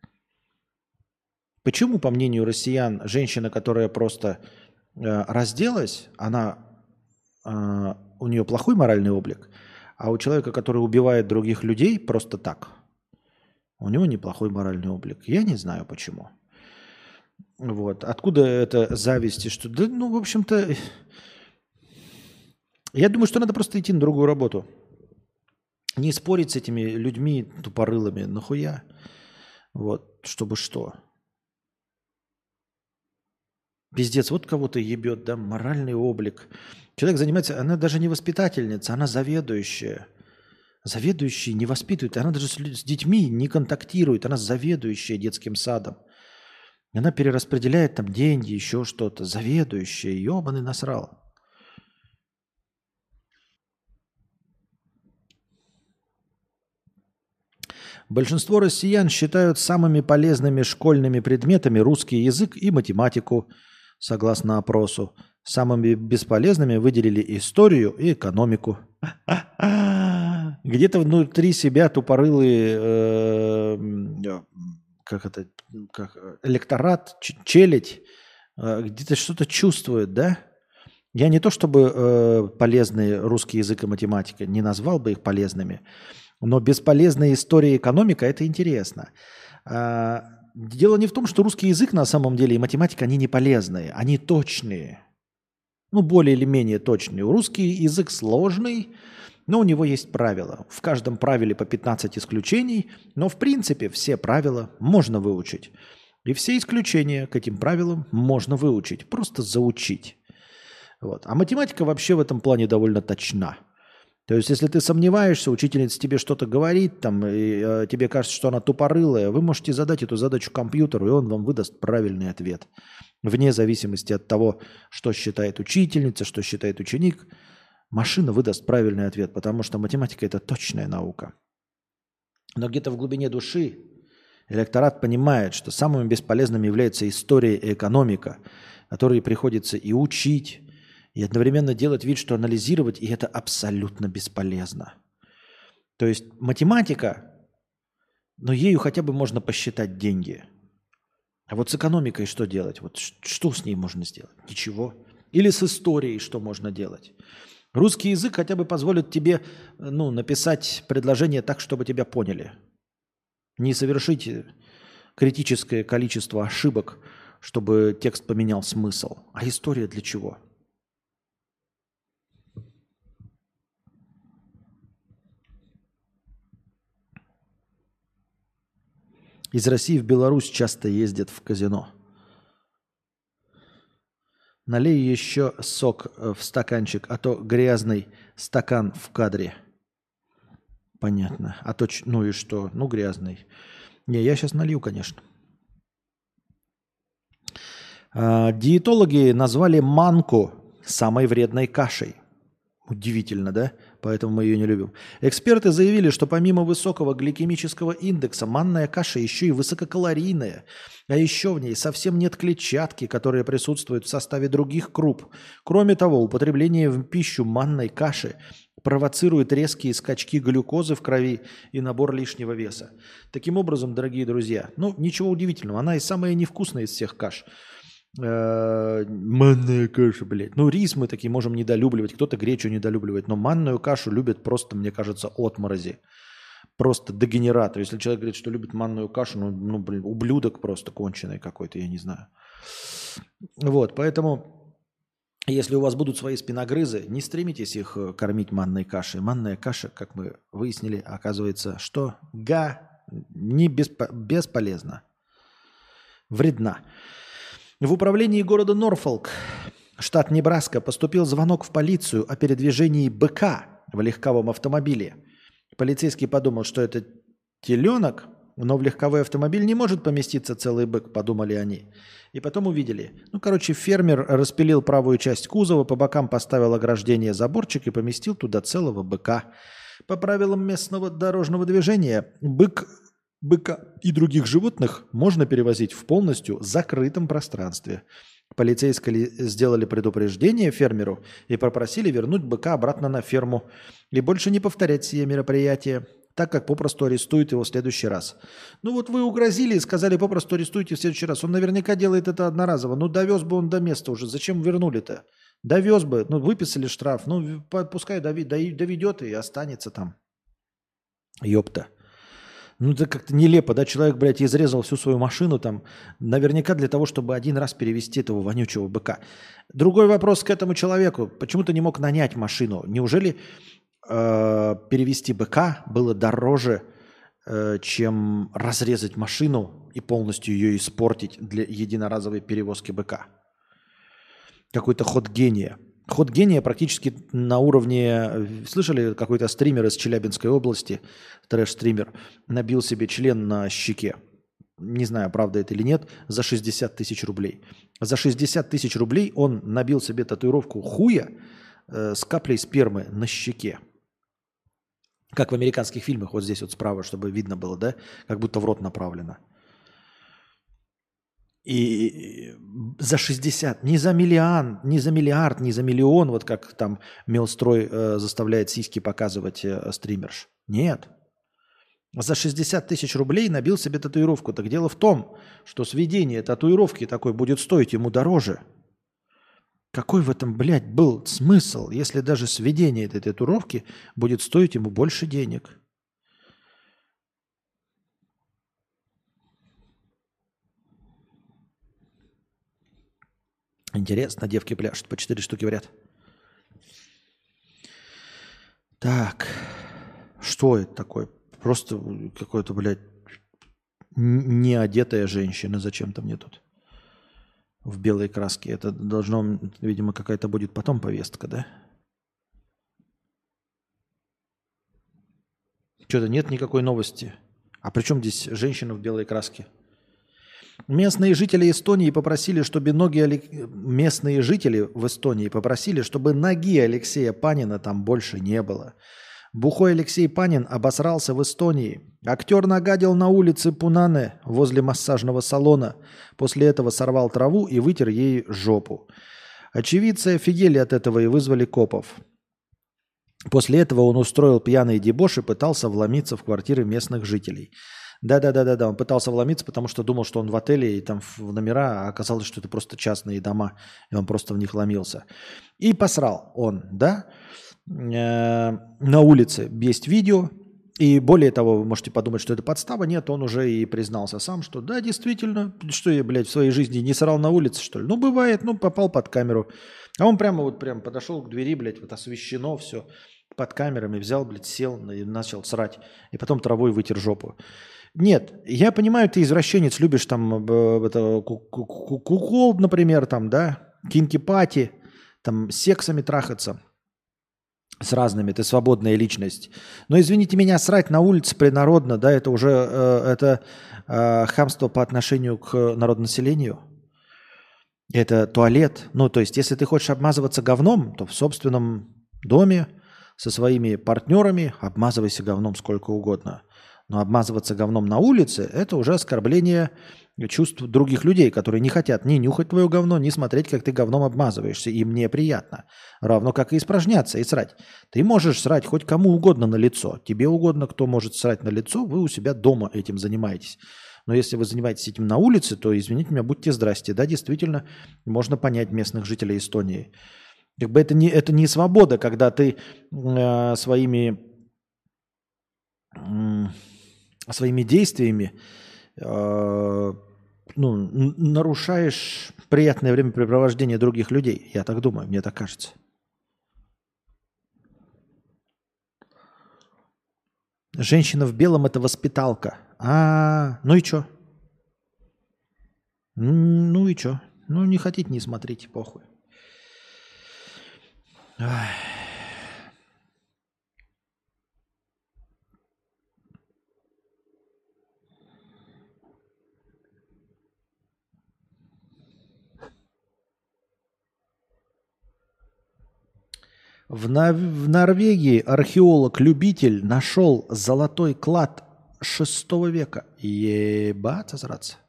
Почему, по мнению россиян, женщина, которая просто разделась, у нее плохой моральный облик, а у человека, который убивает других людей просто так, у него неплохой моральный облик? Я не знаю почему. Вот. Откуда эта зависть? И что? Да, ну, в общем-то, я думаю, что надо просто идти на другую работу. Не спорить с этими людьми тупорылыми. Нахуя? Вот. Чтобы что? Пиздец, вот кого-то ебет, да, моральный облик. Человек занимается, она даже не воспитательница, она заведующая. Заведующие не воспитывают, она даже с детьми не контактирует, она заведующая детским садом. Она перераспределяет там деньги, еще что-то. Заведующая, ебаный насрал. Большинство россиян считают самыми полезными школьными предметами русский язык и математику, согласно опросу. Самыми бесполезными выделили историю и экономику. Где-то внутри себя тупорылый электорат, челядь, где-то что-то чувствует, да? Я не то чтобы полезные русский язык и математика, не назвал бы их полезными, но бесполезная история и экономика – это интересно. Дело не в том, что русский язык на самом деле и математика, они не полезные, они точные. Ну, более или менее точные. Русский язык сложный, но у него есть правила. В каждом правиле по 15 исключений, но в принципе все правила можно выучить. И все исключения к этим правилам можно выучить, просто заучить. Вот. А математика вообще в этом плане довольно точна. То есть, если ты сомневаешься, учительница тебе что-то говорит, там, и тебе кажется, что она тупорылая, вы можете задать эту задачу компьютеру, и он вам выдаст правильный ответ. Вне зависимости от того, что считает учительница, что считает ученик, машина выдаст правильный ответ, потому что математика – это точная наука. Но где-то в глубине души электорат понимает, что самыми бесполезными являются история и экономика, которые приходится и учить, и одновременно делать вид, что анализировать, и это абсолютно бесполезно. То есть математика, но ею хотя бы можно посчитать деньги. А вот с экономикой что делать? Вот что с ней можно сделать? Ничего. Или с историей что можно делать? Русский язык хотя бы позволит тебе написать предложение так, чтобы тебя поняли. Не совершить критическое количество ошибок, чтобы текст поменял смысл. А история для чего? Из России в Беларусь часто ездят в казино. Налей еще сок в стаканчик, а то грязный стакан в кадре. Понятно. А то, ну и что? Ну, грязный. Не, я сейчас налью, конечно. Диетологи назвали манку самой вредной кашей. Удивительно, да? Поэтому мы ее не любим. Эксперты заявили, что помимо высокого гликемического индекса, манная каша еще и высококалорийная. А еще в ней совсем нет клетчатки, которая присутствует в составе других круп. Кроме того, употребление в пищу манной каши провоцирует резкие скачки глюкозы в крови и набор лишнего веса. Таким образом, дорогие друзья, ну ничего удивительного, она и самая невкусная из всех каш. Манная каша, блядь. Ну, рис мы такие можем недолюбливать, кто-то гречу недолюбливает, но манную кашу любят просто, мне кажется, отморози. Просто дегенераты. Если человек говорит, что любит манную кашу, ну блин, ублюдок просто конченый какой-то, я не знаю. Вот, поэтому, если у вас будут свои спиногрызы, не стремитесь их кормить манной кашей. Манная каша, как мы выяснили, оказывается, что бесполезна, вредна. В управлении города Норфолк, штат Небраска, поступил звонок в полицию о передвижении быка в легковом автомобиле. Полицейский подумал, что это теленок, но в легковой автомобиль не может поместиться целый бык, подумали они. И потом увидели. Фермер распилил правую часть кузова, по бокам поставил ограждение, заборчик и поместил туда целого быка. По правилам местного дорожного движения, быка и других животных можно перевозить в полностью закрытом пространстве. Полицейские сделали предупреждение фермеру и попросили вернуть быка обратно на ферму и больше не повторять сие мероприятие, так как попросту арестуют его в следующий раз. Ну вот вы угрозили и сказали, попросту арестуйте в следующий раз. Он наверняка делает это одноразово. Ну довез бы он до места уже. Зачем вернули-то? Довез бы, выписали штраф. Ну пускай доведет и останется там. Ёпта. Ну, это как-то нелепо, да? Человек, блядь, изрезал всю свою машину там, наверняка для того, чтобы один раз перевезти этого вонючего быка. Другой вопрос к этому человеку. Почему ты не мог нанять машину? Неужели перевезти быка было дороже, чем разрезать машину и полностью ее испортить для единоразовой перевозки быка? Какой-то ход гения. Ход гения практически на уровне... Слышали, какой-то стример из Челябинской области, трэш-стример, набил себе член на щеке. Не знаю, правда это или нет, за 60 тысяч рублей. За 60 тысяч рублей он набил себе татуировку хуя с каплей спермы на щеке. Как в американских фильмах, вот здесь вот справа, чтобы видно было, да? Как будто в рот направлено. И за 60, не за миллиард, не за миллион, вот как там Мелстрой заставляет сиськи показывать стримерш. Нет. За 60 тысяч рублей набил себе татуировку. Так дело в том, что сведение татуировки такой будет стоить ему дороже. Какой в этом, блядь, был смысл, если даже сведение этой татуировки будет стоить ему больше денег? Интересно, девки пляшут, по 4 штуки в ряд. Так, что это такое? Просто какой-то, блядь, неодетая женщина зачем-то мне тут в белой краске. Это должно, видимо, какая-то будет потом повестка, да? Что-то нет никакой новости. А при чем здесь женщина в белой краске? Местные жители Эстонии попросили, чтобы ноги Алексея Панина там больше не было. Бухой Алексей Панин обосрался в Эстонии. Актер нагадил на улице Пунане возле массажного салона. После этого сорвал траву и вытер ей жопу. Очевидцы офигели от этого и вызвали копов. После этого он устроил пьяный дебош и пытался вломиться в квартиры местных жителей. Да, он пытался вломиться, потому что думал, что он в отеле и там в номера, а оказалось, что это просто частные дома, и он просто в них ломился. И посрал он, да, на улице есть видео, и более того, вы можете подумать, что это подстава, нет, он уже и признался сам, что да, действительно, что я, блядь, в своей жизни не срал на улице, что ли? Ну, бывает, попал под камеру. А он прямо подошел к двери, блядь, вот освещено все, под камерами, взял, блядь, сел и начал срать, и потом травой вытер жопу. Нет, я понимаю, ты извращенец, любишь там это, кукол, например, там, да, кинки-пати, там, с сексами трахаться с разными, ты свободная личность. Но, извините меня, срать на улице принародно, да, это уже хамство по отношению к народонаселению. Это туалет. Ну, то есть, если ты хочешь обмазываться говном, то в собственном доме со своими партнерами обмазывайся говном сколько угодно. Но обмазываться говном на улице – это уже оскорбление чувств других людей, которые не хотят ни нюхать твое говно, ни смотреть, как ты говном обмазываешься. Им неприятно. Равно как и испражняться и срать. Ты можешь срать хоть кому угодно на лицо. Тебе угодно, кто может срать на лицо, вы у себя дома этим занимаетесь. Но если вы занимаетесь этим на улице, то, извините меня, будьте здрасте. Да, действительно, можно понять местных жителей Эстонии. Как бы это не свобода, когда ты своими действиями нарушаешь приятное времяпрепровождение других людей. Я так думаю, мне так кажется. Женщина в белом – это воспиталка. Ну и чё? Ну и чё? Ну не хотите, не смотрите, похуй. Ах. В Норвегии археолог-любитель нашел золотой клад VI века. Ебаться сраться.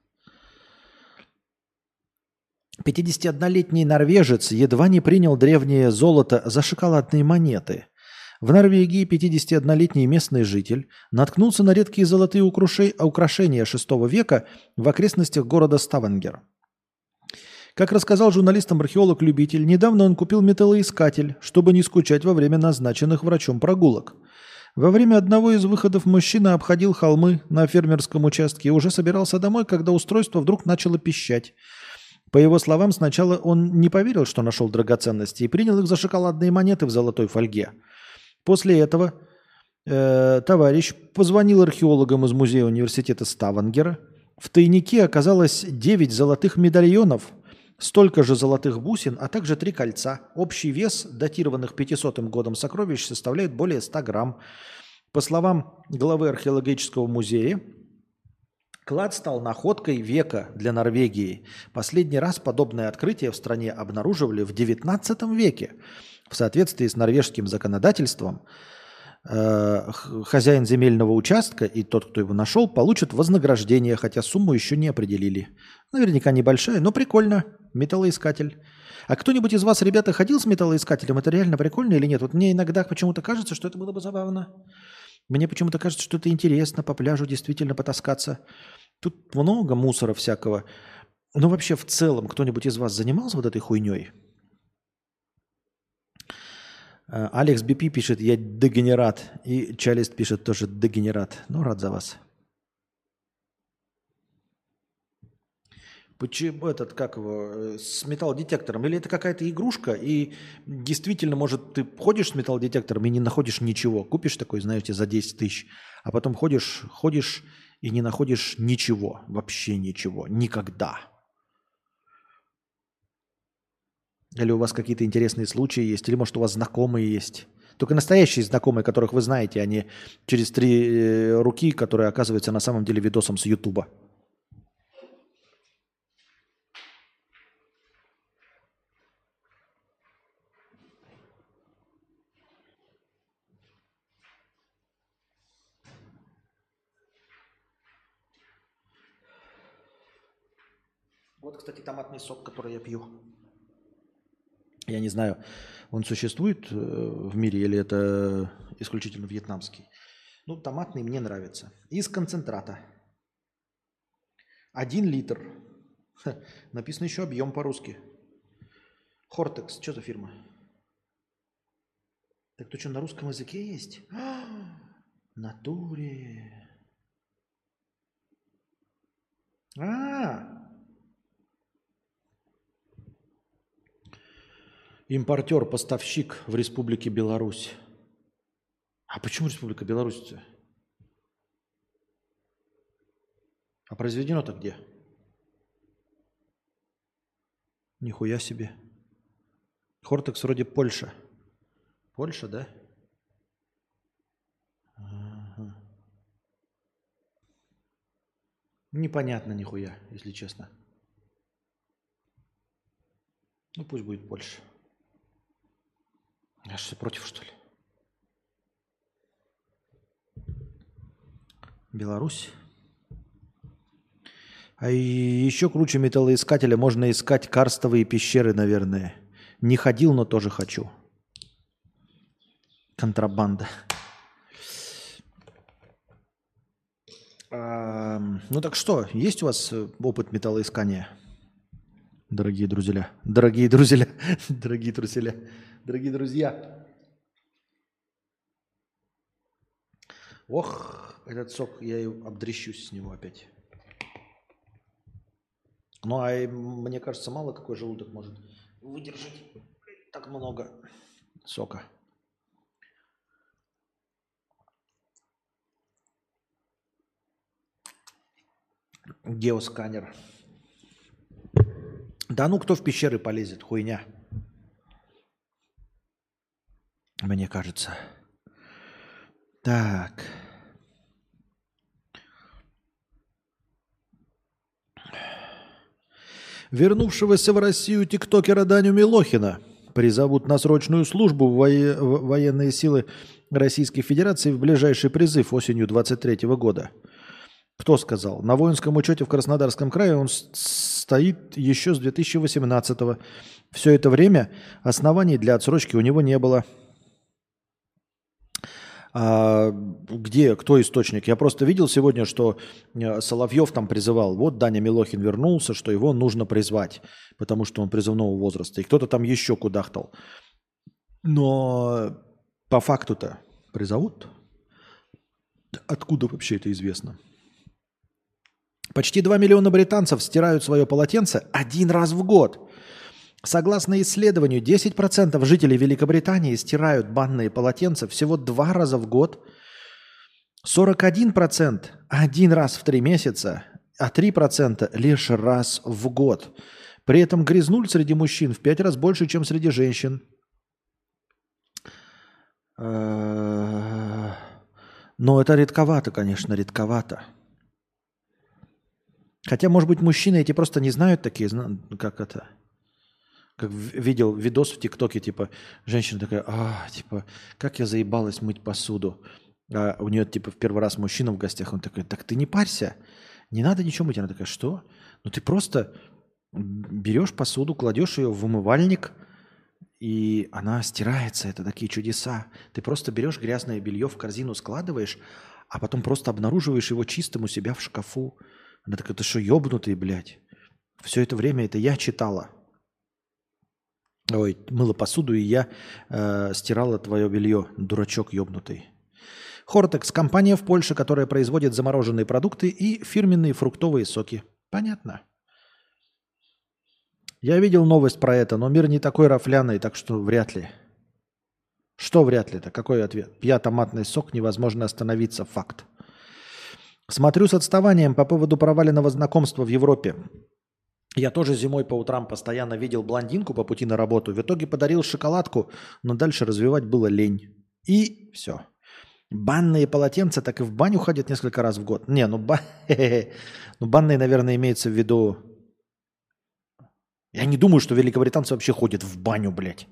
51-летний норвежец едва не принял древнее золото за шоколадные монеты. В Норвегии 51-летний местный житель наткнулся на редкие золотые украшения VI века в окрестностях города Ставангер. Как рассказал журналистам археолог-любитель, недавно он купил металлоискатель, чтобы не скучать во время назначенных врачом прогулок. Во время одного из выходов мужчина обходил холмы на фермерском участке и уже собирался домой, когда устройство вдруг начало пищать. По его словам, сначала он не поверил, что нашел драгоценности, и принял их за шоколадные монеты в золотой фольге. После этого товарищ позвонил археологам из музея университета Ставангера. В тайнике оказалось 9 золотых медальонов, столько же золотых бусин, а также 3 кольца. Общий вес датированных 500 годом сокровищ составляет более 100 грамм. По словам главы археологического музея, клад стал находкой века для Норвегии. Последний раз подобное открытие в стране обнаруживали в XIX веке. В соответствии с норвежским законодательством, хозяин земельного участка и тот, кто его нашел, получат вознаграждение, хотя сумму еще не определили. Наверняка небольшая, но прикольно. Металлоискатель. А кто-нибудь из вас, ребята, ходил с металлоискателем? Это реально прикольно или нет? Вот мне иногда почему-то кажется, что это было бы забавно. Мне почему-то кажется, что это интересно по пляжу действительно потаскаться. Тут много мусора всякого. Но вообще в целом кто-нибудь из вас занимался вот этой хуйней? Алекс БП пишет, я дегенерат. И Чалист пишет тоже дегенерат. Ну, рад за вас. Почему с металлодетектором? Или это какая-то игрушка, и действительно, может, ты ходишь с металлодетектором и не находишь ничего. Купишь такой, знаете, за 10 тысяч, а потом ходишь и не находишь ничего. Вообще ничего. Никогда. Или у вас какие-то интересные случаи есть, или, может, у вас знакомые есть. Только настоящие знакомые, которых вы знаете, а не через 3 руки, которые оказываются на самом деле видосом с Ютуба. Вот, кстати, томатный сок, который я пью. Я не знаю, он существует в мире или это исключительно вьетнамский. Ну, томатный мне нравится. Из концентрата. 1 литр. Написано еще объем по-русски. Хортекс. Что за фирма? Так то что, на русском языке есть? Натуре. Импортер, поставщик в Республике Беларусь. А почему Республика Беларусь-то? А произведено-то где? Нихуя себе. Хортекс вроде Польша. Польша, да? Ага. Непонятно нихуя, если честно. Ну пусть будет Польша. Я что, против, что ли? Беларусь. А еще круче металлоискателя можно искать карстовые пещеры, наверное. Не ходил, но тоже хочу. Контрабанда. Ну так что, есть у вас опыт металлоискания? Дорогие друзья. Дорогие друзья. Дорогие друзья. Дорогие друзья. Ох, этот сок, я и обдрещусь с него опять. Ну, а мне кажется, мало какой желудок может выдержать так много сока. Геосканер. Да ну, кто в пещеры полезет? Хуйня. Мне кажется. Так. Вернувшегося в Россию тиктокера Даню Милохина призовут на срочную службу в военные силы Российской Федерации в ближайший призыв осенью 2023 года. Кто сказал? На воинском учете в Краснодарском крае он стоит еще с 2018-го. Все это время оснований для отсрочки у него не было. Где, кто источник? Я просто видел сегодня, что Соловьев там призывал. Вот Даня Милохин вернулся, что его нужно призвать, потому что он призывного возраста. И кто-то там еще кудахтал. Но по факту-то призовут? Откуда вообще это известно? Почти 2 миллиона британцев стирают свое полотенце один раз в год. Согласно исследованию, 10% жителей Великобритании стирают банные полотенца всего 2 раза в год, 41% один раз в 3 месяца, а 3% лишь раз в год. При этом грязнуль среди мужчин в 5 раз больше, чем среди женщин. Но это редковато, конечно, редковато. Хотя, может быть, мужчины эти просто не знают такие, как это... Как видел видос в ТикТоке, типа, женщина такая, типа, как я заебалась мыть посуду. А у нее, типа, в первый раз мужчина в гостях, он такой, так ты не парься, не надо ничего мыть. Она такая, что? Ну ты просто берешь посуду, кладешь ее в умывальник, и она стирается, это такие чудеса. Ты просто берешь грязное белье в корзину, складываешь, а потом просто обнаруживаешь его чистым у себя в шкафу. Она такая, ты что, ебнутый, блядь? Все это время это я читала. Ой, мыла посуду, и я стирала твое белье, дурачок ебнутый. Хортекс – компания в Польше, которая производит замороженные продукты и фирменные фруктовые соки. Понятно. Я видел новость про это, но мир не такой рафляный, так что вряд ли. Что вряд ли-то? Какой ответ? Пья томатный сок, невозможно остановиться. Факт. Смотрю с отставанием по поводу проваленного знакомства в Европе. Я тоже зимой по утрам постоянно видел блондинку по пути на работу. В итоге подарил шоколадку, но дальше развивать было лень. И все. Банные полотенца так и в баню ходят несколько раз в год. Не, ну банные, наверное, имеется в виду... Я не думаю, что великобританцы вообще ходят в баню, блядь.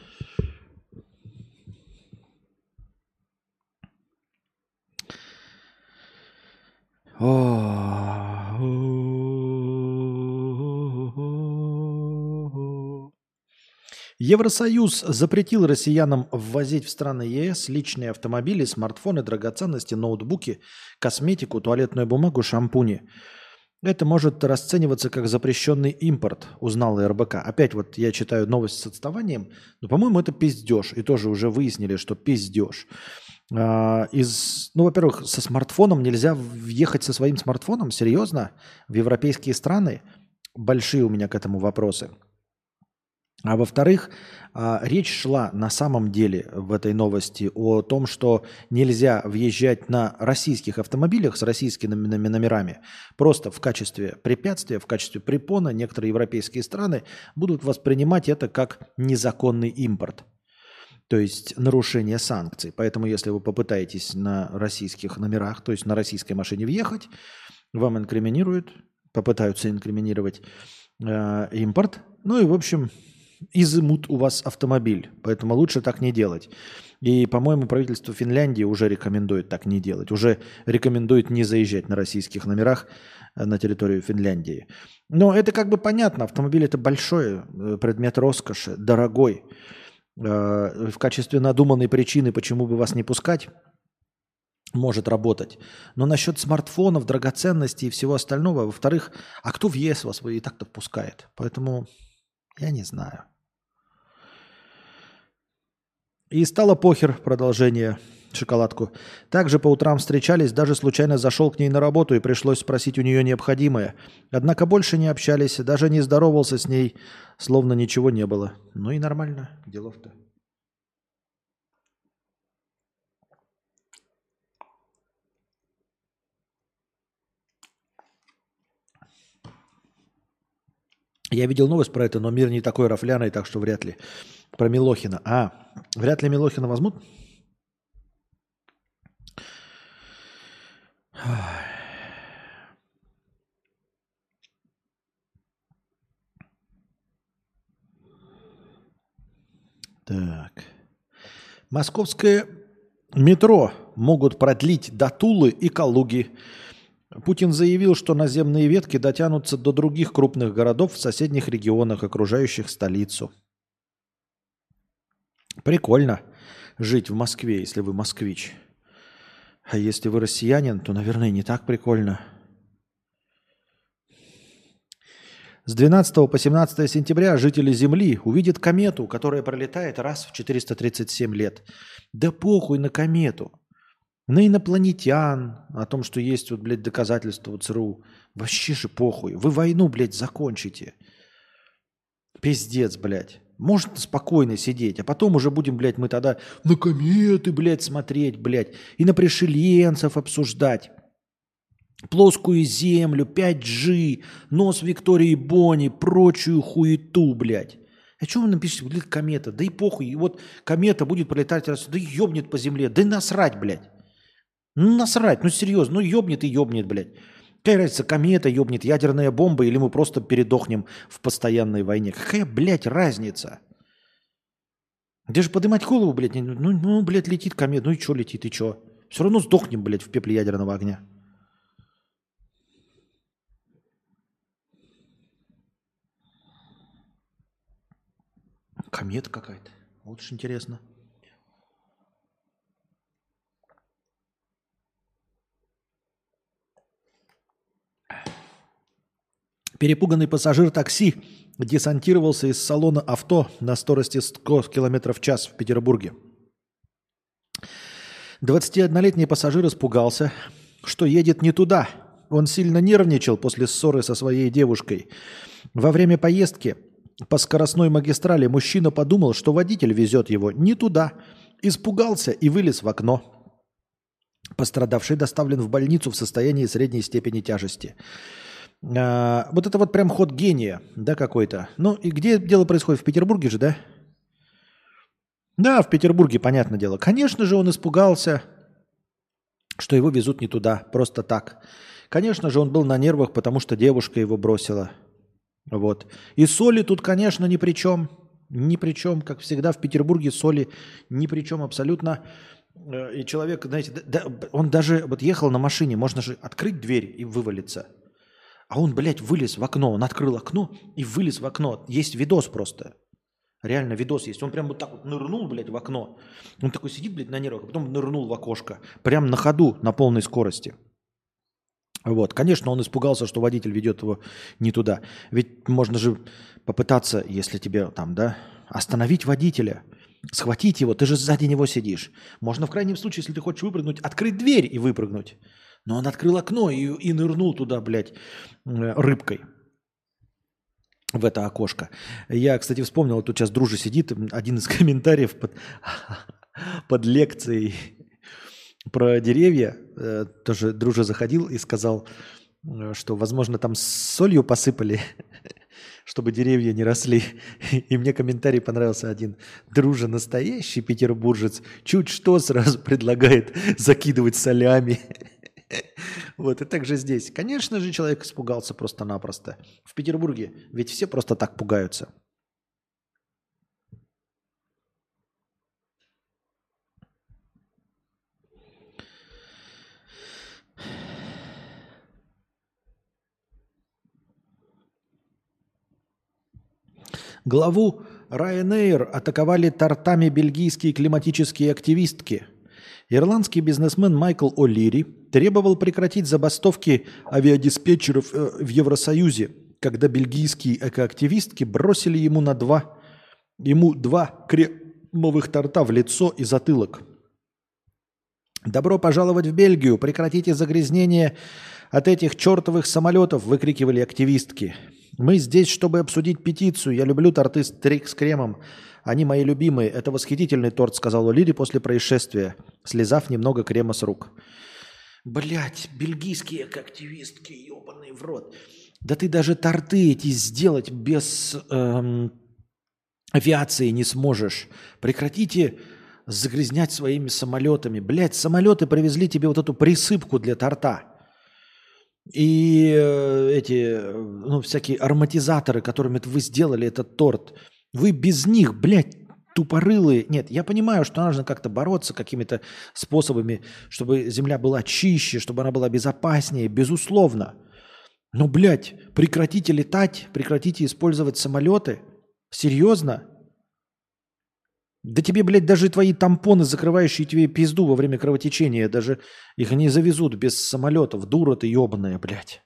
Евросоюз запретил россиянам ввозить в страны ЕС личные автомобили, смартфоны, драгоценности, ноутбуки, косметику, туалетную бумагу, шампуни. Это может расцениваться как запрещенный импорт, узнала РБК. Опять вот я читаю новость с отставанием, но, по-моему, это пиздеж. И тоже уже выяснили, что пиздеж. Во-первых, со смартфоном нельзя въехать со своим смартфоном? Серьезно? В европейские страны? Большие у меня к этому вопросы. А во-вторых, речь шла на самом деле в этой новости о том, что нельзя въезжать на российских автомобилях с российскими номерами просто в качестве препятствия, в качестве препона. Некоторые европейские страны будут воспринимать это как незаконный импорт, то есть нарушение санкций. Поэтому если вы попытаетесь на российских номерах, то есть на российской машине въехать, вам инкриминируют, попытаются инкриминировать импорт. Ну и в общем изымут у вас автомобиль. Поэтому лучше так не делать. И, по-моему, правительство Финляндии уже рекомендует так не делать. Уже рекомендует не заезжать на российских номерах на территорию Финляндии. Но это как бы понятно. Автомобиль это большой предмет роскоши, дорогой. В качестве надуманной причины, почему бы вас не пускать, может работать. Но насчет смартфонов, драгоценностей и всего остального, во-вторых, а кто в ЕС вас и так-то впускает? Поэтому я не знаю. И стало похер, продолжение, шоколадку. Также по утрам встречались, даже случайно зашел к ней на работу и пришлось спросить у нее необходимое. Однако больше не общались, даже не здоровался с ней, словно ничего не было. Ну и нормально, делов-то. Я видел новость про это, но мир не такой рафляный, так что вряд ли. Про Милохина. Вряд ли Милохина возьмут? Так. Московское метро могут продлить до Тулы и Калуги. Путин заявил, что наземные ветки дотянутся до других крупных городов в соседних регионах, окружающих столицу. Прикольно жить в Москве, если вы москвич. А если вы россиянин, то, наверное, не так прикольно. С 12 по 17 сентября жители Земли увидят комету, которая пролетает раз в 437 лет. Да похуй на комету. На инопланетян, о том, что есть вот, блядь, доказательства у ЦРУ. Вообще же похуй. Вы войну, блядь, закончите. Пиздец, блядь. Может спокойно сидеть, а потом уже будем, блядь, мы тогда на кометы, блядь, смотреть, блядь, и на пришеленцев обсуждать. Плоскую землю, 5G, нос Виктории Бони, прочую хуету, блядь. А что вы напишите, блядь, комета? Да и похуй, и вот комета будет пролетать, да ебнет по земле, да и насрать, блядь. Ну насрать, ну серьезно, ну ебнет и ебнет, блядь. Какая разница, комета ебнет, ядерная бомба, или мы просто передохнем в постоянной войне? Какая, блядь, разница? Где же поднимать голову, блядь? Ну, блядь, летит комета, ну и что летит, и что? Все равно сдохнем, блядь, в пепле ядерного огня. Комета какая-то. Вот уж интересно. Перепуганный пассажир такси десантировался из салона авто на скорости 100 км в час в Петербурге. 21-летний пассажир испугался, что едет не туда. Он сильно нервничал после ссоры со своей девушкой. Во время поездки по скоростной магистрали мужчина подумал, что водитель везет его не туда. Испугался и вылез в окно. Пострадавший доставлен в больницу в состоянии средней степени тяжести. Вот это вот прям ход гения, да, какой-то. Ну и где дело происходит? В Петербурге же, да? Да, в Петербурге, понятное дело. Конечно же, он испугался, что его везут не туда, просто так. Конечно же, он был на нервах, потому что девушка его бросила. Вот. И соли тут, конечно, ни при чем. Ни при чем. Как всегда, в Петербурге соли ни при чем абсолютно. И человек, знаете, он даже вот ехал на машине, можно же открыть дверь и вывалиться. А он, блядь, вылез в окно. Он открыл окно и вылез в окно. Есть видос просто. Реально видос есть. Он прям вот так вот нырнул, блядь, в окно. Он такой сидит, блядь, на нервах, а потом нырнул в окошко. Прям на ходу, на полной скорости. Вот. Конечно, он испугался, что водитель ведет его не туда. Ведь можно же попытаться, если тебе там, да, остановить водителя, схватить его, ты же сзади него сидишь. Можно в крайнем случае, если ты хочешь выпрыгнуть, открыть дверь и выпрыгнуть. Но он открыл окно и нырнул туда, блядь, рыбкой. в это окошко. Я, кстати, вспомнил, тут сейчас Дружа сидит, один из комментариев под лекцией про деревья, тоже Дружа заходил и сказал, что, возможно, там с солью посыпали, чтобы деревья не росли. И мне комментарий понравился один. Дружа настоящий петербуржец, чуть что сразу предлагает закидывать солями. Вот, и так же здесь. Конечно же, человек испугался просто-напросто. В Петербурге ведь все просто так пугаются. Главу Ryanair атаковали тортами бельгийские климатические активистки. Ирландский бизнесмен Майкл О'Лири требовал прекратить забастовки авиадиспетчеров в Евросоюзе, когда бельгийские экоактивистки бросили ему два кремовых торта в лицо и затылок. «Добро пожаловать в Бельгию! Прекратите загрязнение от этих чертовых самолетов!» – выкрикивали активистки. «Мы здесь, чтобы обсудить петицию. Я люблю торты с кремом. Они мои любимые. Это восхитительный торт», – сказал О'Лири после происшествия, слезав немного крема с рук. Блять, бельгийские активистки, ебаный в рот. Да ты даже торты эти сделать без авиации не сможешь. Прекратите загрязнять своими самолетами. Блять, самолеты привезли тебе вот эту присыпку для торта. И всякие ароматизаторы, которыми вы сделали этот торт. Вы без них, блядь, тупорылые. Нет, я понимаю, что нужно как-то бороться какими-то способами, чтобы земля была чище, чтобы она была безопаснее, безусловно. Но, блядь, прекратите летать, прекратите использовать самолеты. Серьезно? Да тебе, блядь, даже твои тампоны, закрывающие тебе пизду во время кровотечения, даже их не завезут без самолетов. Дура ты ебаная, блядь.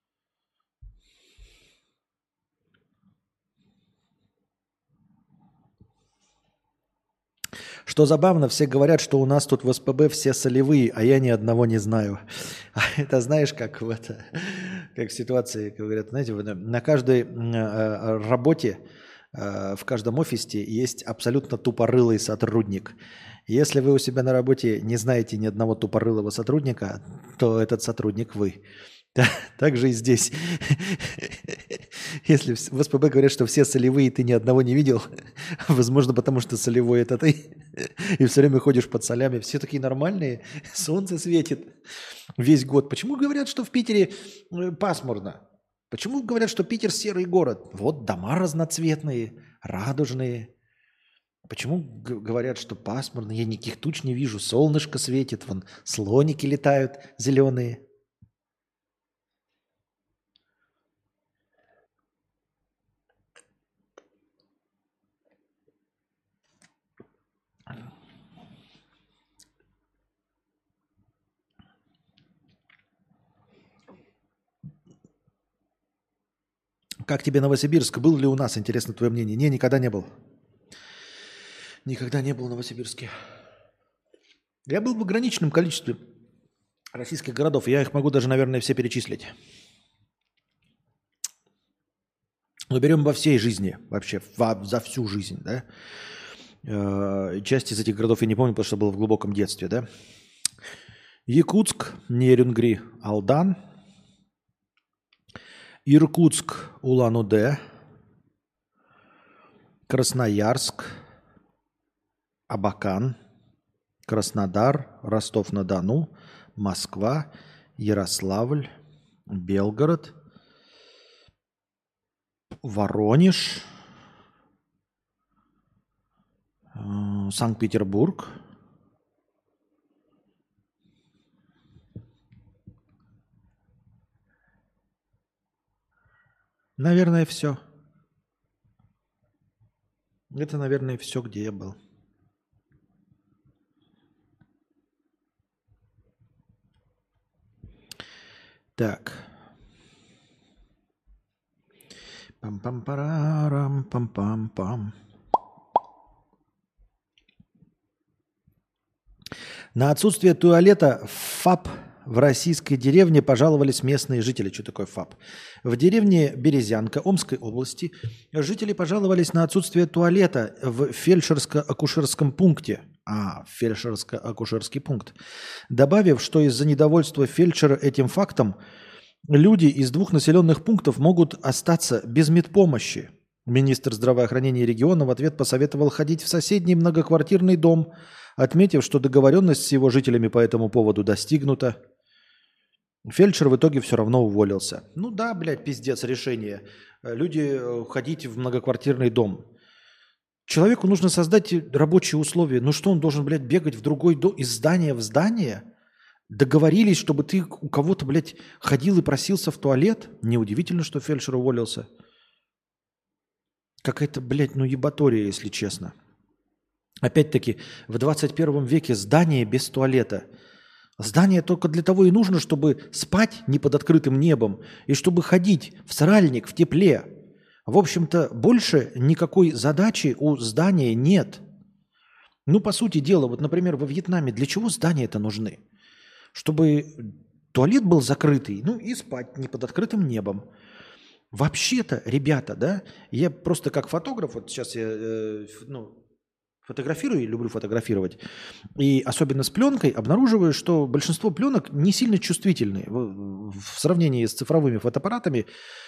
Что забавно, все говорят, что у нас тут в СПБ все солевые, а я ни одного не знаю. А это знаешь, как в ситуации, как говорят, знаете, на каждой работе, в каждом офисе есть абсолютно тупорылый сотрудник. Если вы у себя на работе не знаете ни одного тупорылого сотрудника, то этот сотрудник вы. Так же и здесь. Если в СПБ говорят, что все солевые, ты ни одного не видел, возможно, потому что солевой это ты, и все время ходишь под солями, все такие нормальные, солнце светит весь год. Почему говорят, что в Питере пасмурно? Почему говорят, что Питер серый город? Вот дома разноцветные, радужные. Почему говорят, что пасмурно? Я никаких туч не вижу, солнышко светит, вон слоники летают зеленые. Как тебе Новосибирск? Был ли у нас? Интересно твое мнение. Не, никогда не был. Никогда не был в Новосибирске. Я был в ограниченном количестве российских городов. Я их могу даже, наверное, все перечислить. Но берем во всей жизни, вообще за всю жизнь, да. Часть из этих городов я не помню, потому что был в глубоком детстве, да. Якутск, Нерюнгри, Алдан. Иркутск, Улан-Удэ, Красноярск, Абакан, Краснодар, Ростов-на-Дону, Москва, Ярославль, Белгород, Воронеж, Санкт-Петербург, наверное, все. Это, наверное, все, где я был. Так. Пам-пам-парарам, пам-пам-пам. На отсутствие туалета в ФАП В российской деревне пожаловались местные жители. Что такое ФАП? В деревне Березянка Омской области жители пожаловались на отсутствие туалета в фельдшерско-акушерском пункте. Фельдшерско-акушерский пункт. Добавив, что из-за недовольства фельдшера этим фактом люди из 2 населенных пунктов могут остаться без медпомощи. Министр здравоохранения региона в ответ посоветовал ходить в соседний многоквартирный дом, отметив, что договоренность с его жителями по этому поводу достигнута. Фельдшер в итоге все равно уволился. Ну да, блядь, пиздец, решение. Люди ходить в многоквартирный дом. Человеку нужно создать рабочие условия. Ну что, он должен, блядь, бегать в другой дом, из здания в здание? Договорились, чтобы ты у кого-то, блядь, ходил и просился в туалет? Неудивительно, что фельдшер уволился. Какая-то, блядь, ебатория, если честно. Опять-таки, в 21 веке здание без туалета. Здание только для того и нужно, чтобы спать не под открытым небом и чтобы ходить в саральник в тепле. В общем-то, больше никакой задачи у здания нет. Ну, по сути дела, вот, например, во Вьетнаме для чего здания-то нужны? Чтобы туалет был закрытый, ну и спать не под открытым небом. Вообще-то, ребята, да, я просто как фотограф, вот сейчас я фотографирую, люблю фотографировать, и особенно с пленкой обнаруживаю, что большинство пленок не сильно чувствительны. В сравнении с цифровыми фотоаппаратами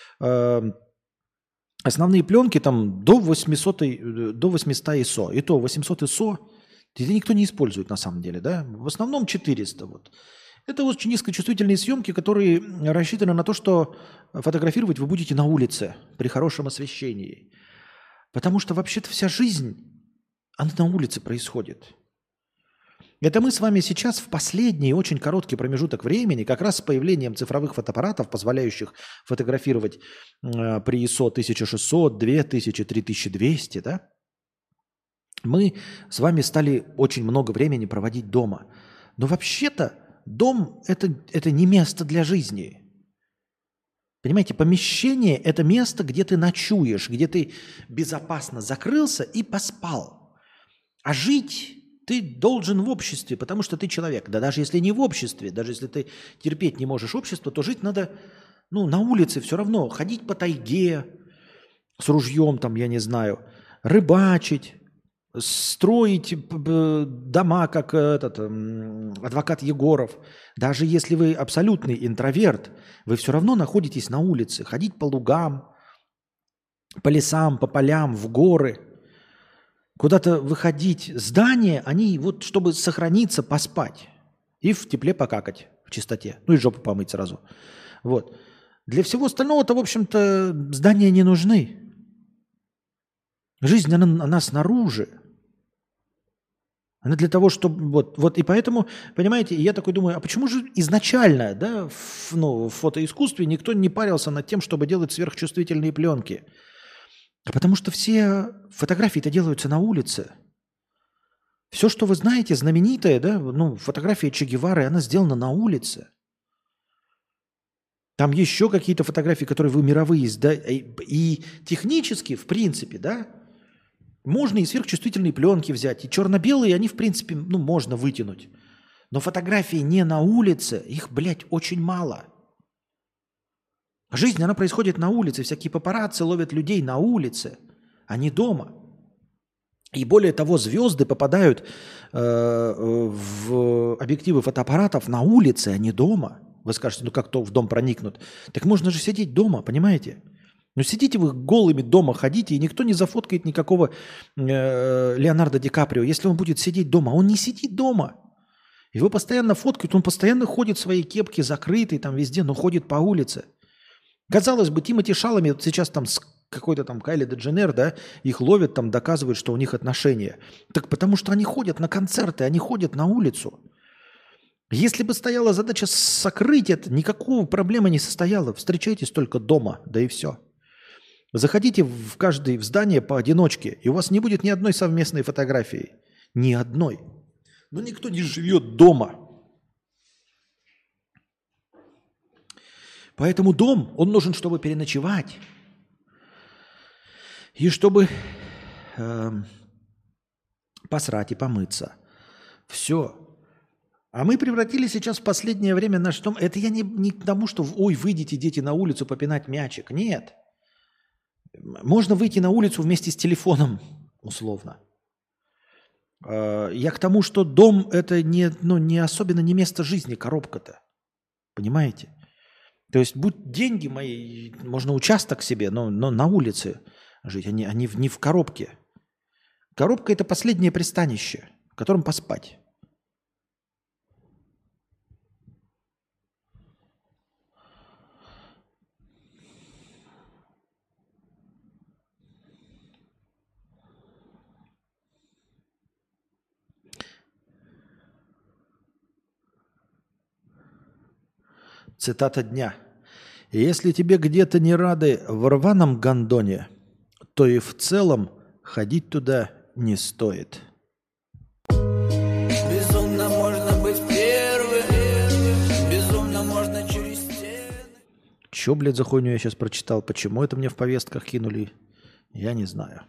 основные пленки там до 800 ISO, и то 800 ISO это никто не использует на самом деле, да, в основном 400 вот. Это очень низкочувствительные съемки, которые рассчитаны на то, что фотографировать вы будете на улице при хорошем освещении. Потому что вообще-то вся жизнь, она на улице происходит. Это мы с вами сейчас в последний очень короткий промежуток времени, как раз с появлением цифровых фотоаппаратов, позволяющих фотографировать при ISO 1600, 2000, 3200, да, мы с вами стали очень много времени проводить дома. Но вообще-то дом – это не место для жизни. Понимаете, помещение – это место, где ты ночуешь, где ты безопасно закрылся и поспал. А жить ты должен в обществе, потому что ты человек. Да даже если не в обществе, даже если ты терпеть не можешь общество, то жить надо на улице все равно. Ходить по тайге с ружьем, там, я не знаю, рыбачить, строить дома, как адвокат Егоров. Даже если вы абсолютный интроверт, вы все равно находитесь на улице. Ходить по лугам, по лесам, по полям, в горы. Куда-то выходить. Здания, они вот, чтобы сохраниться, поспать. И в тепле покакать, в чистоте. Ну и жопу помыть сразу. Вот. Для всего остального-то, в общем-то, здания не нужны. Жизнь, она снаружи. Она для того, чтобы... Вот и поэтому, понимаете, я такой думаю, а почему же изначально, да, в фотоискусстве никто не парился над тем, чтобы делать сверхчувствительные пленки? А потому что все фотографии-то делаются на улице. Все, что вы знаете, знаменитое, да, фотография Че Гевары, она сделана на улице. Там еще какие-то фотографии, которые вы мировые, да, и технически, в принципе, да, можно и сверхчувствительные пленки взять, и черно-белые, они, в принципе, можно вытянуть. Но фотографии не на улице, их, блядь, очень мало. Жизнь, она происходит на улице, всякие папарацци ловят людей на улице, а не дома. И более того, звезды попадают в объективы фотоаппаратов на улице, а не дома. Вы скажете, как то в дом проникнут? Так можно же сидеть дома, понимаете? Сидите вы голыми дома, ходите, и никто не зафоткает никакого Леонардо Ди Каприо. Если он будет сидеть дома, он не сидит дома. Его постоянно фоткают, он постоянно ходит в своей кепке, закрытый там везде, но ходит по улице. Казалось бы, Тимоти Шалами сейчас там с какой-то там Кайли де Дженнер, да, их ловят, там доказывают, что у них отношения. Так потому что они ходят на концерты, они ходят на улицу. Если бы стояла задача сокрыть это, никакого проблемы не состояло. Встречайтесь только дома, да и все. Заходите в здание поодиночке, и у вас не будет ни одной совместной фотографии. Ни одной. Но никто не живет дома. Поэтому дом, он нужен, чтобы переночевать. И чтобы посрать и помыться. Все. А мы превратили сейчас в последнее время наш дом. Это я не к тому, что ой, выйдите, дети, на улицу попинать мячик. Нет. Можно выйти на улицу вместе с телефоном, условно. Я к тому, что дом это не особенно не место жизни, коробка-то. Понимаете? То есть, будь деньги мои, можно участок себе, но на улице жить, а не в коробке. Коробка – это последнее пристанище, в котором поспать. Цитата дня. «Если тебе где-то не рады в рваном гондоне, то и в целом ходить туда не стоит». Безумно можно быть первым, безумно можно через стены. Чё, блядь, за хуйню я сейчас прочитал? Почему это мне в повестках кинули? Я не знаю.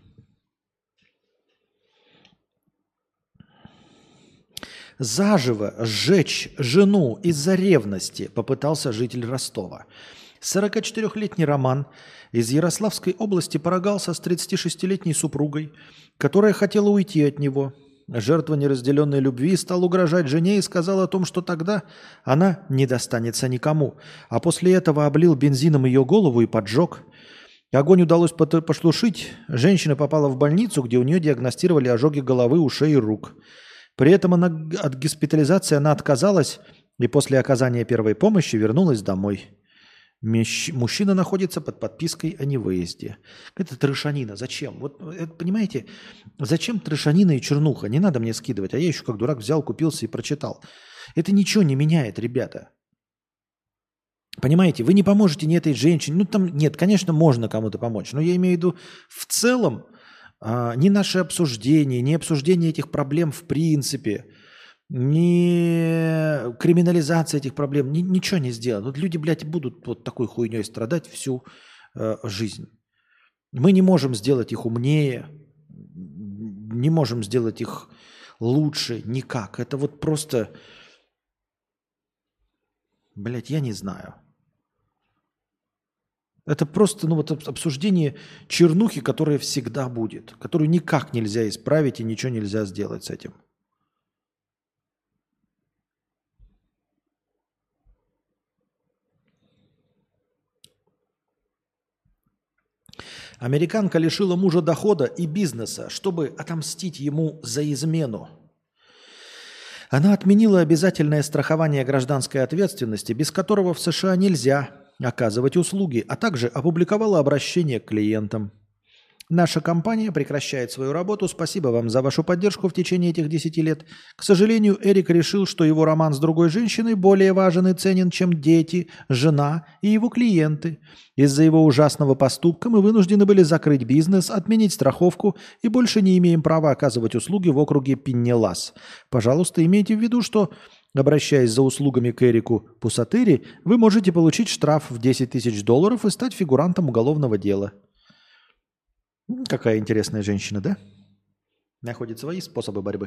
Заживо сжечь жену из-за ревности попытался житель Ростова. 44-летний Роман из Ярославской области порогался с 36-летней супругой, которая хотела уйти от него. Жертва неразделенной любви стал угрожать жене и сказал о том, что тогда она не достанется никому. А после этого облил бензином ее голову и поджег. Огонь удалось потушить. Женщина попала в больницу, где у нее диагностировали ожоги головы, ушей и рук. При этом от госпитализации она отказалась и после оказания первой помощи вернулась домой. Мужчина находится под подпиской о невыезде. Это трешанина. Зачем? Вот это, понимаете, зачем трешанина и чернуха? Не надо мне скидывать. А я еще как дурак взял, купился и прочитал. Это ничего не меняет, ребята. Понимаете, вы не поможете ни этой женщине. Ну там нет, конечно, можно кому-то помочь. Но я имею в виду в целом ни наше обсуждение, ни обсуждение этих проблем в принципе, ни криминализация этих проблем, ничего не сделано. Вот люди, блядь, будут вот такой хуйней страдать всю жизнь. Мы не можем сделать их умнее, не можем сделать их лучше никак. Это вот просто, блядь, я не знаю. Это просто обсуждение чернухи, которая всегда будет, которую никак нельзя исправить и ничего нельзя сделать с этим. Американка лишила мужа дохода и бизнеса, чтобы отомстить ему за измену. Она отменила обязательное страхование гражданской ответственности, без которого в США нельзя оказывать услуги, а также опубликовала обращение к клиентам. Наша компания прекращает свою работу. Спасибо вам за вашу поддержку в течение этих 10 лет. К сожалению, Эрик решил, что его роман с другой женщиной более важен и ценен, чем дети, жена и его клиенты. Из-за его ужасного поступка мы вынуждены были закрыть бизнес, отменить страховку и больше не имеем права оказывать услуги в округе Пиннелас. Пожалуйста, имейте в виду, что, обращаясь за услугами к Эрику Пусатыри, вы можете получить штраф в $10 тысяч и стать фигурантом уголовного дела. Какая интересная женщина, да? Находит свои способы борьбы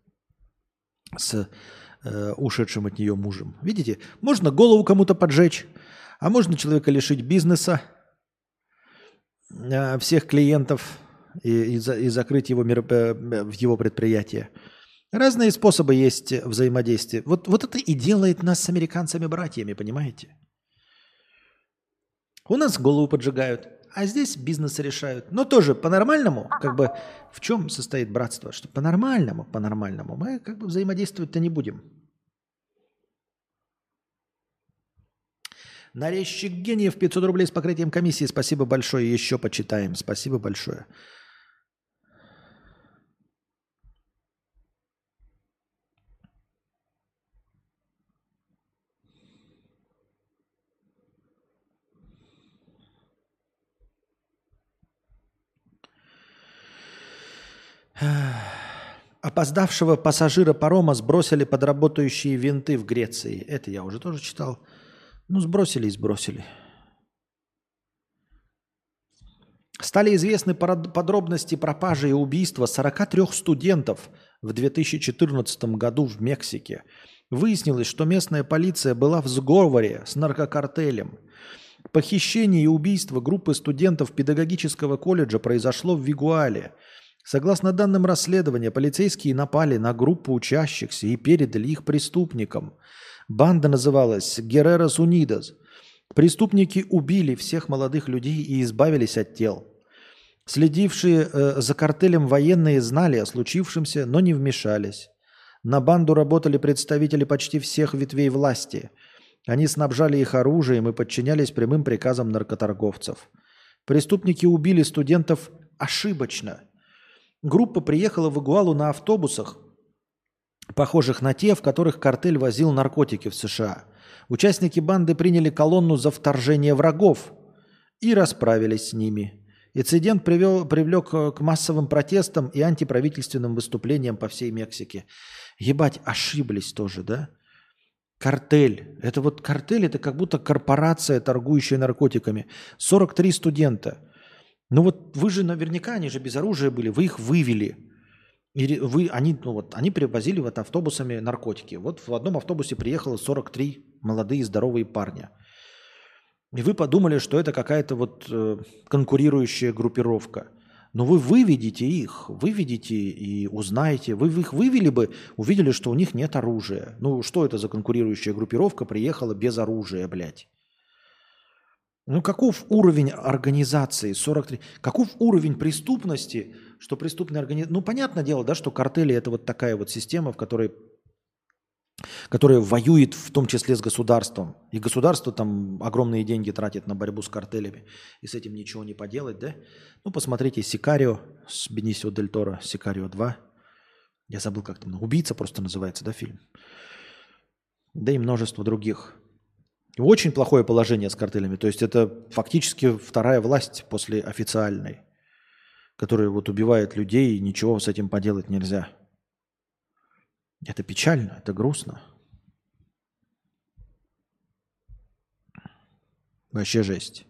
с ушедшим от нее мужем. Видите, можно голову кому-то поджечь, а можно человека лишить бизнеса, всех клиентов и закрыть его его предприятие. Разные способы есть взаимодействия. Вот это и делает нас с американцами братьями, понимаете? У нас голову поджигают, а здесь бизнес решают. Но тоже по-нормальному, как бы в чем состоит братство? Что по-нормальному мы как бы взаимодействовать-то не будем. Нарезчик гениев 500 рублей с покрытием комиссии. Спасибо большое. Еще почитаем. Спасибо большое. Опоздавшего пассажира парома сбросили под работающие винты в Греции. Это я уже тоже читал. Ну, сбросили и сбросили. Стали известны подробности пропажи и убийства 43 студентов в 2014 году в Мексике. Выяснилось, что местная полиция была в сговоре с наркокартелем. Похищение и убийство группы студентов педагогического колледжа произошло в Вигуале. Согласно данным расследования, полицейские напали на группу учащихся и передали их преступникам. Банда называлась «Guerreros Unidos». Преступники убили всех молодых людей и избавились от тел. Следившие за картелем военные знали о случившемся, но не вмешались. На банду работали представители почти всех ветвей власти. Они снабжали их оружием и подчинялись прямым приказам наркоторговцев. Преступники убили студентов ошибочно. Группа приехала в Игуалу на автобусах, похожих на те, в которых картель возил наркотики в США. Участники банды приняли колонну за вторжение врагов и расправились с ними. Инцидент привлек к массовым протестам и антиправительственным выступлениям по всей Мексике. Ебать, ошиблись тоже, да? Картель. Это вот картель, это как будто корпорация, торгующая наркотиками. 43 студента. Ну вот вы же наверняка, они же без оружия были, вы их вывели. Они привозили вот автобусами наркотики. Вот в одном автобусе приехало 43 молодые здоровые парня. И вы подумали, что это какая-то вот конкурирующая группировка. Но вы выведите и узнаете. Вы их вывели бы, увидели, что у них нет оружия. Ну что это за конкурирующая группировка приехала без оружия, блядь? Ну каков уровень организации 43? Каков уровень преступности, что преступная организация... Ну понятное дело, да, что картели это вот такая вот система, в которой которая воюет в том числе с государством. И государство там огромные деньги тратит на борьбу с картелями. И с этим ничего не поделать, да? Ну, посмотрите «Сикарио» с Бенисио Дель Торо, «Сикарио 2». Я забыл, как там. «Убийца» просто называется, да, фильм? Да и множество других. И очень плохое положение с картелями. То есть это фактически вторая власть после официальной, которая вот убивает людей, и ничего с этим поделать нельзя. Это печально, это грустно. Вообще жесть.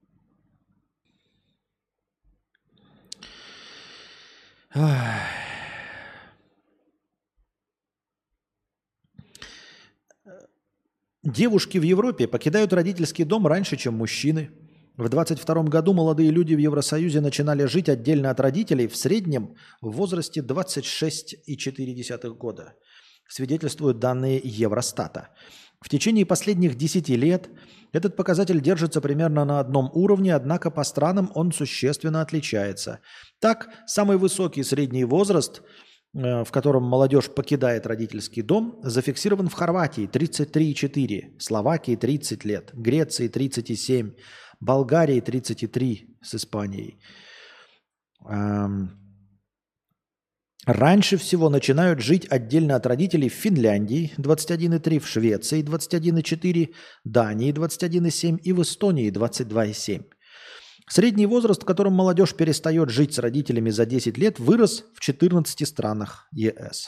Девушки в Европе покидают родительский дом раньше, чем мужчины. В 2022 году молодые люди в Евросоюзе начинали жить отдельно от родителей в среднем в возрасте 26,4 года, свидетельствуют данные Евростата. В течение последних 10 лет этот показатель держится примерно на одном уровне, однако по странам он существенно отличается. Так, самый высокий средний возраст, в котором молодежь покидает родительский дом, зафиксирован в Хорватии 33,4, Словакии 30 лет, Греции 37, Болгарии 33 с Испанией. Раньше всего начинают жить отдельно от родителей в Финляндии 21,3, в Швеции 21,4, Дании 21,7 и в Эстонии 22,7. Средний возраст, в котором молодежь перестает жить с родителями за 10 лет, вырос в 14 странах ЕС.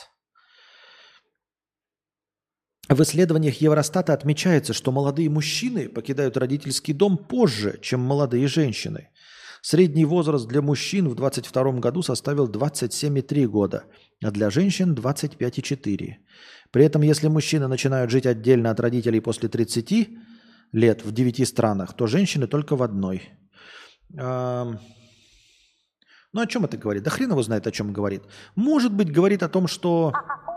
В исследованиях Евростата отмечается, что молодые мужчины покидают родительский дом позже, чем молодые женщины. Средний возраст для мужчин в 2022 году составил 27,3 года, а для женщин 25,4. При этом, если мужчины начинают жить отдельно от родителей после 30 лет в 9 странах, то женщины только в одной. Ну, о чем это говорит? Да хрен его знает, о чем говорит. Может быть, говорит о том, что...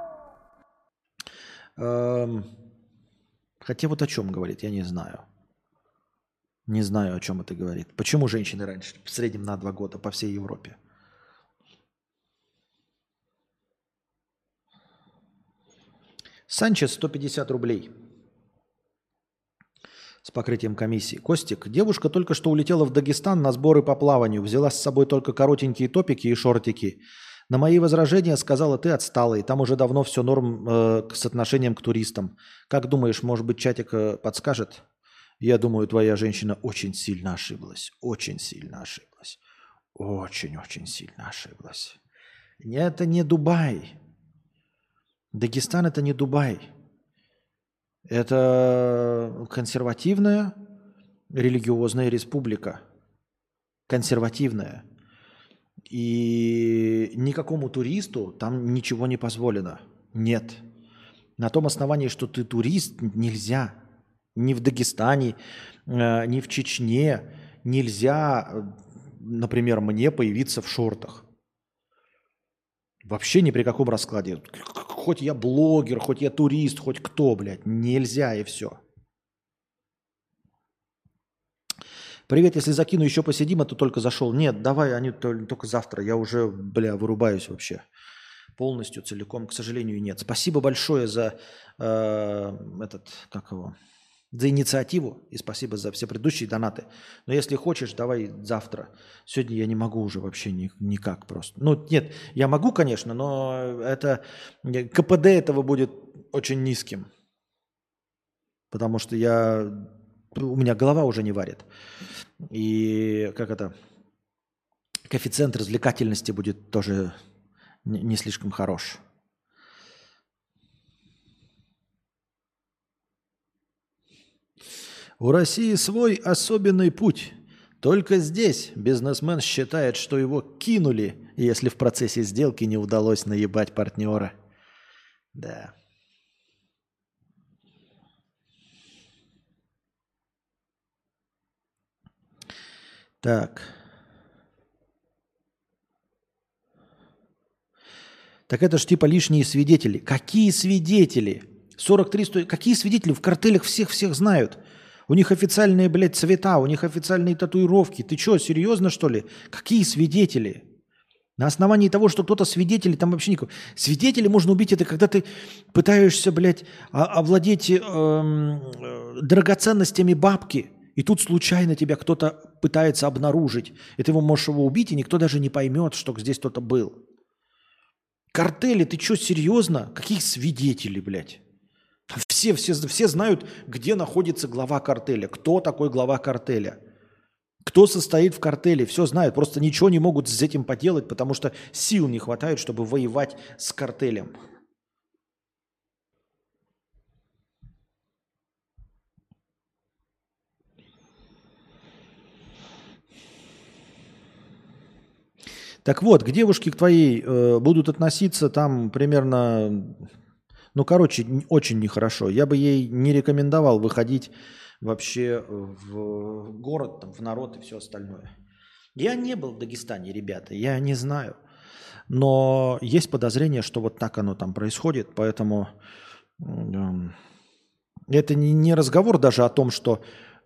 Хотя вот о чем говорит, я не знаю. Не знаю, о чем это говорит. Почему женщины раньше, в среднем на 2 года по всей Европе? Санчес 150 рублей с покрытием комиссии. Костик, девушка только что улетела в Дагестан на сборы по плаванию. Взяла с собой только коротенькие топики и шортики. На мои возражения сказала, ты отсталый. Там уже давно все норм с отношением к туристам. Как думаешь, может быть, чатик подскажет? Я думаю, твоя женщина очень сильно ошиблась. Очень сильно ошиблась. Очень-очень сильно ошиблась. Это не Дубай. Дагестан – это не Дубай. Это консервативная религиозная республика. Консервативная. И никакому туристу там ничего не позволено. Нет. На том основании, что ты турист, нельзя. Ни в Дагестане, ни в Чечне нельзя, например, мне появиться в шортах. Вообще ни при каком раскладе. Хоть я блогер, хоть я турист, хоть кто, блядь. Нельзя и все. Привет, если закину, еще посидим, а то только зашел. Нет, давай, они только завтра. Я уже, вырубаюсь вообще. Полностью, целиком, к сожалению, нет. Спасибо большое за за инициативу и спасибо за все предыдущие донаты. Но если хочешь, давай завтра. Сегодня я не могу уже вообще никак просто. Ну, нет, я могу, конечно, но это КПД этого будет очень низким. Потому что у меня голова уже не варит. И коэффициент развлекательности будет тоже не слишком хорош. У России свой особенный путь. Только здесь бизнесмен считает, что его кинули, если в процессе сделки не удалось наебать партнера. Да. Так. Так это ж типа лишние свидетели. Какие свидетели? 43 стоит. Какие свидетели? В картелях всех знают. У них официальные, блядь, цвета, у них официальные татуировки. Ты что, серьезно, что ли? Какие свидетели? На основании того, что кто-то свидетель, там вообще никакого. Свидетели можно убить, это когда ты пытаешься, блядь, овладеть драгоценностями бабки, и тут случайно тебя кто-то пытается обнаружить, и ты можешь его убить, и никто даже не поймет, что здесь кто-то был. Картели, ты что, серьезно? Каких свидетелей, блядь? Все знают, где находится глава картеля, кто такой глава картеля, кто состоит в картеле, все знают, просто ничего не могут с этим поделать, потому что сил не хватает, чтобы воевать с картелем. Так вот, к девушке к твоей будут относиться там примерно... очень нехорошо. Я бы ей не рекомендовал выходить вообще в город, там, в народ и все остальное. Я не был в Дагестане, ребята, я не знаю. Но есть подозрение, что вот так оно там происходит, поэтому это не разговор даже о том, что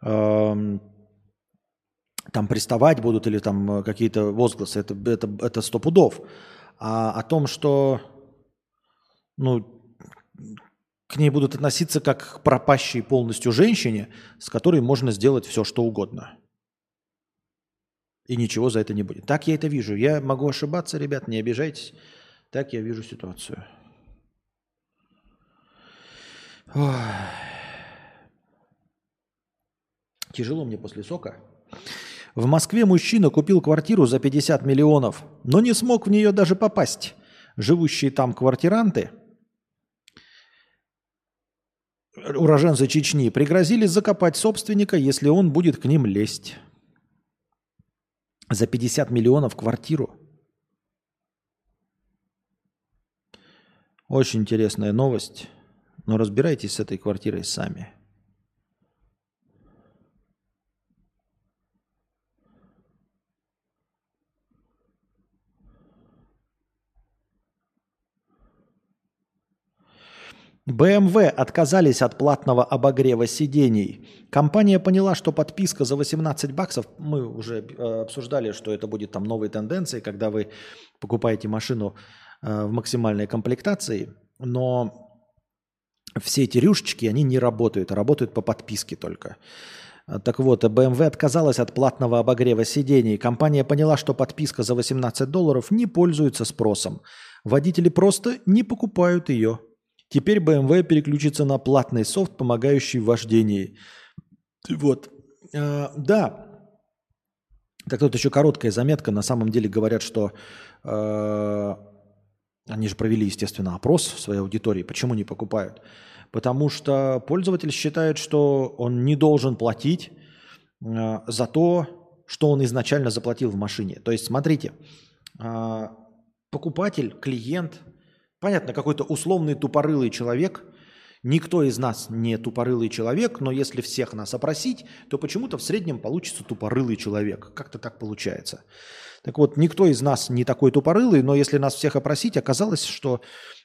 там приставать будут или там какие-то возгласы, это 100 пудов, а о том, что к ней будут относиться как к пропащей полностью женщине, с которой можно сделать все, что угодно. И ничего за это не будет. Так я это вижу. Я могу ошибаться, ребят, не обижайтесь. Так я вижу ситуацию. Ой. Тяжело мне после сока. В Москве мужчина купил квартиру за 50 миллионов, но не смог в нее даже попасть. Живущие там квартиранты, уроженцы Чечни, пригрозили закопать собственника, если он будет к ним лезть. За 50 миллионов квартиру. Очень интересная новость, но разбирайтесь с этой квартирой сами. BMW отказались от платного обогрева сидений. Компания поняла, что подписка за 18 баксов, мы уже обсуждали, что это будет там новой тенденцией, когда вы покупаете машину в максимальной комплектации, но все эти рюшечки, они не работают, а работают по подписке только. Так вот, BMW отказалась от платного обогрева сидений. Компания поняла, что подписка за $18 не пользуется спросом. Водители просто не покупают ее. Теперь BMW переключится на платный софт, помогающий в вождении. Вот. Да. Так тут еще короткая заметка. На самом деле говорят, что они же провели, естественно, опрос в своей аудитории. Почему не покупают? Потому что пользователь считает, что он не должен платить за то, что он изначально заплатил в машине. То есть, смотрите, покупатель, клиент... Понятно, какой-то условный тупорылый человек никто из нас не тупорылый человек, но если всех нас опросить, то почему-то в среднем получится тупорылый человек. Как-то так получается. Так вот, никто из нас не такой тупорылый, но если нас всех опросить, оказалось, что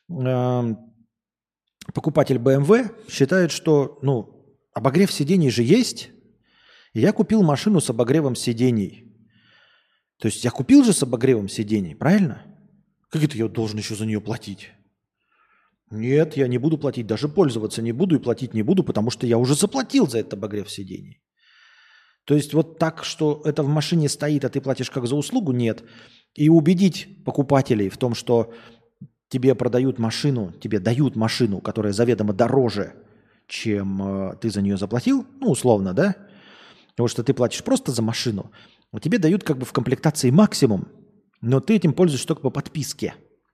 покупатель BMW считает, что обогрев сидений же есть. И я купил машину с обогревом сидений. То есть я купил же с обогревом сидений, правильно? Как это я должен еще за нее платить? Нет, я не буду платить, даже пользоваться не буду и платить не буду, потому что я уже заплатил за этот обогрев сидений. То есть вот так, что это в машине стоит, а ты платишь как за услугу, нет. И убедить покупателей в том, что тебе продают машину, тебе дают машину, которая заведомо дороже, чем ты за нее заплатил, условно, да? Потому что ты платишь просто за машину, а тебе дают как бы в комплектации максимум, но ты этим пользуешься только по подписке.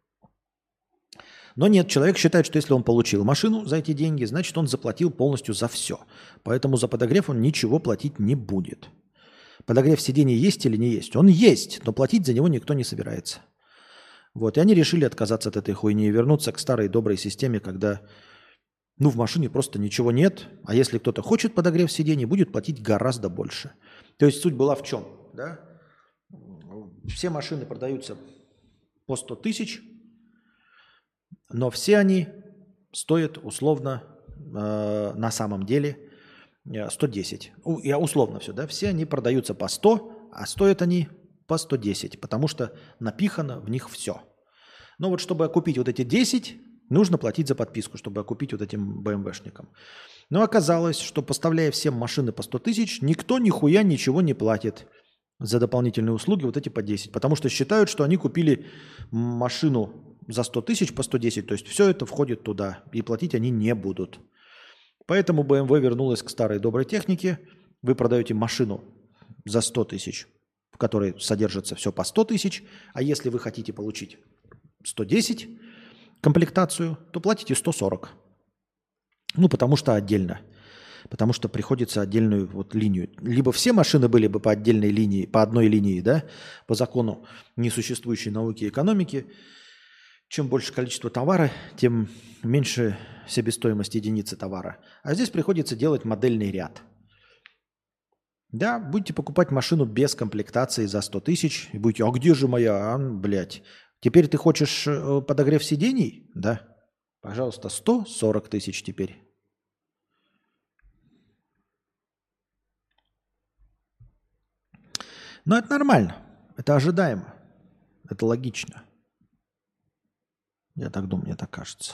Но нет, человек считает, что если он получил машину за эти деньги, значит, он заплатил полностью за все. Поэтому за подогрев он ничего платить не будет. Подогрев сидений есть или не есть? Он есть, но платить за него никто не собирается. Вот, и они решили отказаться от этой хуйни и вернуться к старой доброй системе, когда в машине просто ничего нет, а если кто-то хочет подогрев сидений, будет платить гораздо больше. То есть суть была в чем? Да? Все машины продаются по 100 тысяч, но все они стоят условно на самом деле 110. Я условно все, да? Все они продаются по 100, а стоят они по 110, потому что напихано в них все. Но вот чтобы окупить вот эти 10, нужно платить за подписку, чтобы окупить вот этим БМВшникам. Но оказалось, что поставляя всем машины по 100 тысяч, никто нихуя ничего не платит за дополнительные услуги вот эти по 10, потому что считают, что они купили машину за 100 тысяч по 110, то есть все это входит туда, и платить они не будут. Поэтому BMW вернулась к старой доброй технике. Вы продаете машину за 100 тысяч, в которой содержится все по 100 тысяч, а если вы хотите получить 110 комплектацию, то платите 140. Потому что отдельно. Потому что приходится отдельную вот линию. Либо все машины были бы по отдельной линии, по одной линии, да, по закону несуществующей науки и экономики. Чем больше количество товара, тем меньше себестоимость единицы товара. А здесь приходится делать модельный ряд. Да, будете покупать машину без комплектации за 100 тысяч, и будете, а где же моя, блядь? Теперь ты хочешь подогрев сидений? Да. Пожалуйста, 140 тысяч теперь. Но это нормально, это ожидаемо, это логично. Я так думаю, мне так кажется.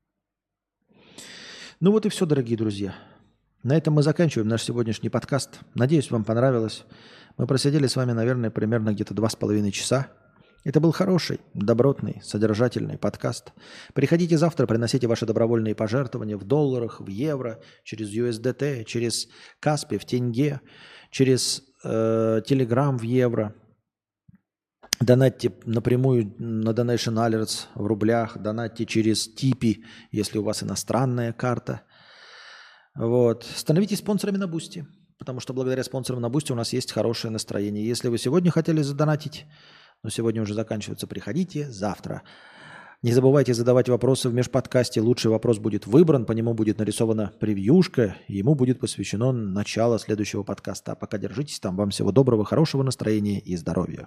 Вот и все, дорогие друзья. На этом мы заканчиваем наш сегодняшний подкаст. Надеюсь, вам понравилось. Мы просидели с вами, наверное, примерно где-то 2,5 часа. Это был хороший, добротный, содержательный подкаст. Приходите завтра, приносите ваши добровольные пожертвования в долларах, в евро, через USDT, через Каспи в тенге, через Telegram в евро. Донатьте напрямую на Donation Alerts в рублях, донатьте через Типи, если у вас иностранная карта. Вот. Становитесь спонсорами на Бусти, потому что благодаря спонсорам на Бусти у нас есть хорошее настроение. Если вы сегодня хотели задонатить, но сегодня уже заканчивается, приходите завтра. Не забывайте задавать вопросы в межподкасте. Лучший вопрос будет выбран, по нему будет нарисована превьюшка, и ему будет посвящено начало следующего подкаста. А пока держитесь там. Вам всего доброго, хорошего настроения и здоровья.